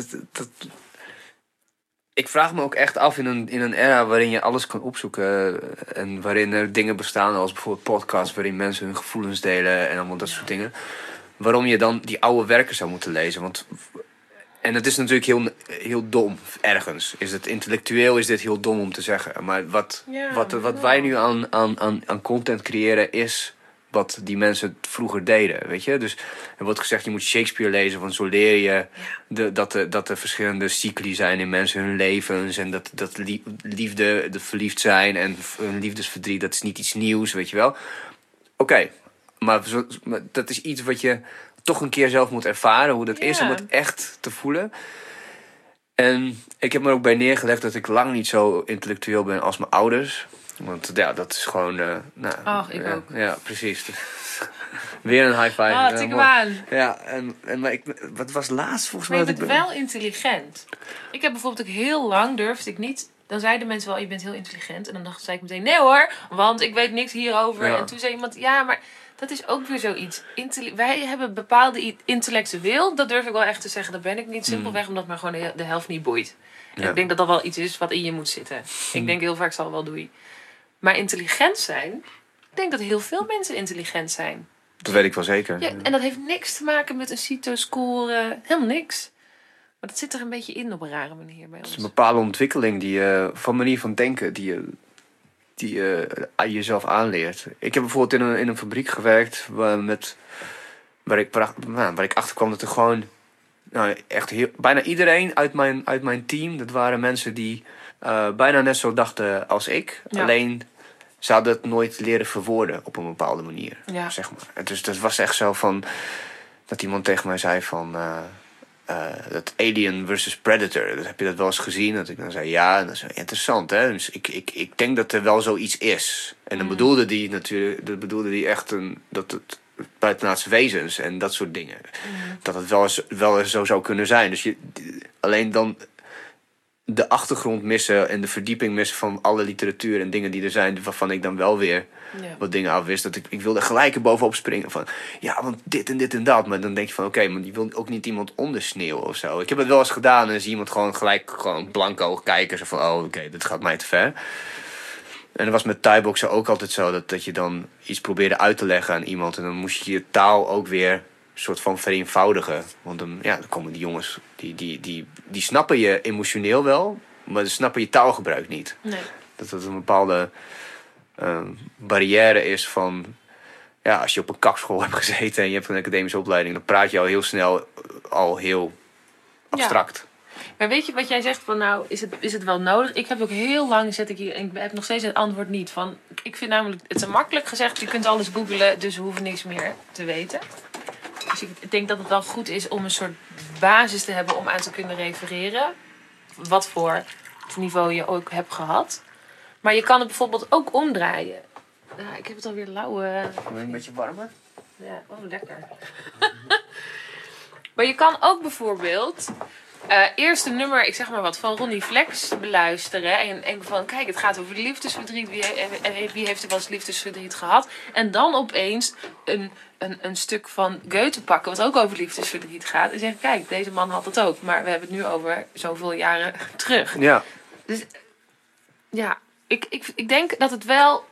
ik vraag me ook echt af in een era waarin je alles kan opzoeken. En waarin er dingen bestaan als bijvoorbeeld podcasts waarin mensen hun gevoelens delen en allemaal dat soort dingen. Waarom je dan die oude werken zou moeten lezen. En het is natuurlijk heel dom, ergens. Is het intellectueel, is dit heel dom om te zeggen. Maar wat wij nu aan content creëren is wat die mensen vroeger deden, weet je. Dus er wordt gezegd, je moet Shakespeare lezen, want zo leer je dat er verschillende cycli zijn in mensen hun levens. En dat liefde, de verliefd zijn en een liefdesverdriet, dat is niet iets nieuws, weet je wel. Oké, maar dat is iets wat je toch een keer zelf moet ervaren, hoe dat is om het echt te voelen. En ik heb me er ook bij neergelegd dat ik lang niet zo intellectueel ben als mijn ouders. Want ja, dat is gewoon... Ik ook. Ja, precies. Weer een high five. Tik hem aan. Ja, maar wat was laatst volgens mij? Maar je bent wel intelligent. Ik heb bijvoorbeeld ook heel lang durfde ik niet... Dan zeiden mensen wel, je bent heel intelligent. En dan zei ik meteen, nee hoor, want ik weet niks hierover. Ja. En toen zei iemand, ja, maar dat is ook weer zoiets. Wij hebben bepaalde intellectueel, dat durf ik wel echt te zeggen. Dat ben ik niet, simpelweg omdat me gewoon de helft niet boeit. En ik denk dat dat wel iets is wat in je moet zitten. Ik denk heel vaak, zal wel doei. Maar intelligent zijn, ik denk dat heel veel mensen intelligent zijn. Dat weet ik wel zeker. Ja, en dat heeft niks te maken met een CITO-score, helemaal niks. Maar dat zit er een beetje in op een rare manier bij ons. Het is een bepaalde ontwikkeling van manier van denken die je jezelf aanleert. Ik heb bijvoorbeeld in een fabriek gewerkt waar ik achter kwam dat er gewoon echt bijna iedereen uit mijn team, dat waren mensen die bijna net zo dachten als ik. Ja. Alleen ze hadden het nooit leren verwoorden op een bepaalde manier. Ja. Zeg maar. Dus dat was echt zo van dat iemand tegen mij zei van dat Alien versus Predator. Heb je dat wel eens gezien? Dat ik dan zei ja, en dat is interessant, hè. Dus ik denk dat er wel zoiets is. En dan bedoelde die natuurlijk, echt dat het buitenaardse wezens en dat soort dingen. Dat het wel eens zo zou kunnen zijn. Dus alleen dan de achtergrond missen en de verdieping missen van alle literatuur en dingen die er zijn, waarvan ik dan wel weer wat dingen afwist. Dat ik wilde gelijk er bovenop springen van, ja, want dit en dit en dat. Maar dan denk je van, oké, maar je wil ook niet iemand ondersneeuwen of zo. Ik heb het wel eens gedaan en dan zie iemand gewoon blanco kijken. Zo van, oh, oké, dit gaat mij te ver. En dat was met thai-boksen ook altijd zo, dat je dan iets probeerde uit te leggen aan iemand. En dan moest je je taal ook weer een soort van vereenvoudigen. Want dan komen die jongens, die snappen je emotioneel wel, maar ze snappen je taalgebruik niet. Nee. Dat het een bepaalde barrière is van, ja, als je op een kakschool hebt gezeten en je hebt een academische opleiding, dan praat je al heel snel al heel abstract. Ja. Maar weet je wat jij zegt van, nou, is het wel nodig? Ik heb ook heel lang en ik heb nog steeds het antwoord niet van. Ik vind namelijk, het is makkelijk gezegd, je kunt alles googlen, dus we hoeven niks meer te weten. Dus ik denk dat het wel goed is om een soort basis te hebben om aan te kunnen refereren. Wat voor niveau je ook hebt gehad. Maar je kan het bijvoorbeeld ook omdraaien. Ja, ik heb het alweer lauw. Een beetje warmer? Ja, oh lekker. Maar je kan ook bijvoorbeeld eerst een nummer, ik zeg maar wat, van Ronnie Flex beluisteren. En van, kijk, het gaat over liefdesverdriet. Wie heeft er wel eens liefdesverdriet gehad? En dan opeens een stuk van Goethe pakken, wat ook over liefdesverdriet gaat. En zeggen, kijk, deze man had het ook. Maar we hebben het nu over zoveel jaren terug. Ja. Dus ja, ik denk dat het wel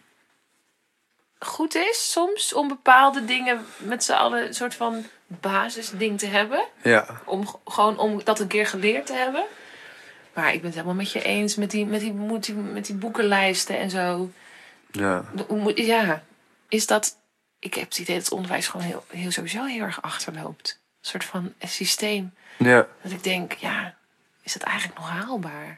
goed is soms om bepaalde dingen met z'n allen een soort van basisding te hebben. Ja. Om dat een keer geleerd te hebben. Maar ik ben het helemaal met je eens met die boekenlijsten en zo. Ja. Ja, is dat. Ik heb het idee dat het onderwijs gewoon heel sowieso heel erg achterloopt. Een soort van systeem. Ja. Dat ik denk, ja, is dat eigenlijk nog haalbaar?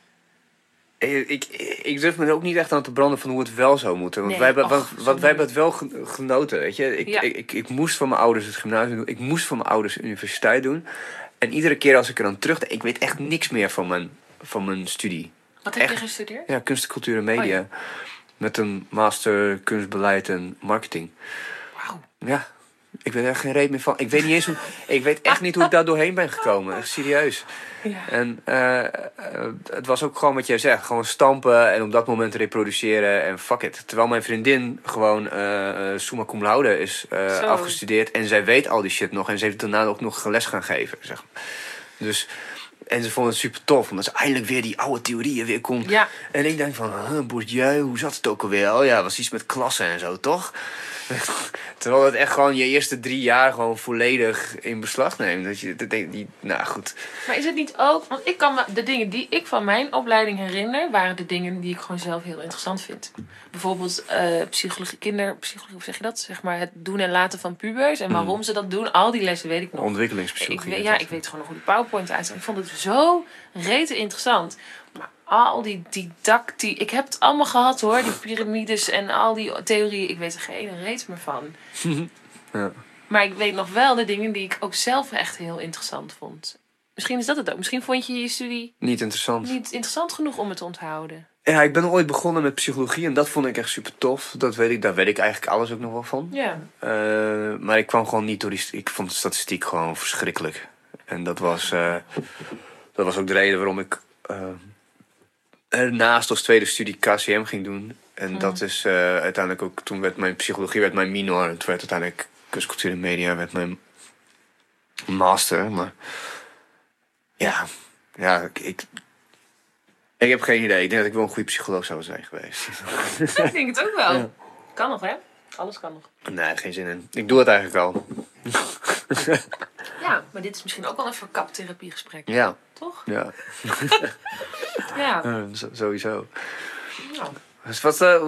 Ik durf me er ook niet echt aan te branden van hoe het wel zou moeten. Want wij hebben het wel genoten, weet je. Ik moest van mijn ouders het gymnasium doen. Ik moest van mijn ouders de universiteit doen. En iedere keer als ik er aan terugdenk, ik weet echt niks meer van mijn studie. Wat heb je gestudeerd? Ja, kunst, cultuur en media. Oh, ja. Met een master kunstbeleid en marketing. Wauw. Ja, ik weet er echt geen reet meer van. Ik weet echt niet hoe ik daar doorheen ben gekomen. Echt serieus. Ja. En het was ook gewoon wat jij zegt. Gewoon stampen en op dat moment reproduceren en fuck it. Terwijl mijn vriendin gewoon summa cum laude is afgestudeerd. En zij weet al die shit nog. En ze heeft daarna ook nog les gaan geven. Zeg. Dus, en ze vond het super tof. Omdat ze eindelijk weer die oude theorieën weer kon. Ja. En ik denk van, Bourdieu, hoe zat het ook alweer? Oh ja, was iets met klassen en zo, toch? Terwijl het echt gewoon je eerste 3 jaar gewoon volledig in beslag neemt. Dat je, nou goed. Maar is het niet ook... Want de dingen die ik van mijn opleiding herinner, waren de dingen die ik gewoon zelf heel interessant vind. Bijvoorbeeld kinderpsychologie, hoe zeg je dat? Zeg maar het doen en laten van pubers. En waarom ze dat doen. Al die lessen weet ik nog. Ontwikkelingspsychologie. Ik weet gewoon nog hoe die PowerPoint uitziet. Ik vond het zo rete interessant. Maar al die didactie... Ik heb het allemaal gehad hoor. Die piramides en al die theorieën. Ik weet er geen reet meer van. Ja. Maar ik weet nog wel de dingen die ik ook zelf echt heel interessant vond. Misschien is dat het ook. Misschien vond je je studie niet interessant genoeg om het te onthouden. Ja, ik ben ooit begonnen met psychologie en dat vond ik echt super tof. Daar weet ik eigenlijk alles ook nog wel van. Ja. Maar ik kwam gewoon niet door ik vond de statistiek gewoon verschrikkelijk. En dat was ook de reden waarom ik ernaast als tweede studie KCM ging doen. En dat is uiteindelijk ook, toen werd mijn psychologie mijn minor. En toen werd uiteindelijk kunst, cultuur en media werd mijn master. Maar ja, ik heb geen idee. Ik denk dat ik wel een goede psycholoog zou zijn geweest. Ik denk het ook wel. Ja. Kan nog, hè? Alles kan nog. Nee, geen zin in. Ik doe het eigenlijk al. Ja, maar dit is misschien ook wel een verkaptherapiegesprek. Ja. Toch? Ja. Ja. Sowieso. Nou. Dus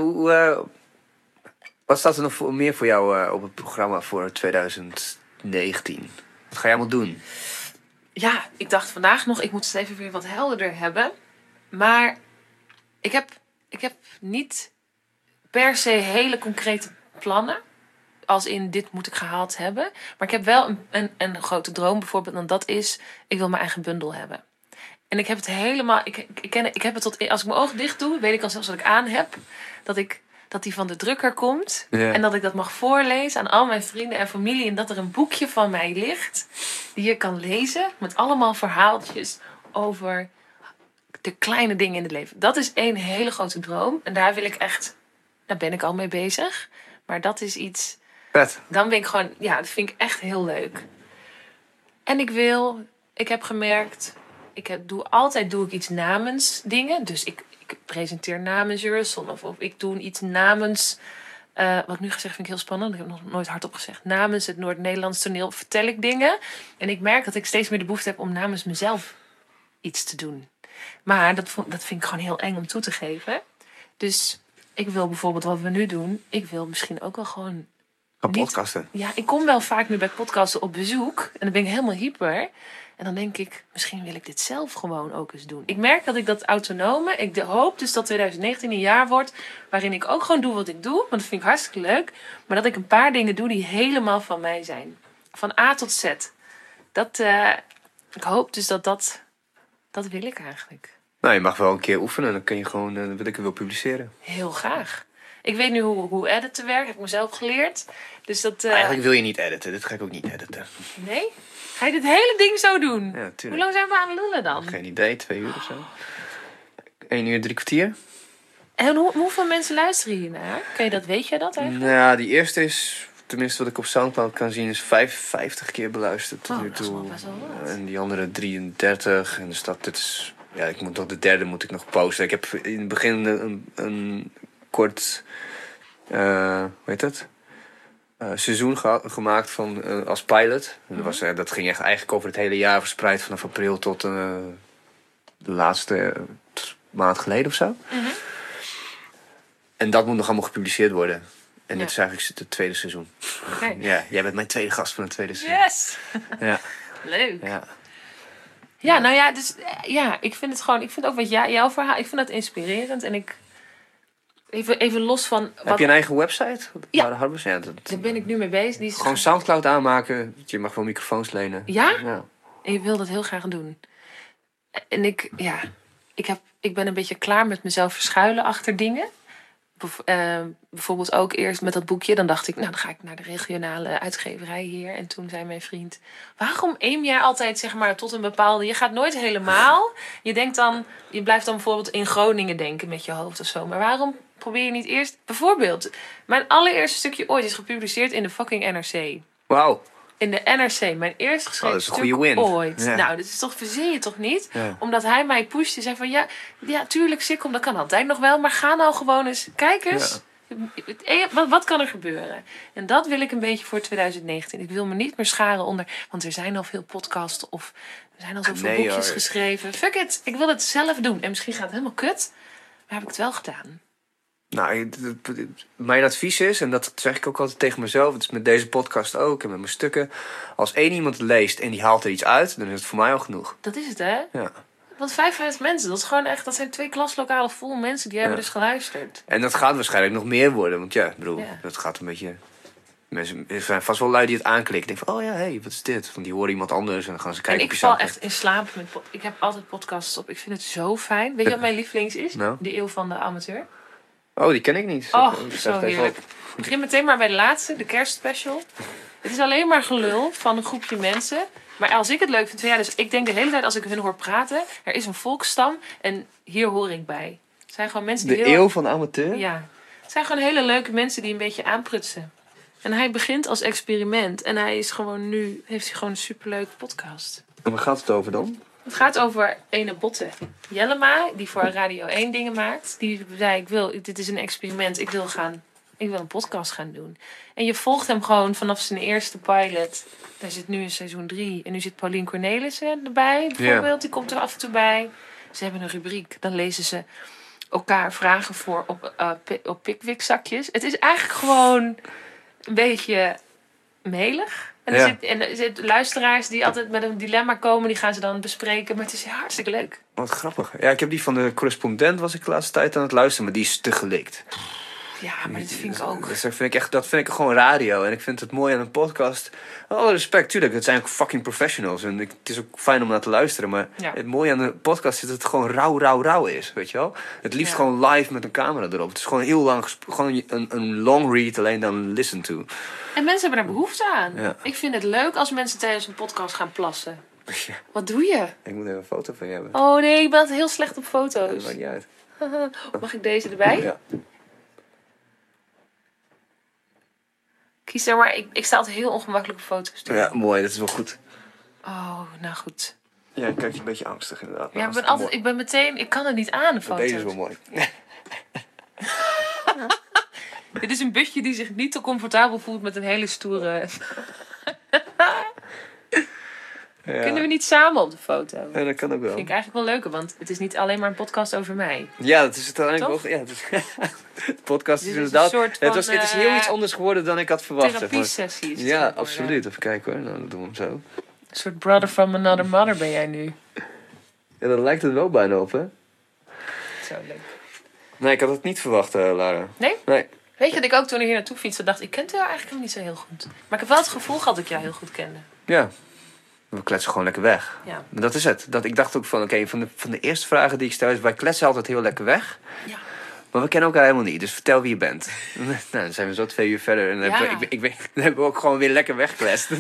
wat staat er nog meer voor jou op het programma voor 2019? Wat ga jij allemaal doen? Ja, ik dacht vandaag nog, ik moet het even weer wat helderder hebben. Maar ik heb niet per se hele concrete plannen. als in dit moet ik gehaald hebben. Maar ik heb wel een grote droom bijvoorbeeld. En dat is, ik wil mijn eigen bundel hebben. En ik heb het helemaal... Ik heb het tot... Als ik mijn ogen dicht doe, weet ik al zelfs wat ik aan heb. Dat die van de drukker komt. Ja. En dat ik dat mag voorlezen aan al mijn vrienden en familie. En dat er een boekje van mij ligt. Die je kan lezen. Met allemaal verhaaltjes over de kleine dingen in het leven. Dat is één hele grote droom. En daar ben ik al mee bezig. Maar dat is iets... Vet. Dan ben ik gewoon... Ja, dat vind ik echt heel leuk. En ik heb gemerkt... Altijd doe ik iets namens dingen. Dus ik presenteer namens Eurosong. Of ik doe iets namens... wat ik nu gezegd vind ik heel spannend. Ik heb nog nooit hardop gezegd. Namens het Noord-Nederlands toneel vertel ik dingen. En ik merk dat ik steeds meer de behoefte heb om namens mezelf iets te doen. Maar dat vind ik gewoon heel eng om toe te geven. Dus ik wil bijvoorbeeld wat we nu doen. Ik wil misschien ook wel gewoon... Gaan podcasten. Ja, ik kom wel vaak nu bij podcasten op bezoek. En dan ben ik helemaal hyper. En dan denk ik, misschien wil ik dit zelf gewoon ook eens doen. Ik merk dat ik dat autonome... Ik hoop dus dat 2019 een jaar wordt... waarin ik ook gewoon doe wat ik doe. Want dat vind ik hartstikke leuk. Maar dat ik een paar dingen doe die helemaal van mij zijn. Van A tot Z. Ik hoop dus dat wil ik eigenlijk. Nou, je mag wel een keer oefenen. Dan kun je gewoon wat ik wil publiceren. Heel graag. Ik weet nu hoe editen werkt. Heb ik mezelf geleerd. Dus dat... Eigenlijk wil je niet editen. Dit ga ik ook niet editen. Nee? Ga je dit hele ding zo doen? Ja, tuurlijk. Hoe lang zijn we aan het lullen dan? Geen idee, 2 uur of zo. 1 uur, 3 kwartier. En hoeveel mensen luisteren hiernaar? Weet jij dat eigenlijk? Nou, die eerste is, tenminste wat ik op Soundcloud kan zien, is 55 keer beluisterd tot nu dat is toe. wel best wel wat. En die andere 33. En dus dit is... Ja, ik moet nog de derde moet ik nog posten. Ik heb in het begin een kort... hoe heet het? Seizoen gemaakt als pilot. En dat ging echt eigenlijk over het hele jaar verspreid vanaf april tot de laatste maand geleden of zo. Mm-hmm. En dat moet nog allemaal gepubliceerd worden. En dit is eigenlijk het tweede seizoen. Okay. Ja, jij bent mijn tweede gast van het tweede seizoen. Yes! Ja. Leuk. Ja. Ja, nou ja, dus ja, ik vind het gewoon... Ik vind ook jouw verhaal... Ik vind dat inspirerend. En ik... Even los van... Heb je een eigen website? Ja. Daar ben ik nu mee bezig. Die is gewoon Soundcloud aanmaken. Je mag wel microfoons lenen. Ja? Ja. En je wil dat heel graag doen. En ik ben een beetje klaar met mezelf verschuilen achter dingen. Bijvoorbeeld ook eerst met dat boekje. Dan dacht ik, nou dan ga ik naar de regionale uitgeverij hier. En toen zei mijn vriend, waarom aim jij altijd zeg maar tot een bepaalde... Je gaat nooit helemaal. Je blijft dan bijvoorbeeld in Groningen denken met je hoofd of zo. Maar waarom probeer je niet eerst... Bijvoorbeeld, mijn allereerste stukje ooit is gepubliceerd in de fucking NRC. Wauw. In de NRC, mijn eerst geschreven stuk ooit. Ja. Nou, dat is toch, verzin je toch niet? Ja. Omdat hij mij pushte. Zei van, ja, tuurlijk, Sikkom, dat kan altijd nog wel. Maar ga nou gewoon eens, kijk eens. Ja. Wat kan er gebeuren? En dat wil ik een beetje voor 2019. Ik wil me niet meer scharen onder... Want er zijn al veel podcasts of er zijn al zoveel boekjes geschreven. Fuck it, ik wil het zelf doen. En misschien gaat het helemaal kut. Maar heb ik het wel gedaan. Nou, mijn advies is, en dat zeg ik ook altijd tegen mezelf, het is met deze podcast ook en met mijn stukken. Als 1 iemand het leest en die haalt er iets uit, dan is het voor mij al genoeg. Dat is het, hè? Ja. Want 55 mensen, dat is gewoon echt, dat zijn 2 klaslokalen vol mensen die hebben dus geluisterd. En dat gaat waarschijnlijk nog meer worden, want dat gaat een beetje... Er zijn vast wel lui die het aanklikken. Denken van, oh ja, hé, wat is dit? Want die horen iemand anders en dan gaan ze kijken. En ik val echt in slaap met ik heb altijd podcasts op. Ik vind het zo fijn. Weet je wat mijn lievelings is? Nou? De Eeuw van de Amateur. Oh, die ken ik niet. Oh, zo heerlijk. Ik begin meteen maar bij de laatste, de kerstspecial. Het is alleen maar gelul van een groepje mensen. Maar als ik het leuk vind, dus ik denk de hele tijd als ik hun hoor praten, er is een volksstam en hier hoor ik bij. Het zijn gewoon mensen die de Eeuw van de Amateur? Ja. Het zijn gewoon hele leuke mensen die een beetje aanprutsen. En hij begint als experiment en hij is gewoon heeft hij gewoon een superleuke podcast. En waar gaat het over dan? Het gaat over ene Botte Jellema, die voor Radio 1 dingen maakt. Die zei, dit is een experiment, ik wil een podcast gaan doen. En je volgt hem gewoon vanaf zijn eerste pilot. Daar zit nu in seizoen 3. En nu zit Paulien Cornelissen erbij, bijvoorbeeld. Ja. Die komt er af en toe bij. Ze hebben een rubriek. Dan lezen ze elkaar vragen voor op Pickwick-zakjes. Het is eigenlijk gewoon een beetje melig. En er zitten luisteraars die altijd met een dilemma komen. Die gaan ze dan bespreken. Maar het is hartstikke leuk. Wat grappig. Ja, ik heb die van de correspondent was ik de laatste tijd aan het luisteren. Maar die is te gelikt. Ja, maar dat vind ik ook. Dat vind ik gewoon radio. En ik vind het mooi aan een podcast. Alle respect, tuurlijk. Het zijn ook fucking professionals. En het is ook fijn om naar te luisteren. Maar het mooie aan een podcast is dat het gewoon rauw is. Weet je wel? Het liefst gewoon live met een camera erop. Het is gewoon heel lang. Gewoon een long read, alleen dan listen to. En mensen hebben daar behoefte aan. Ja. Ik vind het leuk als mensen tijdens een podcast gaan plassen. Ja. Wat doe je? Ik moet even een foto van je hebben. Oh nee, ik ben altijd heel slecht op foto's. Dat maakt niet uit. Mag ik deze erbij? Ja. Kies er maar. Ik sta altijd heel ongemakkelijk op foto's. Ja, mooi. Dat is wel goed. Oh, nou goed. Ja, kijk je een beetje angstig inderdaad. Ja, ik kan het niet aan, de foto's. Deze is wel mooi. Dit is een busje die zich niet te comfortabel voelt met een hele stoere... Ja. Kunnen we niet samen op de foto? Ja, dat kan ook wel. Vind ik eigenlijk wel leuker, want het is niet alleen maar een podcast over mij. Ja, dat is het uiteindelijk wel. Ja, de podcast is inderdaad... Het is heel iets anders geworden dan ik had verwacht. Therapiesessie is het ja, absoluut. Even kijken hoor. Nou, dan doen we hem zo. Een soort brother from another mother ben jij nu. Ja, daar lijkt het wel bijna op, hè? Zo leuk. Nee, ik had het niet verwacht, Lara. Nee? Nee. Weet je dat ik ook toen ik hier naartoe fietste dacht... Ik ken jou eigenlijk nog niet zo heel goed. Maar ik heb wel het gevoel gehad dat ik jou heel goed kende. Ja. We kletsen gewoon lekker weg. Ja. Dat is het. Ik dacht ook van, oké, van de eerste vragen die ik stel is... Wij kletsen altijd heel lekker weg. Ja. Maar we kennen elkaar helemaal niet. Dus vertel wie je bent. Nou, dan zijn we zo 2 uur verder. En dan hebben we ook gewoon weer lekker weggekletst.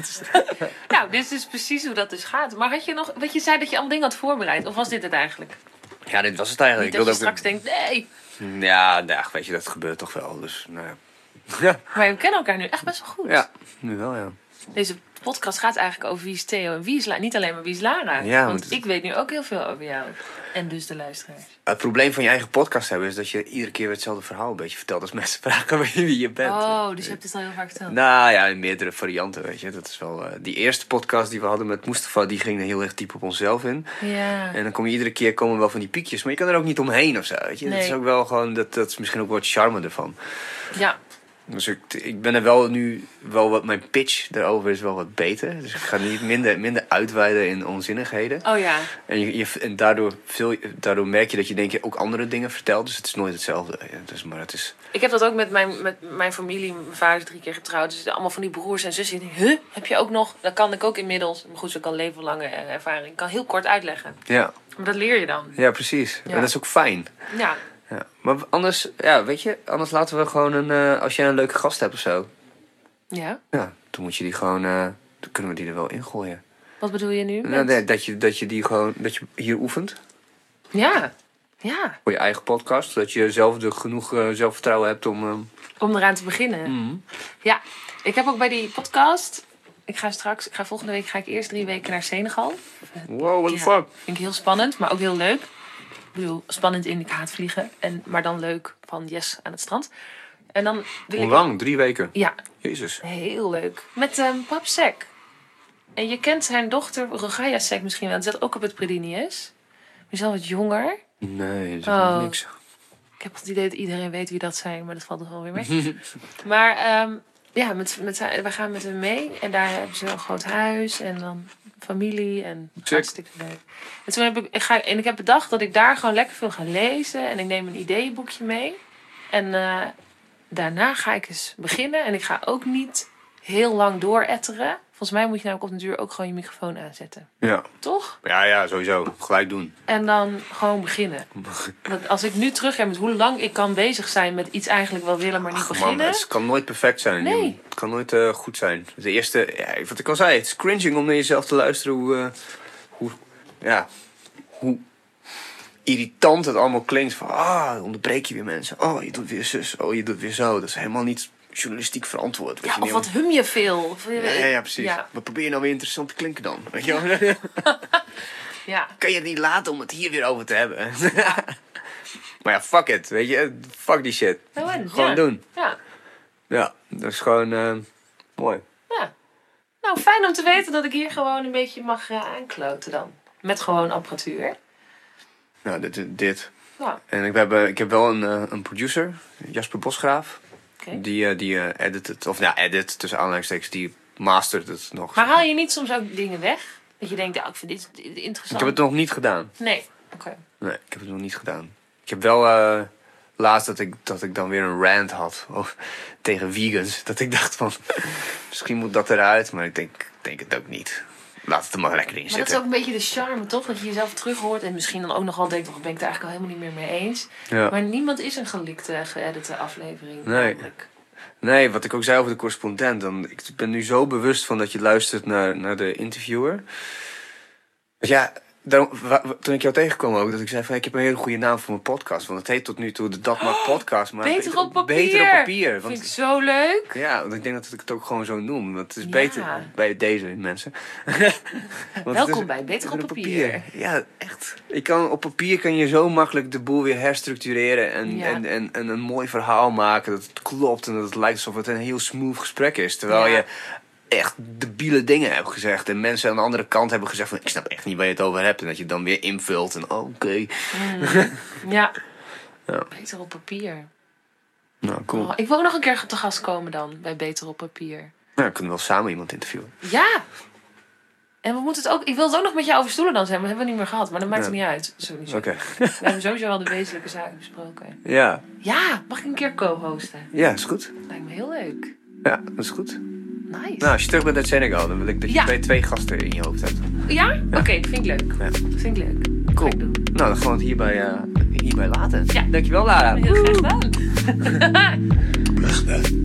Nou, dit is precies hoe dat dus gaat. Maar had je nog... Wat je zei dat je allemaal dingen had voorbereid. Of was dit het eigenlijk? Ja, dit was het eigenlijk. Niet dat je straks denkt, nee. Ja, weet je, dat gebeurt toch wel. Dus, nou ja. Ja. Maar we kennen elkaar nu echt best wel goed. Ja, nu wel, ja. Deze podcast gaat eigenlijk over wie is Theo en wie is Lara. Niet alleen maar wie is Lara. Ja, want ik weet nu ook heel veel over jou. En dus de luisteraars. Het probleem van je eigen podcast hebben is dat je iedere keer weer hetzelfde verhaal een beetje vertelt als mensen vragen wie je bent. Oh, dus je hebt het al heel vaak verteld. Nou ja, in meerdere varianten, weet je. Dat is wel... die eerste podcast die we hadden met Mustafa, die ging er heel erg diep op onszelf in. Ja. En dan kom je iedere keer wel van die piekjes. Maar je kan er ook niet omheen of zo, weet je. Nee. Dat is ook wel gewoon... Dat is misschien ook wat charme ervan. Ja. Dus ik ben er wel nu... wat mijn pitch daarover is wel wat beter. Dus ik ga niet minder uitweiden in onzinnigheden. Oh ja. En daardoor merk je dat je denk je ook andere dingen vertelt. Dus het is nooit hetzelfde. Ja, dus, maar het is... Ik heb dat ook met mijn familie. Mijn vader is 3 keer getrouwd. Dus allemaal van die broers en zussen. Ik denk, heb je ook nog? Dat kan ik ook inmiddels. Maar goed, zo kan levenlange ervaring. Ik kan heel kort uitleggen. Ja. Maar dat leer je dan. Ja, precies. Ja. En dat is ook fijn. Ja. Ja. Maar anders, ja, weet je, anders laten we gewoon als jij een leuke gast hebt of zo. Ja? Ja, dan moet je die gewoon, dan kunnen we die er wel ingooien. Wat bedoel je nu? Nou, nee, dat je hier oefent. Ja. Ja. Voor je eigen podcast. Dat je genoeg zelfvertrouwen hebt om... Om eraan te beginnen. Ja. Ik heb ook bij die podcast... Ik ga volgende week eerst 3 weken naar Senegal. Wow, what the fuck? Vind ik heel spannend, maar ook heel leuk. Ik bedoel, spannend in, ik haat vliegen. Maar dan leuk van yes aan het strand. En dan wil Hoe lang? 3 weken? Ja. Jezus. Heel leuk. Met Pap Sek. En je kent zijn dochter, Rogaya Sek misschien wel. Die zat ook op het Predinius. Maar die is al wat jonger. Nee, dat is nog niks. Ik heb het idee dat iedereen weet wie dat zijn, maar dat valt er wel weer mee. Maar ja, we gaan met hem mee. En daar hebben ze een groot huis en dan familie en hartstikke leuk. En toen ik heb bedacht dat ik daar gewoon lekker veel ga lezen. En ik neem een ideeënboekje mee. En daarna ga ik eens beginnen. En ik ga ook niet heel lang dooretteren. Volgens mij moet je namelijk op de duur ook gewoon je microfoon aanzetten. Ja. Toch? Ja, sowieso. Gelijk doen. En dan gewoon beginnen. Want als ik nu terug heb met hoe lang ik kan bezig zijn met iets eigenlijk wel willen, maar niet beginnen. Man, het kan nooit perfect zijn. Nee. Het kan nooit goed zijn. De eerste, ja, wat ik al zei, het is cringing om naar jezelf te luisteren hoe irritant het allemaal klinkt. Van, onderbreek je weer mensen. Oh, je doet weer zus. Oh, je doet weer zo. Dat is helemaal niet journalistiek verantwoord. Ja, of wat hum je veel. Ja, precies. Ja. Wat probeer je nou weer interessant te klinken dan? Weet je wel? Ja. Kan je het niet laten om het hier weer over te hebben? Ja. Maar ja, fuck it. Weet je, fuck die shit. Gewoon doen. Ja. Ja, dat is gewoon mooi. Ja. Nou, fijn om te weten dat ik hier gewoon een beetje mag aankloten dan. Met gewoon apparatuur. Nou, dit. Ja. En ik heb wel een producer, Jasper Bosgraaf. Okay. Die edit het, of ja, edit tussen aanleidingstekens, die mastert het nog. Maar haal je niet soms ook dingen weg? Dat je denkt, ik vind dit interessant. Ik heb het nog niet gedaan. Nee, oké. Nee, ik heb het nog niet gedaan. Ik heb wel laatst dat ik dan weer een rant had tegen vegans. Dat ik dacht van, misschien moet dat eruit. Maar ik denk het ook niet. Laat het er maar lekker in Maar zitten. dat is ook een beetje de charme, toch? Dat je jezelf terug hoort en misschien dan ook nog wel denkt... ben ik het eigenlijk al helemaal niet meer mee eens. Ja. Maar niemand is een gelikte, geëdite aflevering. Nee. Namelijk. Nee, wat ik ook zei over de correspondent. Ik ben nu zo bewust van dat je luistert naar de interviewer. Dus ja, toen ik jou tegenkwam ook, dat ik zei van... ik heb een hele goede naam voor mijn podcast. Want het heet tot nu toe de Dat Mag podcast. Maar Beter op papier! Beter op papier. Dat Want, vind ik zo leuk. ja, want ik denk dat ik het ook gewoon zo noem. Want het is Ja. beter bij deze mensen. Want Welkom het is bij Beter op papier. Ja, echt. Op papier kan je zo makkelijk de boel weer herstructureren. En een mooi verhaal maken. Dat het klopt en dat het lijkt alsof het een heel smooth gesprek is. Terwijl je echt debiele dingen hebt gezegd. En mensen aan de andere kant hebben gezegd van... ik snap echt niet waar je het over hebt. En dat je het dan weer invult. En oké. Ja. Ja. Beter op papier. Nou, cool. Oh, ik wil ook nog een keer te gast komen dan. Bij Beter op papier. Nou, dan kunnen we wel samen iemand interviewen. Ja. En we moeten het ook... Ik wil het ook nog met jou over stoelendansen hebben. Maar dat hebben we niet meer gehad. Maar dat maakt het niet uit. Sowieso. Oké. We hebben sowieso wel de wezenlijke zaken besproken. Ja. Ja, mag ik een keer co-hosten? Ja, is goed. Lijkt me heel leuk. Ja, dat is goed. Nice. Nou, als je terug bent uit Senegal, dan wil ik dat je twee gasten in je hoofd hebt. Ja? Oké, vind ik leuk. Ja. Vind ik leuk. Cool. Ga ik doen. Nou, dan gaan we het hierbij laten. Ja. Dankjewel, Lara. Heel graag gedaan. Wacht, hè.